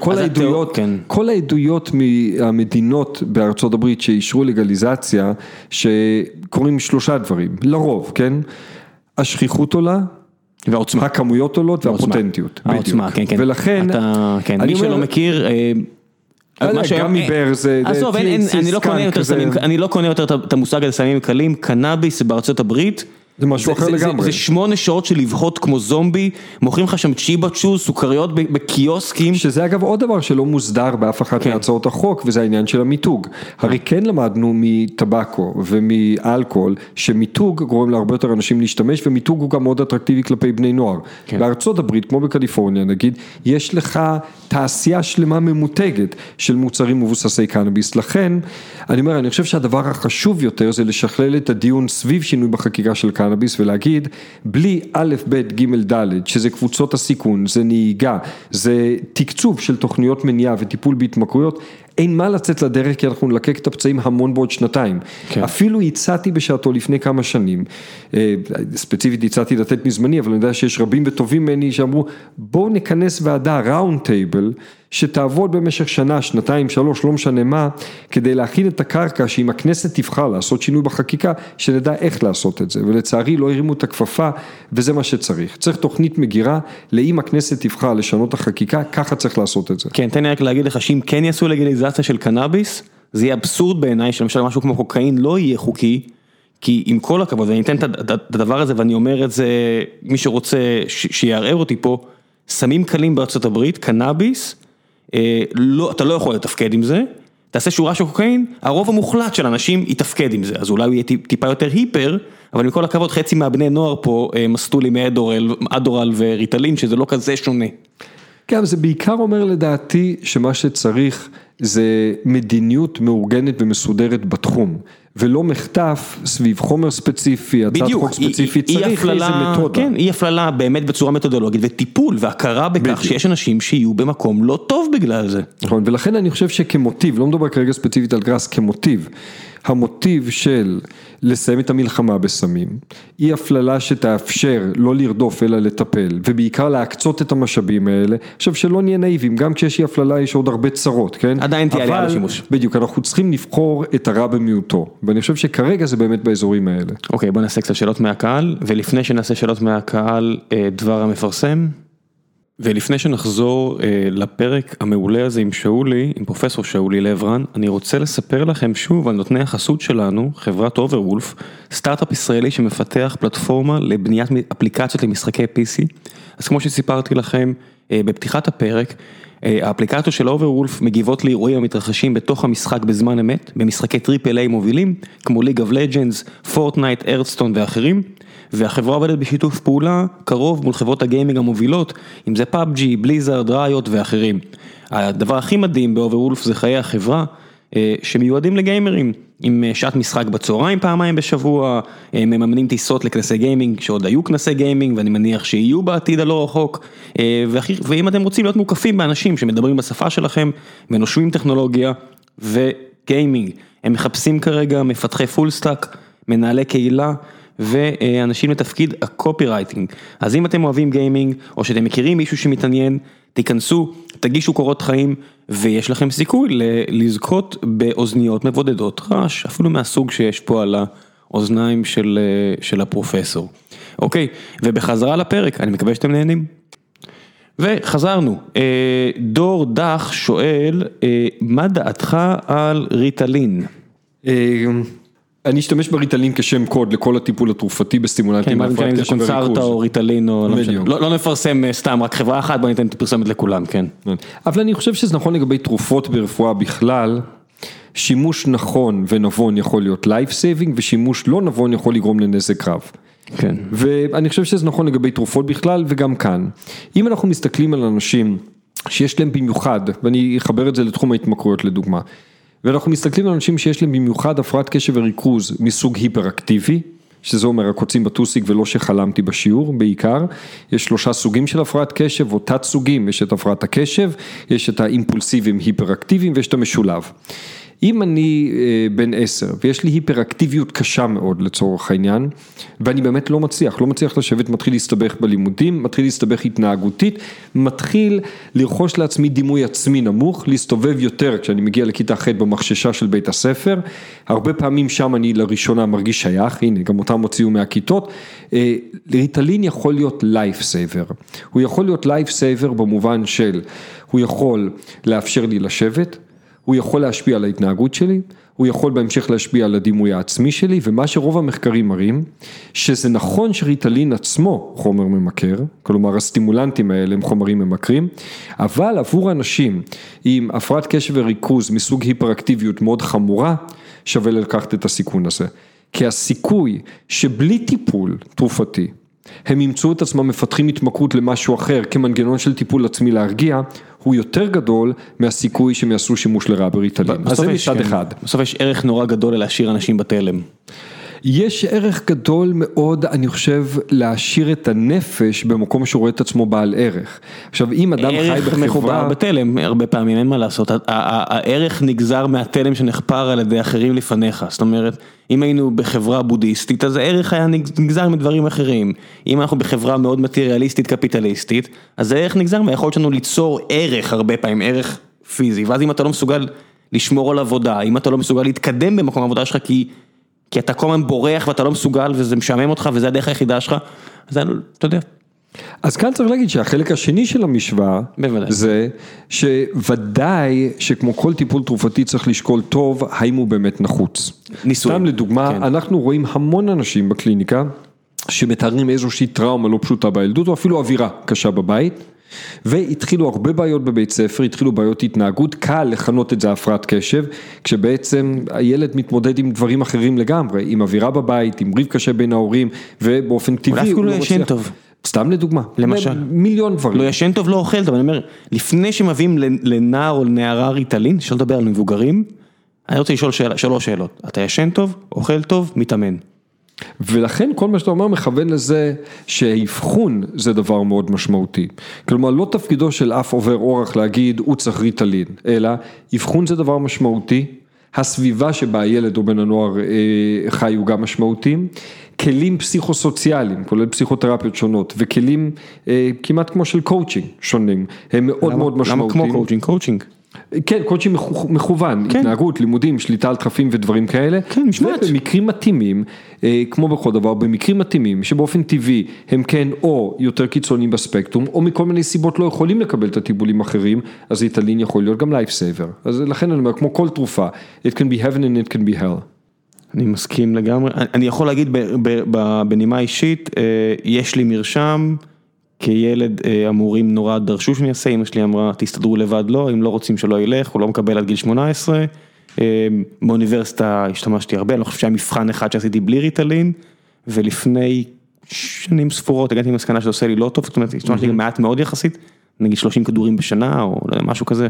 כל העדויות מהמדינות בארצות הברית שאישרו לגליזציה, שקוראים שלושה דברים, לרוב, כן? השכיחות עולה, והעוצמה. הכמויות עולות והפוטנטיות. העוצמה, כן, כן. ולכן, מי שלא מכיר, גם מבאר זה, עזוב, אני לא קונה יותר את המושג הזה סמים קלים, קנאביס בארצות הברית, זה משהו אחר לגמרי. זה 8 שעות של לבהות כמו זומבי, מוכרים לך שם צ'יבאצ'ו, סוכריות בקיוסקים. שזה אגב עוד דבר שלא מוסדר באף אחת מהצעות החוק, וזה העניין של המיתוג. הרי כן למדנו מטבקו ומאלכוהול, שמיתוג גורם להרבה יותר אנשים להשתמש, ומיתוג הוא גם מאוד אטרקטיבי כלפי בני נוער. בארצות הברית, כמו בקליפורניה נגיד, יש לך תעשייה שלמה ממותגת של מוצרים מבוססי קנאביס. לכן, אני חושב שהדבר החשוב יותר זה לשכלל את הדיון סביב שינוי בחקיקה של קנאביס. הקנאביס ולהגיד, בלי א', ב', ג', ד', שזה קבוצות הסיכון, זה נהיגה, זה תקצוב של תוכניות מניעה וטיפול בהתמכרויות, אין מה לצאת לדרך כי אנחנו נלקק את הפצעים המון בעוד שנתיים. כן. אפילו הצעתי בשעתו לפני כמה שנים, ספציפית הצעתי לתת מזמני, אבל אני יודע שיש רבים וטובים ממני שאמרו, בואו נכנס ועדה, ראונד טייבל, שתעבוד במשך שנה, שנתיים, 3, לא משנה מה, כדי להכין את הקרקע, שאם הכנסת תבחר לעשות שינוי בחקיקה, שנדע איך לעשות את זה. ולצערי לא הרימו את הכפפה, וזה מה שצריך. צריך תוכנית מגירה, לאם הכנסת תבחר לשנות החקיקה, ככה צריך לעשות את זה. כן, תן לי רק להגיד לך, שאם כן יעשו לגליזציה של קנאביס, זה יהיה אבסורד בעיניי, שלמשל משהו כמו קוקאין לא יהיה חוקי, כי עם כל הכבוד, ואני אתן את הדבר הזה, ואני אומר את זה, מי שרוצה שיערער אותי פה, סמים קלים בארצות הברית, קנאביס, לא, אתה לא יכול לתפקד עם זה, תעשה שורה של קוקאין, הרוב המוחלט של אנשים יתפקד עם זה, אז אולי הוא יהיה טיפה יותר היפר, אבל עם כל הכבוד, חצי מהבני נוער פה מסטו לי מאדורל וריטלין, שזה לא כזה שונה. כן, זה בעיקר אומר לדעתי שמה שצריך זה מדיניות מאורגנת ומסודרת בתחום, ולא מחטף סביב חומר ספציפי, הצעת חוק ספציפית, צריך איזה מתודה. כן, אי הפללה באמת בצורה מתודולוגית, וטיפול והכרה בכך שיש אנשים שיהיו במקום לא טוב בגלל זה. נכון, ולכן אני חושב שכמוטיב, לא מדובר כרגע ספציפית על גראס, כמוטיב, המוטיב של לסיים את המלחמה בסמים, אי הפללה שתאפשר לא לרדוף אלא לטפל, ובעיקר להקצות את המשאבים האלה, עכשיו שלא נהיה נאיבים, גם כשיש אי הפללה יש עוד הרבה צרות, כן? עדיין תהיה עלייה לשימוש. בדיוק, אנחנו צריכים לבחור את הרע במיעוטו, ואני חושב שכרגע זה באמת באזורים האלה. אוקיי, בוא נעשה קצת שאלות מהקהל, ולפני שנעשה שאלות מהקהל, דבר המפרסם, ולפני שנחזור לפרק המעולה הזה עם שאולי, עם פרופסור שאולי לברן, אני רוצה לספר לכם שוב על נותני החסות שלנו, חברת אוברוולף, סטארט-אפ ישראלי שמפתח פלטפורמה לבניית אפליקציות למשחקי PC. אז כמו שסיפרתי לכם בפתיחת הפרק, האפליקציות של אוברוולף מגיבות לאירועים המתרחשים בתוך המשחק בזמן אמת, במשחקי טריפל איי מובילים, כמו ליג אוף לג'נדס, פורטנייט, ארת'סטון ואחרים, והחברה עובדת בשיתוף פעולה קרוב מול חברות הגיימינג המובילות, אם זה PUBG, בליזארד, ראיוט ואחרים. הדבר הכי מדהים באוברוולף זה חיי החברה, שמיועדים לגיימרים, עם שעת משחק בצהריים פעמיים בשבוע, מממנים טיסות לכנסי גיימינג, שעוד היו כנסי גיימינג, ואני מניח שיהיו בעתיד הלא רחוק, ואם אתם רוצים להיות מוקפים באנשים שמדברים בשפה שלכם, ונושמים טכנולוגיה וגיימינג, הם מחפשים כרגע מפתחי פול סטאק, מנהלי קהילה, ואנשים לתפקיד הקופירייטינג. אז אם אתם אוהבים גיימינג, או שאתם מכירים מישהו שמתעניין, תיכנסו, תגישו קורות חיים, ויש לכם סיכוי לזכות באוזניות מבודדות רעש, אפילו מהסוג שיש פה על האוזניים של הפרופסור. אוקיי, ובחזרה לפרק, אני מקווה שאתם נהנים. וחזרנו, דור דח שואל, מה דעתך על ריטלין? אני אשתמש בריטלין כשם קוד לכל הטיפול התרופתי בסטימולנטים. כן, אם זה קונצרטה או ריטלין, לא נפרסם סתם, רק חברה אחת, בוא ניתן פרסמת לכולם, כן. אבל אני חושב שזה נכון לגבי תרופות ברפואה בכלל, שימוש נכון ונבון יכול להיות life saving, ושימוש לא נבון יכול לגרום לנזק רב. כן. ואני חושב שזה נכון לגבי תרופות בכלל, וגם כאן. אם אנחנו מסתכלים על אנשים שיש להם במיוחד, ואני אחבר את זה לתחום ההתמכרויות לדוגמה, ואנחנו מסתכלים על אנשים שיש להם במיוחד הפרעת קשב וריכוז מסוג היפראקטיבי, שזה אומר הקוצים בטוסיק ולא שחלמתי בשיעור בעיקר, יש 3 סוגים של הפרעת קשב או תת סוגים, יש את הפרעת הקשב, יש את האימפולסיביים היפראקטיביים ויש את המשולב. אם אני בן 10 ויש לי היפראקטיביות קשה מאוד לצורך העניין, ואני באמת לא מצליח לשבת, מתחיל להסתבך בלימודים, מתחיל להסתבך התנהגותית, מתחיל לרכוש לעצמי דימוי עצמי נמוך, להסתובב יותר כשאני מגיע לכיתה ח' במחששה של בית הספר, הרבה פעמים שם אני לראשונה מרגיש שייך, הנה גם אותם הוציאו מהכיתות, ריטלין יכול להיות life saver, הוא יכול להיות life saver במובן של, הוא יכול לאפשר לי לשבת, הוא יכול להשפיע על ההתנהגות שלי, הוא יכול בהמשך להשפיע על הדימוי העצמי שלי, ומה שרוב המחקרים מראים, שזה נכון שריטלין עצמו חומר ממכר, כלומר הסטימולנטים האלה הם חומרים ממכרים, אבל עבור אנשים עם הפרעת קשב וריכוז מסוג היפראקטיביות מאוד חמורה, שווה לקחת את הסיכון הזה. כי הסיכוי שבלי טיפול תרופתי, הם ימצאו את עצמם מפתחים התמכרות למשהו אחר, כמנגנון של טיפול עצמי להרגיע, הוא יותר גדול מהסיכוי שהם יעשו שימוש לרעה בריטלין. אז זה מצד אחד. בסוף יש ערך נורא גדול להשאיר אנשים בתלם. יש ערך גדול מאוד, אני חושב, להשאיר את הנפש במקום שהוא רואה את עצמו בעל ערך. עכשיו, אם אדם חי בחברה... ערך מחובר בתלם, הרבה פעמים, אין מה לעשות. הערך נגזר מהתלם שנחפר על ידי אחרים לפניך. זאת אומרת, אם היינו בחברה בודהיסטית, אז הערך היה נגזר מדברים אחרים. אם אנחנו בחברה מאוד מטריאליסטית, קפיטליסטית, אז הערך נגזר מהיכולת שלנו ליצור ערך הרבה פעמים, ערך פיזי. ואז אם אתה לא מסוגל לשמור על עבודה, אם אתה לא מסוגל להתקדם במקום העבודה שלך, כי אתה כל הזמן בורח ואתה לא מסוגל וזה משעמם אותך וזה הדרך היחידה שלך, אז אתה יודע. אז כאן צריך להגיד שהחלק השני של המשוואה, בוודאי. זה שוודאי שכמו כל טיפול תרופתי צריך לשקול טוב, האם הוא באמת נחוץ. ניסוי. סתם לדוגמה, כן. אנחנו רואים המון אנשים בקליניקה, שמתארים איזושהי טראומה לא פשוטה בילדות, או אפילו אווירה קשה בבית, והתחילו הרבה בעיות בבית ספר, התחילו בעיות התנהגות, קל לכנות את זה הפרעת קשב, כשבעצם הילד מתמודד עם דברים אחרים לגמרי, עם אווירה בבית, עם ריב קשה בין ההורים, ובאופן טבעי הוא לא מצליח. ישן טוב. סתם לדוגמה. למשל. מיליון דברים. לא ישן טוב, לא אוכל טוב, אני אומר, לפני שמביאים לנער או לנערה ריטלין, שלא לדבר על מבוגרים, אני רוצה לשאול שלוש שאלות. אתה ישן טוב, אוכל טוב, מתאמן. ולכן כל מה שאתה אומר מכוון לזה שהאבחון זה דבר מאוד משמעותי. כלומר לא תפקידו של אף עובר אורח להגיד הוא צריך ריטלין, אלא אבחון זה דבר משמעותי, הסביבה שבה הילד או בן הנוער חי הוא גם משמעותי, כלים פסיכוסוציאליים, כולל פסיכותרפיות שונות, וכלים כמעט כמו של קואוצ'ינג שונים, הם מאוד מאוד משמעותיים. למה כמו קואוצ'ינג? קואוצ'ינג. כן, קואוצ'ינג מכוון, כן. התנהגות, לימודים, שליטה על דחפים ודברים כאלה. כן, משמעת. ובמקרים מתאימים, כמו בכל דבר, במקרים מתאימים, שבאופן טבעי הם כן או יותר קיצוניים בספקטרום, או מכל מיני סיבות לא יכולים לקבל את הטיפולים אחרים, אז ריטלין יכול להיות גם life saver. אז לכן אני אומר, כמו כל תרופה, it can be heaven and it can be hell. אני מסכים לגמרי. אני יכול להגיד בנימה אישית, יש לי מרשם, כילד המורים נורא דרשו שאני אעשה, אמא שלי אמרה, תסתדרו לבד לא, אם לא רוצים שלא ילך, הוא לא מקבל עד גיל 18, באוניברסיטה השתמשתי הרבה, אני לא חושב שהיה מבחן אחד שעשיתי בלי ריטלין, ולפני שנים ספורות הגעתי למסקנה שזה עושה לי לא טוב, זאת אומרת, השתמשתי מעט מאוד יחסית, נגיד 30 כדורים בשנה, או משהו כזה,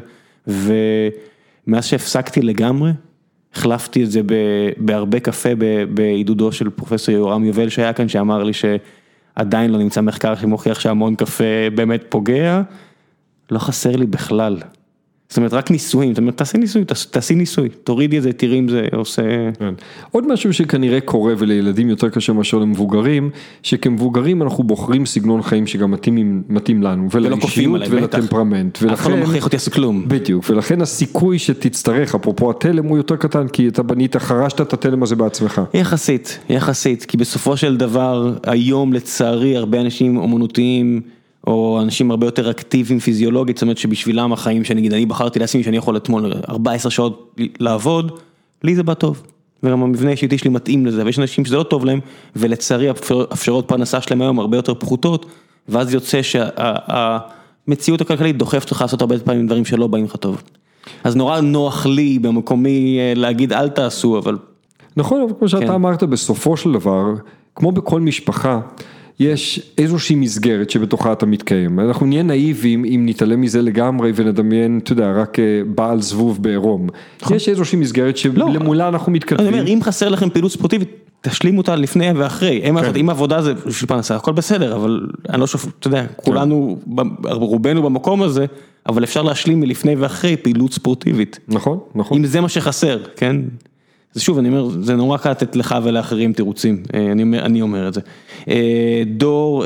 ומאז שהפסקתי לגמרי, החלפתי את זה בהרבה קפה, בעידודו של פרופסור יורם יובל שהיה כאן, שאמר לי עדיין לא נמצא מחקר שמוכיח שהמון קפה באמת פוגע, לא חסר לי בכלל. זאת אומרת, רק ניסויים, זאת אומרת, תעשי ניסוי, תורידי את זה, תראי אם זה עושה... עוד משהו שכנראה קורה ולילדים יותר קשה מאשר למבוגרים, שכמבוגרים אנחנו בוחרים סגנון חיים שגם מתאים לנו, ולאישיות ולטמפרמנט. אף אחד לא מכריח אותי לעשות כלום. בדיוק, ולכן הסיכוי שתצטרך, אפרופו התלם הוא יותר קטן, כי אתה בנית, חרשת את התלם הזה בעצמך. יחסית, כי בסופו של דבר, היום לצערי, הרבה אנשים אומנותיים, או אנשים הרבה יותר אקטיביים פיזיולוגית, זאת אומרת שבשבילם החיים שנגיד, אני בחרתי לעצמי שאני יכול אתמול 14 שעות לעבוד, לי זה בא טוב. וגם המבנה האישי שלי מתאים לזה, ויש אנשים שזה לא טוב להם, ולצערי אפשרות פרנסה שלהם היום הרבה יותר פחותות, ואז יוצא שהמציאות הכלכלית דוחפת לך לעשות הרבה פעמים דברים שלא באים לך טוב. אז נורא נוח לי במקומי להגיד אל תעשו, אבל... נכון, אבל כמו שאתה אמרת, בסופו של דבר, כמו בכל משפחה, יש איזושהי מסגרת שבתוכה אתה מתקיים. אנחנו נהיה נאיבים אם נתעלם מזה לגמרי ונדמיין, אתה יודע, רק בעל זבוב בעירום. יש איזושהי מסגרת שלמולה אנחנו מתכתבים. אני אומר, אם חסר לכם פעילות ספורטיבית, תשלימו אותה לפני ואחרי. אם עבודה זה בשביל פרנסה, הכל בסדר, אבל אני לא שופט, אתה יודע, כולנו, רובנו במקום הזה, אבל אפשר להשלים מלפני ואחרי פעילות ספורטיבית. נכון. אם זה מה שחסר, כן? אז שוב, אני אומר, זה נורא קל לתת לך ולאחרים תירוצים, אני אומר את זה. דור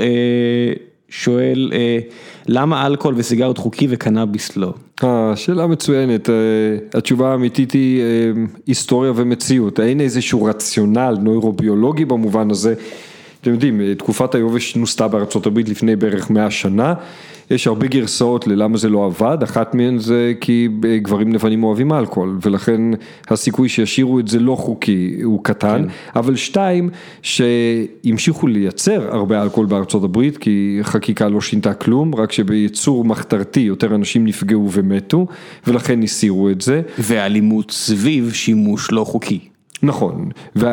שואל, למה אלכוהול וסיגרות חוקי וקנאביס לא? שאלה מצוינת, התשובה האמיתית היא היסטוריה ומציאות, אין איזשהו רציונל נוירוביולוגי במובן הזה, אתם יודעים, תקופת היובש נוסתה בארצות הברית לפני בערך 100 שנה, יש הרבה גרסאות ללמה זה לא עבד, אחת מהן זה כי גברים לבנים אוהבים אלכוהול, ולכן הסיכוי שישירו את זה לא חוקי הוא קטן, אבל שתיים, שהמשיכו לייצר הרבה אלכוהול בארצות הברית, כי חקיקה לא שינתה כלום, רק שבייצור מחתרתי יותר אנשים נפגעו ומתו, ולכן הסירו את זה. והאלימות סביב שימוש לא חוקי. נכון,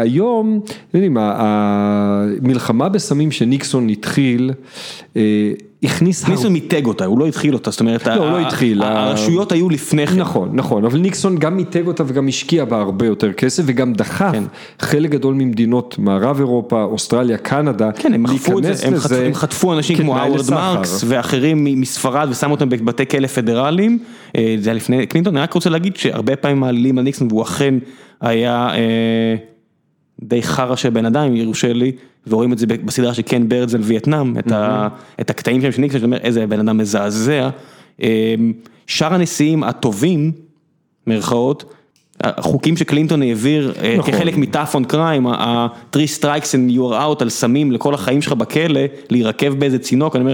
והיום, יודעים, המלחמה בסמים שניקסון התחיל, ניקסון מיתג אותה, הוא לא התחיל אותה, זאת אומרת, לא, הוא לא התחיל. הרשויות היו לפני כן. נכון, נכון, אבל ניקסון גם מיתג אותה וגם השקיע בה הרבה יותר כסף, וגם דחף חלק גדול ממדינות מערב אירופה, אוסטרליה, קנדה, כן, הם חטפו אנשים כמו האוורד מרקס ואחרים מספרד ושמו אותם בבתי כלא פדרליים, זה היה לפני קלינטון. אני רק רוצה להגיד שהרבה פעמים מעלילים על ניקסון, והוא אכן היה די חרא של בן אדם, ירשה לי, ורואים את זה בסדרה של קן ברדס על וייטנאם, את הקטעים שם של ניקסון, שאתה אומר, איזה בן אדם מזעזע. שאר הנשיאים הטובים, מרכאות, החוקים שקלינטון העביר כחלק מטאף און קריים, ה-3 strikes and you are out על סמים לכל החיים שלך בכלא, להירקב באיזה צינוק, אני אומר,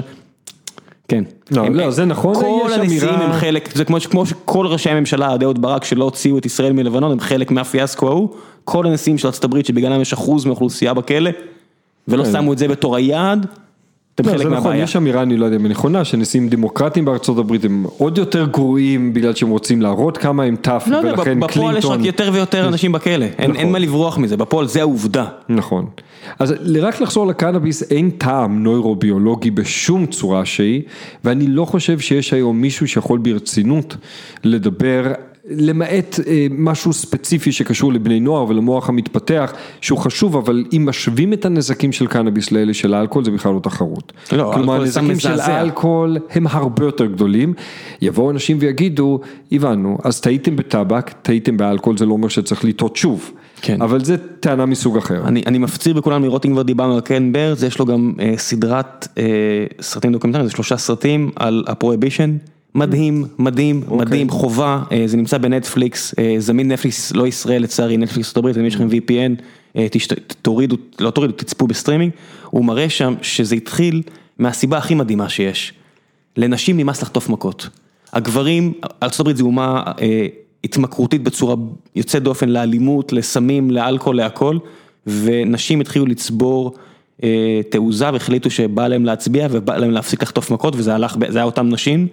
כן. לא, זה נכון. כל הנשיאים הם חלק, זה כמו שכל ראשי הממשלה, עד אהוד ברק, שלא הוציאו את ישראל מלבנון, הם חלק מהפיאסקו ההוא, כל הנשיאים של ארצות הברית, שבגללם יש 1% מאוכלוסייה בכלא, ולא שמו את זה בתור היעד, אתם חלק מהבעיה. יש אמירה, אני לא יודע, מנכונה, שנשיאים דמוקרטיים בארצות הברית הם עוד יותר גרועים, בגלל שהם רוצים להראות כמה הם טף, ולכן קלינטון. בפועל יש רק יותר ויותר אנשים בכלא, אין מה לברוח מזה, בפועל זה העובדה. נכון. אז רק לחזור לקנאביס, אין טעם נוירוביולוגי בשום צורה שהיא, ואני לא חושב שיש היום מישהו שיכול ברצינות לדבר, למעט משהו ספציפי שקשור לבני נוער ולמוח המתפתח, שהוא חשוב, אבל אם משווים את הנזקים של קנאביס לאלה של האלכוהול, זה בכלל לא תחרות. כלומר, הנזקים של האלכוהול הם הרבה יותר גדולים. יבואו אנשים ויגידו, הבנו, אז טעיתם בטבק, טעיתם באלכוהול, זה לא אומר שצריך לטעות שוב. כן. אבל זה טענה מסוג אחר. אני מפציר בכולם לראות, אם כבר דיברנו על קן ברדס, יש לו גם סדרת סרטים דוקומנטריים, זה 3 סרטים על הפרויבישן, מדהים, מדהים, מדהים, חובה, זה נמצא בנטפליקס, זמין נטפליקס, לא ישראל לצערי, נטפליקס ארצות הברית, אם יש לכם VPN, תורידו, לא תורידו, תצפו בסטרימינג, הוא מראה שם שזה התחיל מהסיבה הכי מדהימה שיש, לנשים נמאס לחטוף מכות, הגברים, ארצות הברית זה אומה התמכרותית בצורה יוצאת דופן לאלימות, לסמים, לאלכוהול, להכל, ונשים התחילו לצבור תעוזה, והחליטו שבא להם להצביע, ובא להם להפסיק לחטוף מכות, וזה היה אותם נשים,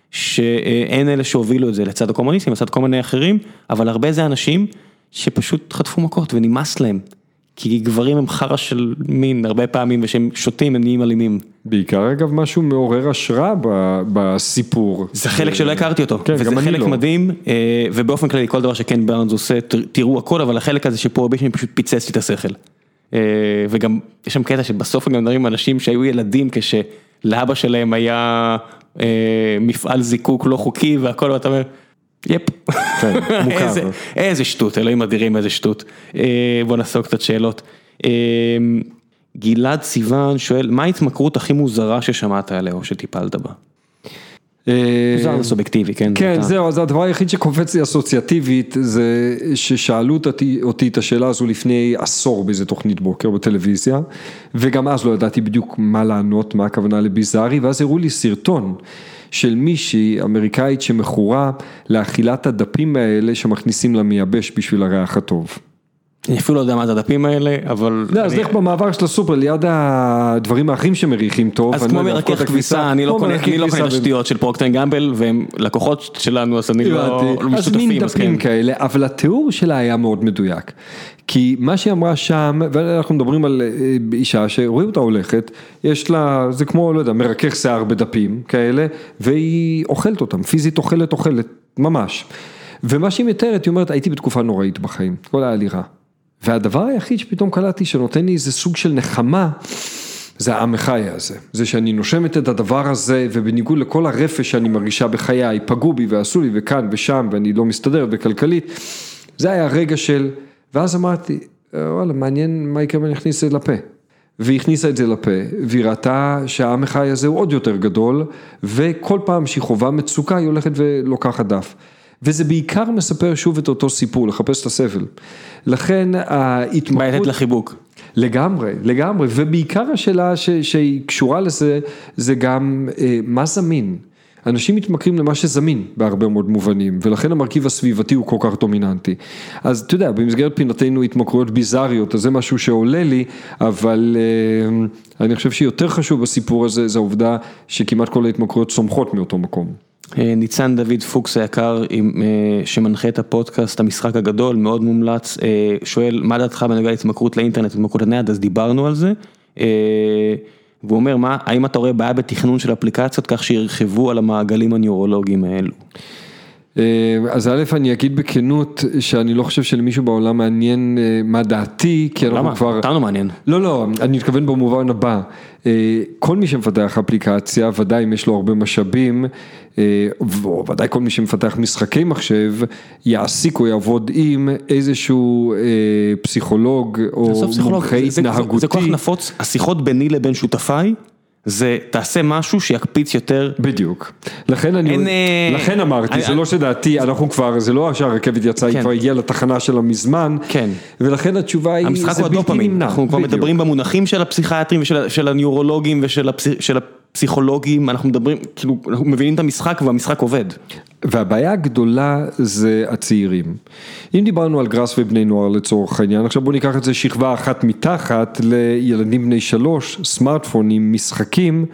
שאין אלה שהובילו את זה לצד הקומוניסטים, לצד כל מיני אחרים, אבל הרבה זה אנשים שפשוט חטפו מכות ונמאס להם, כי גברים הם חרא של מין הרבה פעמים, ושהם שותים, הם נהיים אלימים. בעיקר אגב משהו מעורר השראה בסיפור. זה חלק שלא הכרתי אותו, וזה חלק מדהים, ובאופן כללי כל דבר שקן ברנס עושה, תראו הכל, אבל החלק הזה שפה הרבה שהם פשוט פיצץ לי את השכל. וגם יש שם קטע שבסוף גם מדברים אנשים שהיו ילדים כשלאבא שלהם היה מפעל זיקוק לא חוקי והכל, ואתה אומר, יפ, איזה שטות, אלוהים אדירים, איזה שטות. בוא נעסוק קצת שאלות. גלעד סיוון שואל, מה ההתמכרות הכי מוזרה ששמעת עליה או שטיפלת בה? מוזר סובייקטיבי, כן? כן, זהו, אז הדבר היחיד שקופץ לי אסוציאטיבית, זה ששאלו אותי את השאלה הזו לפני עשור באיזה תוכנית בוקר בטלוויזיה, וגם אז לא ידעתי בדיוק מה לענות, מה הכוונה לביזארי, ואז הראו לי סרטון של מישהי אמריקאית שמכורה לאכילת הדפים האלה שמכניסים למייבש בשביל הריח הטוב. אני אפילו לא יודע מה זה הדפים האלה, אבל... לא, אז לך במעבר של הסופר, ליד הדברים האחרים שמריחים טוב. אז כמו מרכך כביסה, אני לא קונה שטויות של פרוקטר אנד גמבל, והם לקוחות שלנו, אז אני לא משתתפים. אז מין דפים כאלה, אבל התיאור שלה היה מאוד מדויק. כי מה שהיא אמרה שם, ואנחנו מדברים על אישה שרואים אותה הולכת, יש לה, זה כמו, לא יודע, מרכך שיער בדפים כאלה, והיא אוכלת אותם, פיזית אוכלת, ממש. ומה שהיא מתארת, היא אומרת, הייתי בתקופה נוראית בחיים, כל היה לי רע. והדבר היחיד שפתאום קלטתי שנותן לי איזה סוג של נחמה, זה העמחיה הזה. זה שאני נושמת את הדבר הזה, ובניגוד לכל הרפש שאני מרגישה בחיי, פגעו בי ועשו לי וכאן ושם, ואני לא מסתדר בכלכלית, זה היה רגע של, ואז אמרתי, וואלה, מעניין מה יקרה ואני אכניס את זה לפה. והיא הכניסה את זה לפה, והיא ראתה שהעמחיה הזה הוא עוד יותר גדול, וכל פעם שהיא חובה מצוקה, היא הולכת ולוקחת דף. וזה בעיקר מספר שוב את אותו סיפור, לחפש את הסבל. לכן ההתמכרות... בעיית לחיבוק. לגמרי, ובעיקר השאלה שהיא קשורה לזה, זה גם מה זמין. אנשים מתמכרים למה שזמין בהרבה מאוד מובנים, ולכן המרכיב הסביבתי הוא כל כך דומיננטי. אז אתה יודע, במסגרת פינתנו התמכרויות ביזריות, אז זה משהו שעולה לי, אבל אני חושב שיותר חשוב בסיפור הזה, זה העובדה שכמעט כל ההתמכרויות צומחות מאותו מקום. ניצן דוד פוקס היקר, שמנחה את הפודקאסט, המשחק הגדול, מאוד מומלץ, שואל, מה דעתך בנוגע להתמכרות לאינטרנט, התמכרות לנייד, אז דיברנו על זה, והוא אומר, האם אתה רואה בעיה בתכנון של אפליקציות כך שירחבו על המעגלים הניורולוגיים האלו? אז א', אני אגיד בכנות שאני לא חושב שלמישהו בעולם מעניין מה דעתי, כי אנחנו כבר... למה? אותנו מעניין. לא, אני מתכוון במובן הבא. כל מי שמפתח אפליקציה, ודאי אם יש לו הרבה משאבים, ודאי כל מי שמפתח משחקי מחשב, יעסיק או יעבוד עם איזשהו פסיכולוג או מומחה התנהגותי. זה כל כך נפוץ, השיחות ביני לבין שותפיי, זה תעשה משהו שיקפיץ יותר. בדיוק. לכן אמרתי, זה לא שדעתי, אנחנו כבר, זה לא שהרכבת יצאה, היא כבר הגיעה לתחנה שלה מזמן, ולכן התשובה היא, זה בלתי נמנע. אנחנו כבר מדברים במונחים של הפסיכיאטרים ושל הניורולוגים ושל הפסיכולוגים, אנחנו מדברים, כאילו, אנחנו מבינים את המשחק והמשחק עובד. והבעיה הגדולה זה הצעירים. אם דיברנו על גראס ובני נוער לצורך העניין, עכשיו בואו ניקח את זה שכבה אחת מתחת לילדים בני 3, סמארטפונים, משחקים,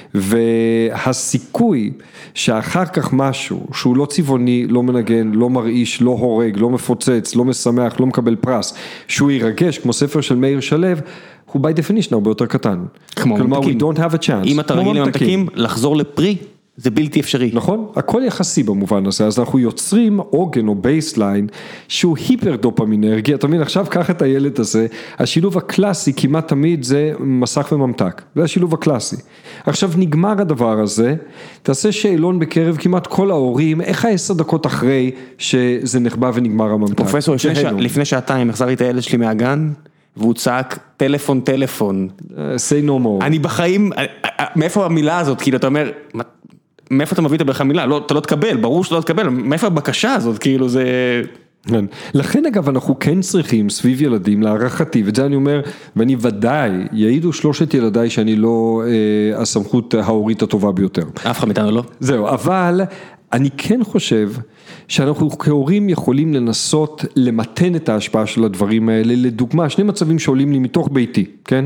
והסיכוי שאחר כך משהו שהוא לא צבעוני, לא מנגן, לא מרעיש, לא הורג, לא מפוצץ, לא משמח, לא מקבל פרס, שהוא ירגש כמו ספר של מאיר שלו, הוא by definition הרבה יותר קטן. כלומר, we don't have a chance. אם אתה רגיל לממתקים, לחזור לפרי, זה בלתי אפשרי. נכון? הכל יחסי במובן הזה, אז אנחנו יוצרים עוגן או בייסליין, שהוא היפר דופמינרגי, אתה מבין, עכשיו קח את הילד הזה, השילוב הקלאסי כמעט תמיד זה מסך וממתק, זה השילוב הקלאסי. עכשיו נגמר הדבר הזה, תעשה שאלון בקרב כמעט כל ההורים, איך 10 דקות אחרי שזה נחבא ונגמר הממתק? פרופסור, לפני שעתיים החזרתי את הילד שלי מהגן, והוא צעק טלפון. say no more. אני בחיים, מאיפה המילה הזאת, כאילו אתה אומר, מאיפה אתה מביא את המילה? לא, אתה לא תקבל, ברור שאתה לא תקבל, מאיפה הבקשה הזאת, כאילו זה... לכן אגב אנחנו כן צריכים סביב ילדים להערכתי, ואת זה אני אומר, ואני ודאי, יעידו 3 ילדיי שאני לא הסמכות ההורית הטובה ביותר. אף אחד מאיתנו לא. זהו, אבל אני כן חושב שאנחנו כהורים יכולים לנסות למתן את ההשפעה של הדברים האלה, לדוגמה, 2 מצבים שעולים לי מתוך ביתי, כן?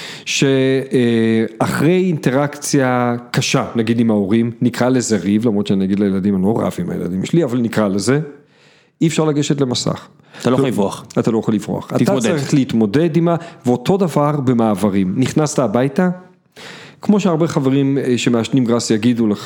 שאחרי אינטראקציה קשה, נגיד עם ההורים, נקרא לזה ריב, למרות שאני אגיד לילדים, אני לא רב עם הילדים שלי, אבל נקרא לזה, אי אפשר לגשת למסך. אתה לא יכול לברוח. אתה לא יכול לברוח. אתה צריך להתמודד עם ואותו דבר במעברים. נכנסת הביתה, כמו שהרבה חברים שמעשנים גראס יגידו לך,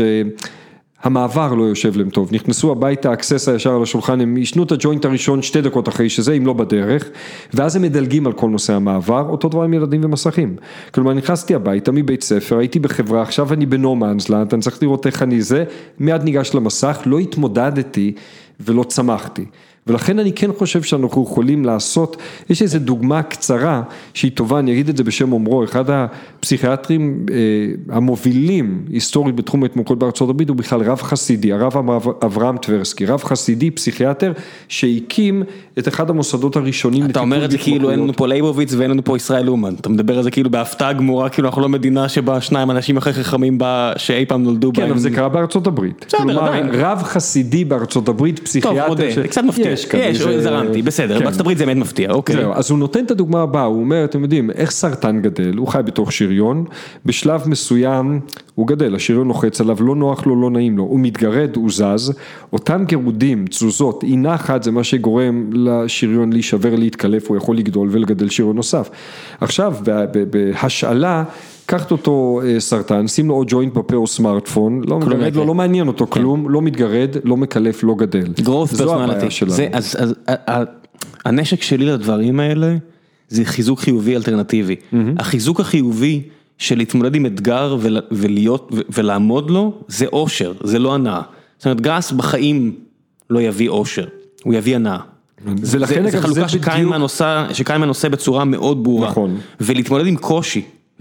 המעבר לא יושב להם טוב, נכנסו הביתה, האקסס הישר על השולחן, הם ישנו את הג'וינט הראשון 2 דקות אחרי שזה, אם לא בדרך, ואז הם מדלגים על כל נושא המעבר, אותו דבר עם ילדים ומסכים. כלומר, נכנסתי הביתה מבית ספר, הייתי בחברה, עכשיו אני בנומאנסלנד, אני צריך לראות איך אני זה, מיד ניגש למסך, לא התמודדתי ולא צמחתי. ולכן אני כן חושב שאנחנו יכולים לעשות, יש איזו דוגמה קצרה שהיא טובה, אני אגיד את זה בשם אומרו, אחד הפסיכיאטרים המובילים היסטורית בתחום ההתמכרות בארצות הברית, הוא בכלל רב חסידי, הרב אברהם טברסקי, רב חסידי, פסיכיאטר, שהקים את אחד המוסדות הראשונים. אתה אומר את זה כאילו אין לנו פה לייבוביץ ואין לנו פה ישראל אומן, אתה מדבר על זה כאילו בהפתעה גמורה, כאילו אנחנו לא מדינה שבה 2 אנשים הכי חכמים שאי פעם נולדו בהם. כן, אבל זה קרה בארצות הברית. כלומר, רב חסידי בארצות הברית, פסיכיאטר. קצת מפתיע. יש, זרמתי, בסדר, בארצות הברית זה באמת מפתיע, אוקיי. זהו, אז הוא נותן את הדוגמה הבאה, הוא אומר, אתם יודעים, איך סרטן גדל, הוא חי בתוך שריון, בשלב מסוים הוא גדל, השריון לוחץ עליו, לא נוח לו, לא נעים לו, הוא מתגרד, הוא זז, אותם גירודים, תזוזות, אי נחת, זה מה שגורם לשריון להישבר, להתקלף, הוא יכול לגדול ולגדל שריון נוסף. עכשיו, בהשאלה, קחת אותו סרטן, שים לו עוד ג'וינט בפה או סמארטפון, לא מתגרד לו, לא מעניין אותו כלום, לא מתגרד, לא מקלף, לא גדל. זו הבעיה שלנו. אז הנשק שלי לדברים האלה, זה חיזוק חיובי אלטרנטיבי. החיזוק החיובי של להתמודד עם אתגר ולעמוד לו, זה אושר, זה לא הנאה. זאת אומרת, גראס בחיים לא יביא אושר, הוא יביא הנאה. זה חלוקה שקיימן עושה בצורה מאוד ברורה. ולהתמודד עם קושי,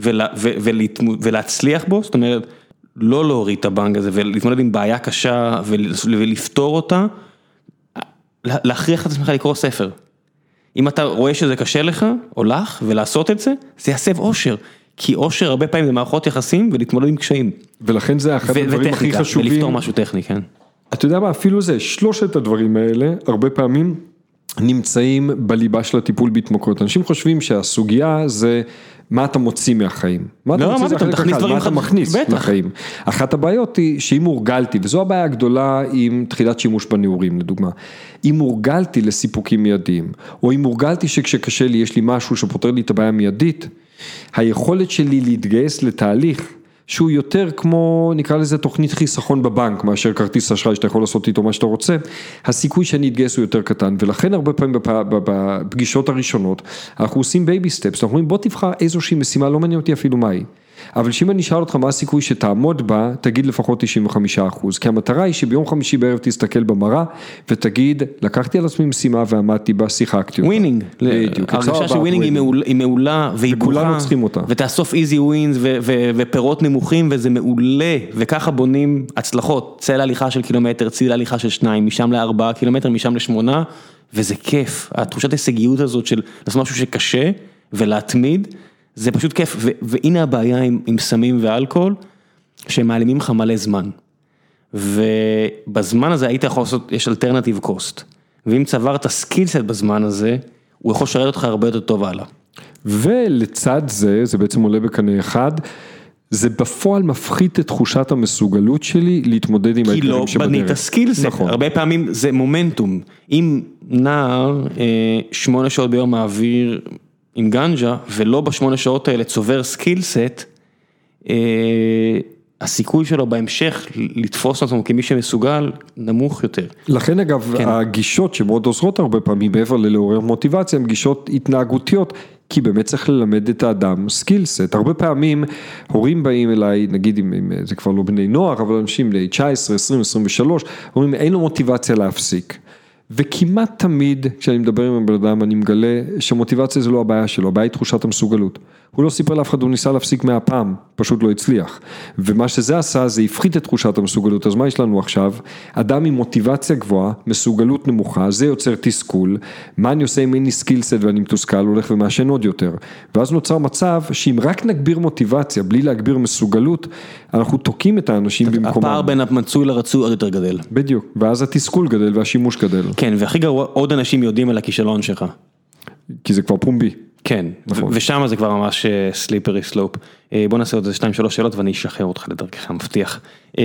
ולהצליח בו, זאת אומרת, לא להוריד את הבנג הזה, ולהתמודד עם בעיה קשה, ולפתור אותה, להכריח את עצמך לקרוא ספר. אם אתה רואה שזה קשה לך, או לך, ולעשות את זה, זה יסב אושר. כי אושר הרבה פעמים זה מערכות יחסים, ולהתמודד עם קשיים. ולכן זה אחד הדברים הכי חשובים. ולפתור משהו טכני, כן. אתה יודע מה, אפילו זה, 3 הדברים האלה, הרבה פעמים נמצאים בליבה של הטיפול בהתמכרות. אנשים חושבים שהסוגיה זה מה אתה מוציא מהחיים. מה אתה מוציא זה החלק הקל, מה אתה מכניס לחיים. אחת הבעיות היא שאם הורגלתי, וזו הבעיה הגדולה עם תחילת שימוש בנעורים, לדוגמה. אם הורגלתי לסיפוקים מיידיים, או אם הורגלתי שכשקשה לי יש לי משהו שפותר לי את הבעיה המיידית, היכולת שלי להתגייס לתהליך, שהוא יותר כמו, נקרא לזה תוכנית חיסכון בבנק, מאשר כרטיס אשראי שאתה יכול לעשות איתו מה שאתה רוצה, הסיכוי שאני אתגייס הוא יותר קטן, ולכן הרבה פעמים בפגישות הראשונות, אנחנו עושים בייבי סטפס, אנחנו אומרים בוא תבחר איזושהי משימה, לא מעניין אותי אפילו מהי, אבל שאם אני אשאל אותך מה הסיכוי שתעמוד בה, תגיד לפחות 95%, כי המטרה היא שביום חמישי בערב תסתכל במראה, ותגיד, לקחתי על עצמי משימה ועמדתי בה, שיחקתי אותה. ווינינג, הרגשה שווינינג היא מעולה, והיא וכולנו צריכים אותה. ותאסוף איזי ווינס ופירות נמוכים, וזה מעולה, וככה בונים הצלחות, צל הליכה של קילומטר, ציל הליכה של 2, משם ל4 קילומטר, משם ל8, וזה כיף, התחושת הישגיות הזאת של לעשות משהו שקשה, ולהתמיד, זה פשוט כיף, והנה הבעיה עם סמים ואלכוהול, שהם מעלימים לך מלא זמן. ובזמן הזה היית יכול לעשות, יש אלטרנטיב קוסט. ואם צברת סקילסט בזמן הזה, הוא יכול לשרת אותך הרבה יותר טוב הלאה. ולצד זה, זה בעצם עולה בקנה אחד, זה בפועל מפחית את תחושת המסוגלות שלי להתמודד עם האתגרים שבדרך. כי לא בנית סקילסט, נכון. הרבה פעמים זה מומנטום. אם נער 8 שעות ביום מעביר עם גנג'ה, ולא ב8 שעות האלה צובר סקילסט, הסיכוי שלו בהמשך לתפוס אותנו כמי שמסוגל, נמוך יותר. לכן אגב, כן. הגישות שמאוד עוזרות הרבה פעמים, מעבר ללעורר מוטיבציה, הן גישות התנהגותיות, כי באמת צריך ללמד את האדם סקילסט. הרבה פעמים הורים באים אליי, נגיד אם זה כבר לא בני נוער, אבל אנשים בני 19, 20, 23, אומרים אין לו מוטיבציה להפסיק. וכמעט תמיד כשאני מדבר עם הבן אדם אני מגלה שמוטיבציה זה לא הבעיה שלו, הבעיה היא תחושת המסוגלות. הוא לא סיפר לאף אחד, הוא ניסה להפסיק 100 פעם, פשוט לא הצליח. ומה שזה עשה זה הפחית את תחושת המסוגלות. אז מה יש לנו עכשיו? אדם עם מוטיבציה גבוהה, מסוגלות נמוכה, זה יוצר תסכול. מה אני עושה אם אין לי סקילסט ואני מתוסכל, הולך ומעשן עוד יותר. ואז נוצר מצב שאם רק נגביר מוטיבציה, בלי להגביר מסוגלות, אנחנו תוקעים את האנשים במקומם. הפער בין המצוי לרצוי עוד יותר גדל. בדיוק. ואז התסכול גדל והשימוש גדל. כן, והכי גרוע, עוד אנשים יודעים על הכישלון שלך. כי זה כבר פומבי. כן, נכון. ושם זה כבר ממש סליפרי סלופ. בוא נעשה עוד 2-3 שאלות ואני אשחרר אותך לדרכך, מבטיח.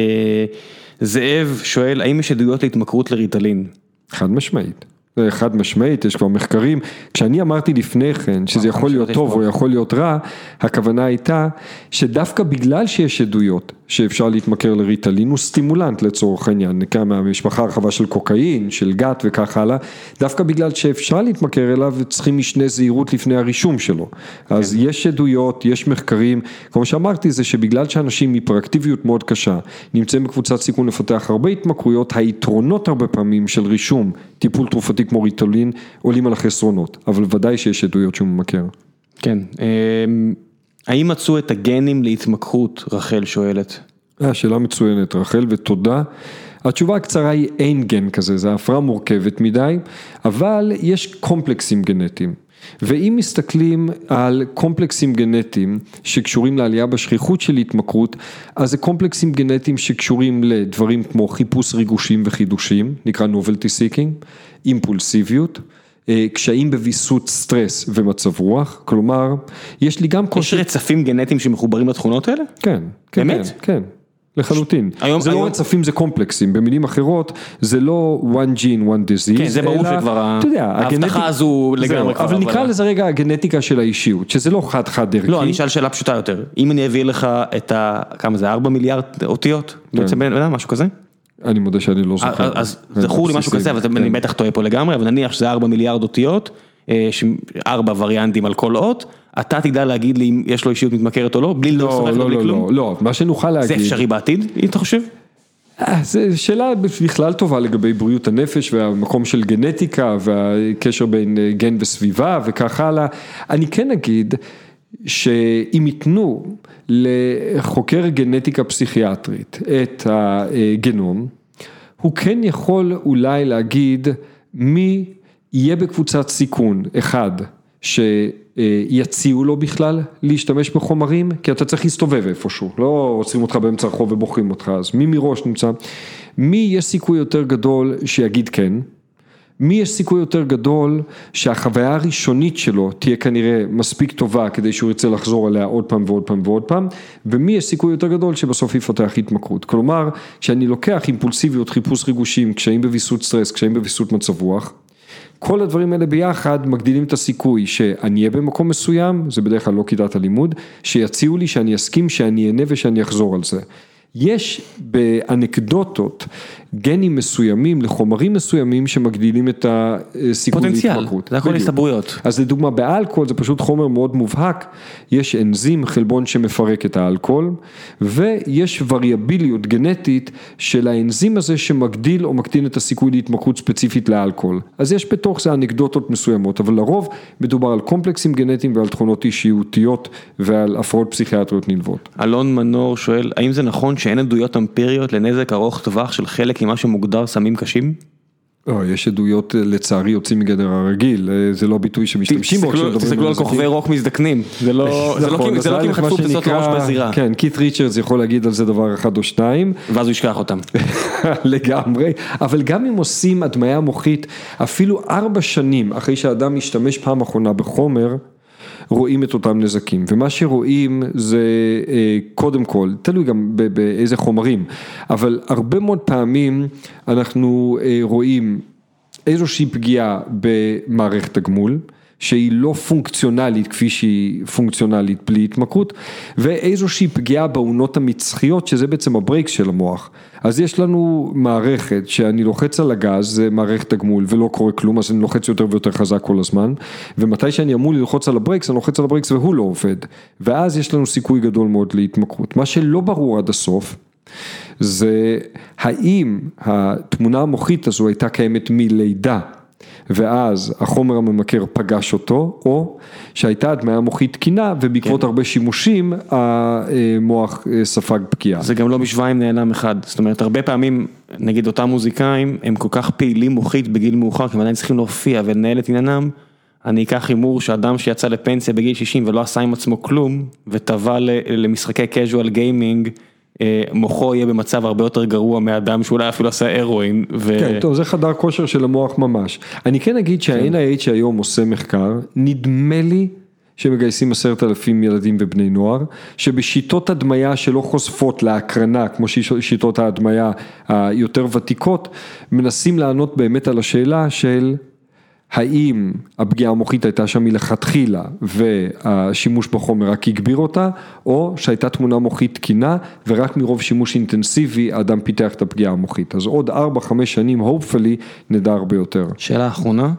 זאב שואל, האם יש עדויות להתמכרות לריטלין? חד משמעית. חד משמעית, יש כבר מחקרים. כשאני אמרתי לפני כן, שזה יכול להיות טוב או יכול להיות רע, הכוונה הייתה שדווקא בגלל שיש עדויות שאפשר להתמכר לריטלין, הוא סטימולנט לצורך העניין, נקרא מהמשפחה הרחבה של קוקאין, של גת וכך הלאה, דווקא בגלל שאפשר להתמכר אליו, צריכים משנה זהירות לפני הרישום שלו. אז יש עדויות, יש מחקרים, כמו שאמרתי זה שבגלל שאנשים היפראקטיביות מאוד קשה, נמצאים בקבוצת סיכון לפתח הרבה התמכרויות, היתרונות הרבה פעמים של רישום, טיפול תרופתי כמו ריטלין, עולים על החסרונות, אבל ודאי שיש עדויות שהוא ממכר. כן, האם מצאו את הגנים להתמכרות, רחל שואלת? שאלה מצוינת, רחל, ותודה. התשובה הקצרה היא אין גן כזה, זו הפרעה מורכבת מדי, אבל יש קומפלקסים גנטיים. ואם מסתכלים על קומפלקסים גנטיים שקשורים לעלייה בשכיחות של התמכרות, אז זה קומפלקסים גנטיים שקשורים לדברים כמו חיפוש ריגושים וחידושים, נקרא novelty seeking, אימפולסיביות, קשיים בוויסות סטרס ומצב רוח, כלומר, יש לי גם יש רצפים גנטיים שמחוברים לתכונות האלה? כן, כן, באמת? כן. לחלוטין. זה לא רצפים, זה קומפלקסים. במילים אחרות, זה לא one gene, one disease. כן, זה ברור שכבר ההבטחה הזו לגמרי כבר. אבל נקרא לזה רגע הגנטיקה של האישיות, שזה לא חד דרכי. לא, אני אשאל שאלה פשוטה יותר. אם אני אביא לך את כמה זה, 4 מיליארד אותיות? בעצם, משהו כזה? אני מודה שאני לא זוכר. אז זכור לי משהו כזה, אבל אני בטח טועה פה לגמרי, אבל נניח שזה 4 מיליארד אותיות, 4 וריאנטים על כל אות, אתה תדע להגיד לי אם יש לו אישיות מתמכרת או לא, בלי לסמך לו בלי כלום? לא, מה שנוכל להגיד. זה אפשרי בעתיד, אם אתה חושב? זו שאלה בכלל טובה לגבי בריאות הנפש והמקום של גנטיקה והקשר בין גן וסביבה וכך הלאה. אני כן אגיד שאם ייתנו לחוקר גנטיקה פסיכיאטרית את הגנום, הוא כן יכול אולי להגיד מי יהיה בקבוצת סיכון, אחד, שיציעו לו בכלל להשתמש בחומרים, כי אתה צריך להסתובב איפשהו, לא עוצרים אותך באמצע הרחוב ובוחרים אותך, אז מי מראש נמצא, מי יש סיכוי יותר גדול שיגיד כן, מי יש סיכוי יותר גדול שהחוויה הראשונית שלו תהיה כנראה מספיק טובה כדי שהוא ירצה לחזור עליה עוד פעם ועוד פעם ועוד פעם, ומי יש סיכוי יותר גדול שבסוף יפתח התמכרות. כלומר, כשאני לוקח אימפולסיביות, חיפוש ריגושים, קשיים בוויסות סטרס, קשיים בוויסות מצב רוח, כל הדברים האלה ביחד מגדילים את הסיכוי שאני אהיה במקום מסוים, זה בדרך כלל לא כיתת הלימוד, שיציעו לי שאני אסכים, שאני אענה ושאני אחזור על זה. יש באנקדוטות גנים מסוימים לחומרים מסוימים שמגדילים את הסיכוי להתמכרות. פוטנציאל, זה הכל הסתברויות. אז לדוגמה באלכוהול זה פשוט חומר מאוד מובהק, יש אנזים חלבון שמפרק את האלכוהול, ויש וריאביליות גנטית של האנזים הזה שמגדיל או מקטין את הסיכוי להתמכרות ספציפית לאלכוהול. אז יש בתוך זה אנקדוטות מסוימות, אבל לרוב מדובר על קומפלקסים גנטיים ועל תכונות אישיותיות ועל הפרעות פסיכיאטריות נלוות. אלון מנור שואל, האם זה נכון שאין עדויות אמפיריות לנזק ארוך טווח של חלק ממה שמוגדר סמים קשים? יש עדויות לצערי יוצאים מגדר הרגיל, זה לא ביטוי שמשתמשים בו. תסתכלו על כוכבי רוק מזדקנים, זה לא כי הם חטפו פצצות ראש בזירה. כן, קית' ריצ'רדס יכול להגיד על זה דבר אחד או שניים. ואז הוא ישכח אותם. לגמרי, אבל גם אם עושים הדמיה מוחית, אפילו 4 שנים אחרי שהאדם משתמש פעם אחרונה בחומר, רואים את אותם נזקים, ומה שרואים זה קודם כל, תלוי גם באיזה חומרים, אבל הרבה מאוד פעמים אנחנו רואים איזושהי פגיעה במערכת הגמול, שהיא לא פונקציונלית כפי שהיא פונקציונלית בלי התמכרות, ואיזושהי פגיעה בעונות המצחיות, שזה בעצם הברייק של המוח. אז יש לנו מערכת שאני לוחץ על הגז, זה מערכת הגמול, ולא קורה כלום, אז אני לוחץ יותר ויותר חזק כל הזמן, ומתי שאני אמור ללחוץ על הברקס, אני לוחץ על הברקס והוא לא עובד, ואז יש לנו סיכוי גדול מאוד להתמכרות. מה שלא ברור עד הסוף, זה האם התמונה המוחית הזו הייתה קיימת מלידה, ואז החומר הממכר פגש אותו, או שהייתה הדמיה מוחית תקינה, ובעקבות הרבה שימושים, המוח ספג פגיעה. זה גם לא משוואה עם נעלם אחד, זאת אומרת, הרבה פעמים, נגיד אותם מוזיקאים, הם כל כך פעילים מוחית בגיל מאוחר, כי הם עדיין צריכים להופיע ולנהל את עניינם, אני אקח הימור שאדם שיצא לפנסיה בגיל 60, ולא עשה עם עצמו כלום, וטבע למשחקי casual gaming, מוחו יהיה במצב הרבה יותר גרוע מאדם שאולי אפילו עשה הרואין. כן, טוב, זה חדר כושר של המוח ממש. אני כן אגיד שה-NIH שהיום עושה מחקר, נדמה לי שמגייסים 10,000 ילדים ובני נוער, שבשיטות הדמיה שלא חושפות להקרנה, כמו שיטות ההדמיה היותר ותיקות, מנסים לענות באמת על השאלה של האם הפגיעה המוחית הייתה שם מלכתחילה והשימוש בחומר רק הגביר אותה, או שהייתה תמונה מוחית תקינה ורק מרוב שימוש אינטנסיבי האדם פיתח את הפגיעה המוחית. אז עוד 4-5 שנים, hopefully, נדע הרבה יותר. שאלה אחרונה,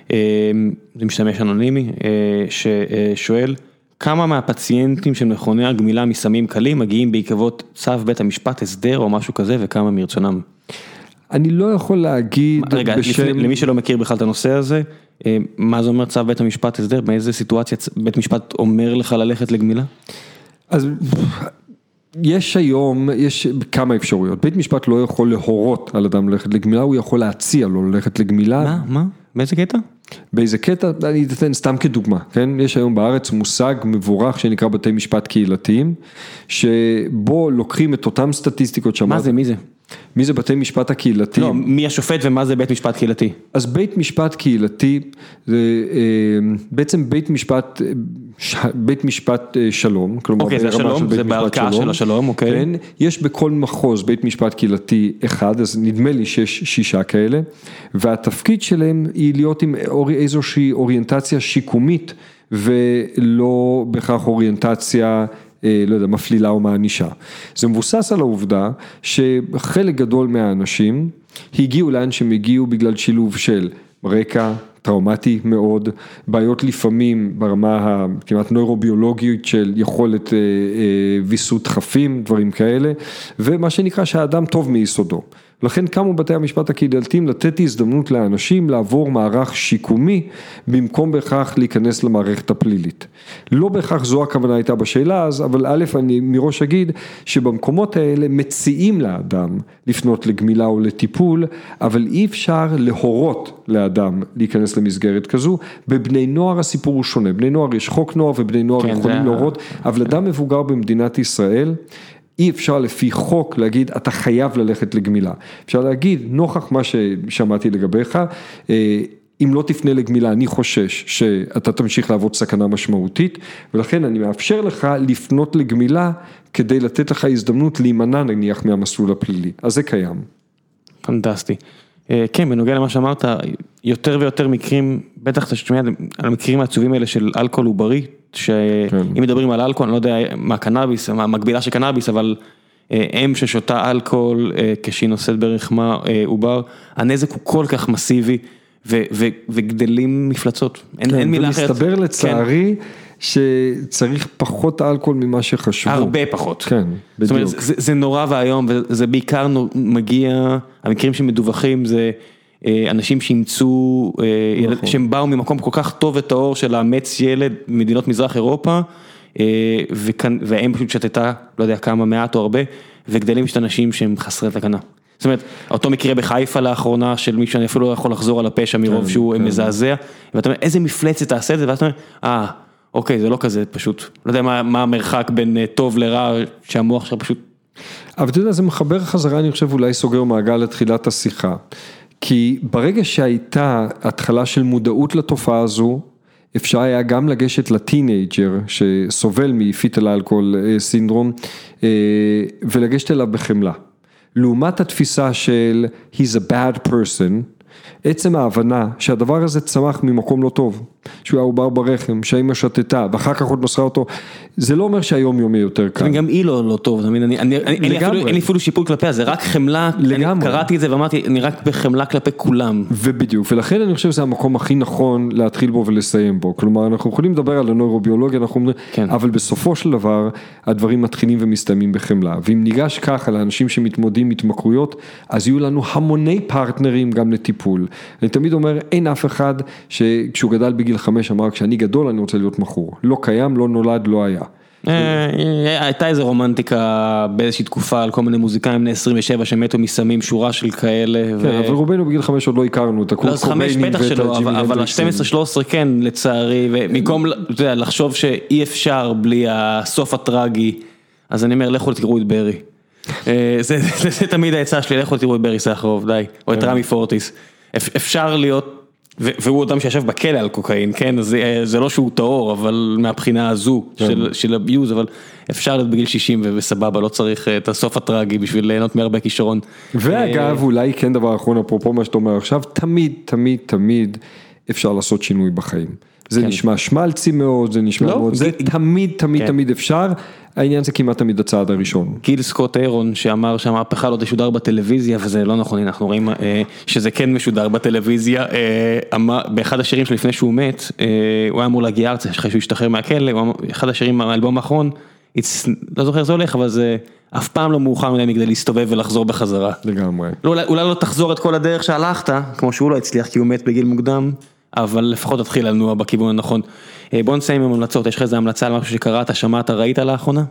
זה משתמש אנונימי, ששואל, כמה מהפציינטים של מכוני הגמילה מסמים קלים מגיעים בעקבות צו בית המשפט הסדר או משהו כזה, וכמה מרצונם? אני לא יכול להגיד רגע, בשם... למי שלא מכיר בכלל את הנושא הזה, מה זה אומר צו בית המשפט הסדר? באיזה סיטואציה בית משפט אומר לך ללכת לגמילה? אז יש היום, יש כמה אפשרויות. בית משפט לא יכול להורות על אדם ללכת לגמילה, הוא יכול להציע לו ללכת לגמילה. מה? באיזה קטע? באיזה קטע, אני אתן סתם כדוגמה, כן? יש היום בארץ מושג מבורך שנקרא בתי משפט קהילתיים, שבו לוקחים את אותם סטטיסטיקות שאמרת. מה זה? מי זה? מי זה בתי משפט הקהילתיים? לא, מי השופט ומה זה בית משפט קהילתי? אז בית משפט קהילתי זה בעצם בית משפט שלום, כלומר אוקיי, זה השלום, זה בערכאה של השלום, אוקיי. כן, יש בכל מחוז בית משפט קהילתי אחד, אז נדמה לי שיש 6 כאלה, והתפקיד שלהם היא להיות עם איזושהי אוריינטציה שיקומית, ולא בכך אוריינטציה לא יודע, מפלילה או מענישה. זה מבוסס על העובדה שחלק גדול מהאנשים הגיעו לאן שהם הגיעו בגלל שילוב של רקע טראומטי מאוד, בעיות לפעמים ברמה כמעט נוירוביולוגית של יכולת ויסות דחפים, דברים כאלה, ומה שנקרא שהאדם טוב מיסודו. לכן קמו בתי המשפט הקהילתיים לתת הזדמנות לאנשים לעבור מערך שיקומי, במקום בהכרח להיכנס למערכת הפלילית. לא בהכרח זו הכוונה הייתה בשאלה אז, אבל א', אני מראש אגיד שבמקומות האלה מציעים לאדם לפנות לגמילה או לטיפול, אבל אי אפשר להורות לאדם להיכנס למסגרת כזו. בבני נוער הסיפור הוא שונה, בני נוער יש חוק נוער ובני נוער יכולים להורות, אבל אדם מבוגר במדינת ישראל, אי אפשר לפי חוק להגיד, אתה חייב ללכת לגמילה. אפשר להגיד, נוכח מה ששמעתי לגביך, אם לא תפנה לגמילה, אני חושש שאתה תמשיך לעבוד סכנה משמעותית, ולכן אני מאפשר לך לפנות לגמילה, כדי לתת לך הזדמנות להימנע נניח מהמסלול הפלילי. אז זה קיים. פנטסטי. כן, בנוגע למה שאמרת, יותר ויותר מקרים, בטח אתה שומע על המקרים העצובים האלה של אלכוהול עוברי, שאם מדברים על אלכוהול, אני לא יודע מה קנאביס, מה המקבילה של קנאביס, אבל אם ששותה אלכוהול כשהיא נושאת ברחמה עובר, הנזק הוא כל כך מסיבי, וגדלים מפלצות, אין מילה אחרת. ומסתבר לצערי שצריך פחות אלכוהול ממה שחשבו. הרבה פחות. כן, בדיוק. זאת אומרת, זה נורא והיום, וזה בעיקר מגיע, המקרים שמדווחים זה אנשים שימצאו, שהם באו ממקום כל כך טוב וטהור של לאמץ ילד במדינות מזרח אירופה, והם פשוט שתתה, לא יודע כמה, מעט או הרבה, וגדלים של אנשים שהם חסרי תקנה. זאת אומרת, אותו מקרה בחיפה לאחרונה, של מי שאני אפילו לא יכול לחזור על הפשע מרוב שהוא מזעזע, ואתה אומר, איזה מפלצת תעשה את זה, ואתה אומר, אוקיי, זה לא כזה פשוט, לא יודע מה המרחק בין טוב לרע, שהמוח שלך פשוט... אבל אתה יודע, זה מחבר חזרה, אני חושב, אולי סוגר מעגל לתחילת השיחה, כי ברגע שהייתה התחלה של מודעות לתופעה הזו, אפשר היה גם לגשת לטינאג'ר שסובל מפיטל אלכוהול סינדרום, ולגשת אליו בחמלה. לעומת התפיסה של he's a bad person, עצם ההבנה שהדבר הזה צמח ממקום לא טוב, שהוא היה עובר ברחם, שהאמא שתתה, ואחר כך עוד נוסרה אותו, זה לא אומר שהיום יומי יותר קל. גם היא לא טוב, אין לי אפילו שיפול כלפיה, זה רק חמלה, קראתי את זה ואמרתי, אני רק בחמלה כלפי כולם. ובדיוק, ולכן אני חושב שזה המקום הכי נכון להתחיל בו ולסיים בו, כלומר אנחנו יכולים לדבר על הנוירוביולוגיה, אבל בסופו של דבר, הדברים מתחילים ומסתיימים בחמלה, ואם ניגש ככה לאנשים שמתמודדים התמכרויות, אז יהיו לנו המוני פרטנרים גם לטיפול. אני תמיד אומר, אין אף אחד שכשהוא גדל בגיל 5 אמר, כשאני גדול אני רוצה להיות מכור. לא קיים, לא נולד, לא היה. הייתה איזו רומנטיקה באיזושהי תקופה על כל מיני מוזיקאים בני 27 שמתו מסמים, שורה של כאלה. כן, אבל רובנו בגיל 5 עוד לא הכרנו את הקורס. לא, 5 בטח שלא, אבל ה-12-13 כן, לצערי, ומקום לחשוב שאי אפשר בלי הסוף הטרגי, אז אני אומר, לכו תראו את ברי. זה תמיד העצה שלי, לכו תראו את ברי סחרוף, די, או את רמי פורטיס. אפשר להיות... והוא אדם שישב בכלא על קוקאין, כן, זה לא שהוא טהור, אבל מהבחינה הזו של אביוז, אבל אפשר להיות בגיל 60 ובסבבה, לא צריך את הסוף הטרגי בשביל ליהנות מהרבה כישרון. ואגב, אולי כן דבר אחרון, אפרופו מה שאתה אומר עכשיו, תמיד אפשר לעשות שינוי בחיים. זה נשמע שמלצי מאוד, זה נשמע מאוד, זה תמיד אפשר, העניין זה כמעט תמיד הצעד הראשון. גיל סקוט אירון שאמר שהמהפכה לא תשודר בטלוויזיה, וזה לא נכון, אנחנו רואים שזה כן משודר בטלוויזיה, באחד השירים שלפני שהוא מת, הוא היה אמור להגיע ארצה, אחרי שהוא השתחרר מהכלא, אחד השירים מהאלבום האחרון, לא זוכר זה הולך, אבל זה אף פעם לא מאוחר מדי כדי להסתובב ולחזור בחזרה. לגמרי. אולי לא תחזור את כל הדרך שהלכת, כמו שהוא לא הצליח, כי הוא מת בגיל מוקדם, אבל לפחות תתחיל לנוע בכיוון הנכון. בוא נסיים עם המלצות, יש לך איזה המלצה על משהו שקראת, שמעת, ראית לאחרונה?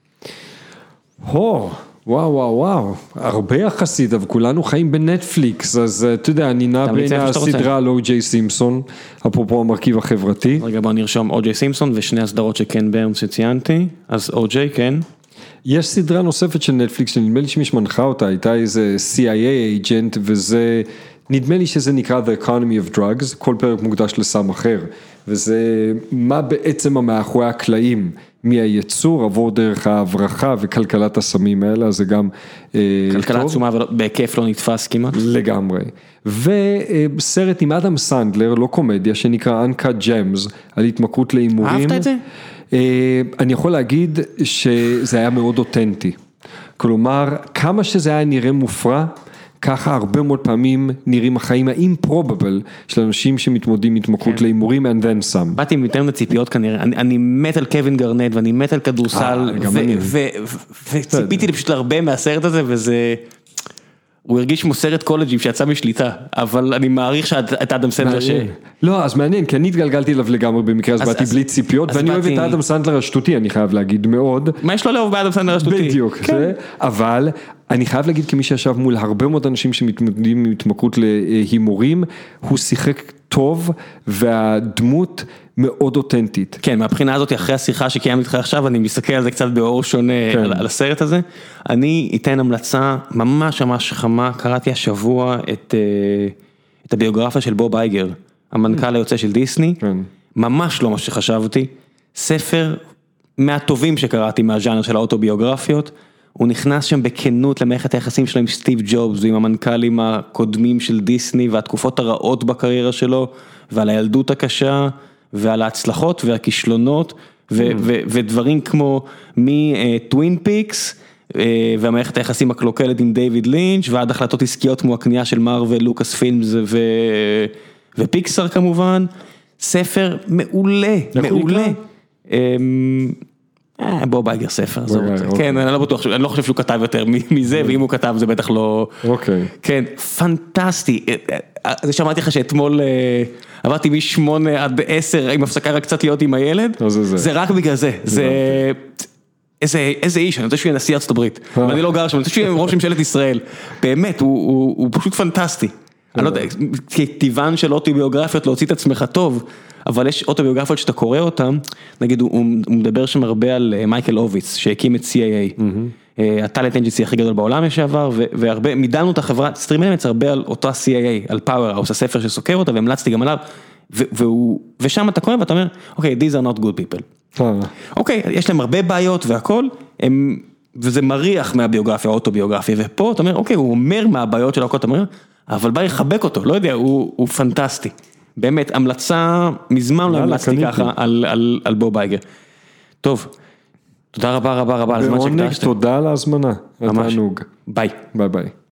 וואו, הרבה יחסית, אבל כולנו חיים בנטפליקס, אז אתה יודע, אני נע בין הסדרה על או.ג'יי סימפסון, אפרופו המרכיב החברתי. רגע, בוא נרשום או.ג'יי סימפסון ושני הסדרות שכן ברנס שציינתי, אז או.ג'יי, כן. יש סדרה נוספת של נטפליקס, שנדמה לי שמיש מנחה אותה, הייתה איזה CIA agent, וזה... נדמה לי שזה נקרא The Economy of Drugs, כל פרק מוקדש לסם אחר, וזה מה בעצם המאחורי הקלעים, מהייצור עבור דרך ההברחה וכלכלת הסמים האלה, אז זה גם כלכלת עצומה, אבל בהיקף לא נתפס כמעט. לגמרי. וסרט עם אדם סנדלר, לא קומדיה, שנקרא Uncut Gems, על התמכרות להימורים. אהבת את זה? אני יכול להגיד שזה היה מאוד אותנטי. כלומר, כמה שזה היה נראה מופרע, ככה הרבה מאוד פעמים נראים החיים האימפרובבל של אנשים שמתמודדים התמכרות להימורים and then some. באתי יותר מציפיות כנראה, אני מת על קווין גרנט ואני מת על כדורסל, וציפיתי לי פשוט להרבה מהסרט הזה, וזה... הוא הרגיש כמו סרט קולג'ים שיצא משליטה, אבל אני מעריך שאת אדם סנדלר ש... לא, אז מעניין, כי אני התגלגלתי אליו לגמרי במקרה, אז באתי בלי ציפיות, ואני אוהב את אדם סנדלר השטותי, אני חייב להגיד מאוד. מה יש לו לאהוב באדם סנדלר השטותי? בדיוק, אבל אני חייב להגיד כמי שישב מול הרבה מאוד אנשים שמתמודדים עם התמכרות להימורים, הוא שיחק טוב, והדמות מאוד אותנטית. כן, מהבחינה הזאת, אחרי השיחה שקיימת איתך עכשיו, אני מסתכל על זה קצת באור שונה על הסרט הזה. אני אתן המלצה ממש חמה, קראתי השבוע את הביוגרפיה של בוב אייגר, המנכ"ל היוצא של דיסני, ממש לא מה שחשבתי, ספר מהטובים שקראתי מהז'אנר של האוטוביוגרפיות, הוא נכנס שם בכנות למערכת היחסים שלו עם סטיב ג'ובס, ועם המנכ"לים הקודמים של דיסני, והתקופות הרעות בקריירה שלו, ועל הילדות הקשה, ועל ההצלחות והכישלונות, ודברים כמו מטווין פיקס, והמערכת היחסים הקלוקלת עם דיוויד לינץ', ועד החלטות עסקיות כמו הקנייה של מארוול, לוקאס פילמס ופיקסר כמובן, ספר מעולה, מעולה. בוב אייגר ספר, כן, אני לא בטוח, אני לא חושב שהוא כתב יותר מזה, ואם הוא כתב זה בטח לא, כן, פנטסטי, זה שמעתי לך שאתמול עברתי מ8 עד 10, עם הפסקה רק קצת להיות עם הילד, זה רק בגלל זה, איזה איש, אני רוצה שהוא יהיה נשיא ארצות הברית, ואני לא גר שם, אני רוצה שהוא יהיה ראש ממשלת ישראל, באמת, הוא פשוט פנטסטי, אני לא יודע, כטיבן של אוטוביוגרפיות להוציא את עצמך טוב, אבל יש אוטוביוגרפיות שאתה קורא אותן, נגיד הוא מדבר שם הרבה על מייקל אוביץ, שהקים את CIA, הטלנט אנג'נסי הכי גדול בעולם לשעבר, והרבה, מידלנו את החברה, סטרים אלמנטס הרבה על אותה CIA, על פאוור, הספר שסוקר אותה, והמלצתי גם עליו, ושם אתה קורא ואתה אומר, אוקיי, these are not good people. אוקיי, יש להם הרבה בעיות והכל, וזה מריח מהביוגרפיה, האוטוביוגרפיה, ופה אתה אומר, אוקיי, הוא אומר מהבעיות של הכל, אתה אומר, אבל בא יחבק אותו, לא יודע, הוא פנטסטי. באמת, המלצה, מזמן לא המלצתי ככה על בוב אייגר. טוב, תודה רבה רבה רבה על הזמן שקדשת. תודה על ההזמנה. ממש. ביי. ביי ביי.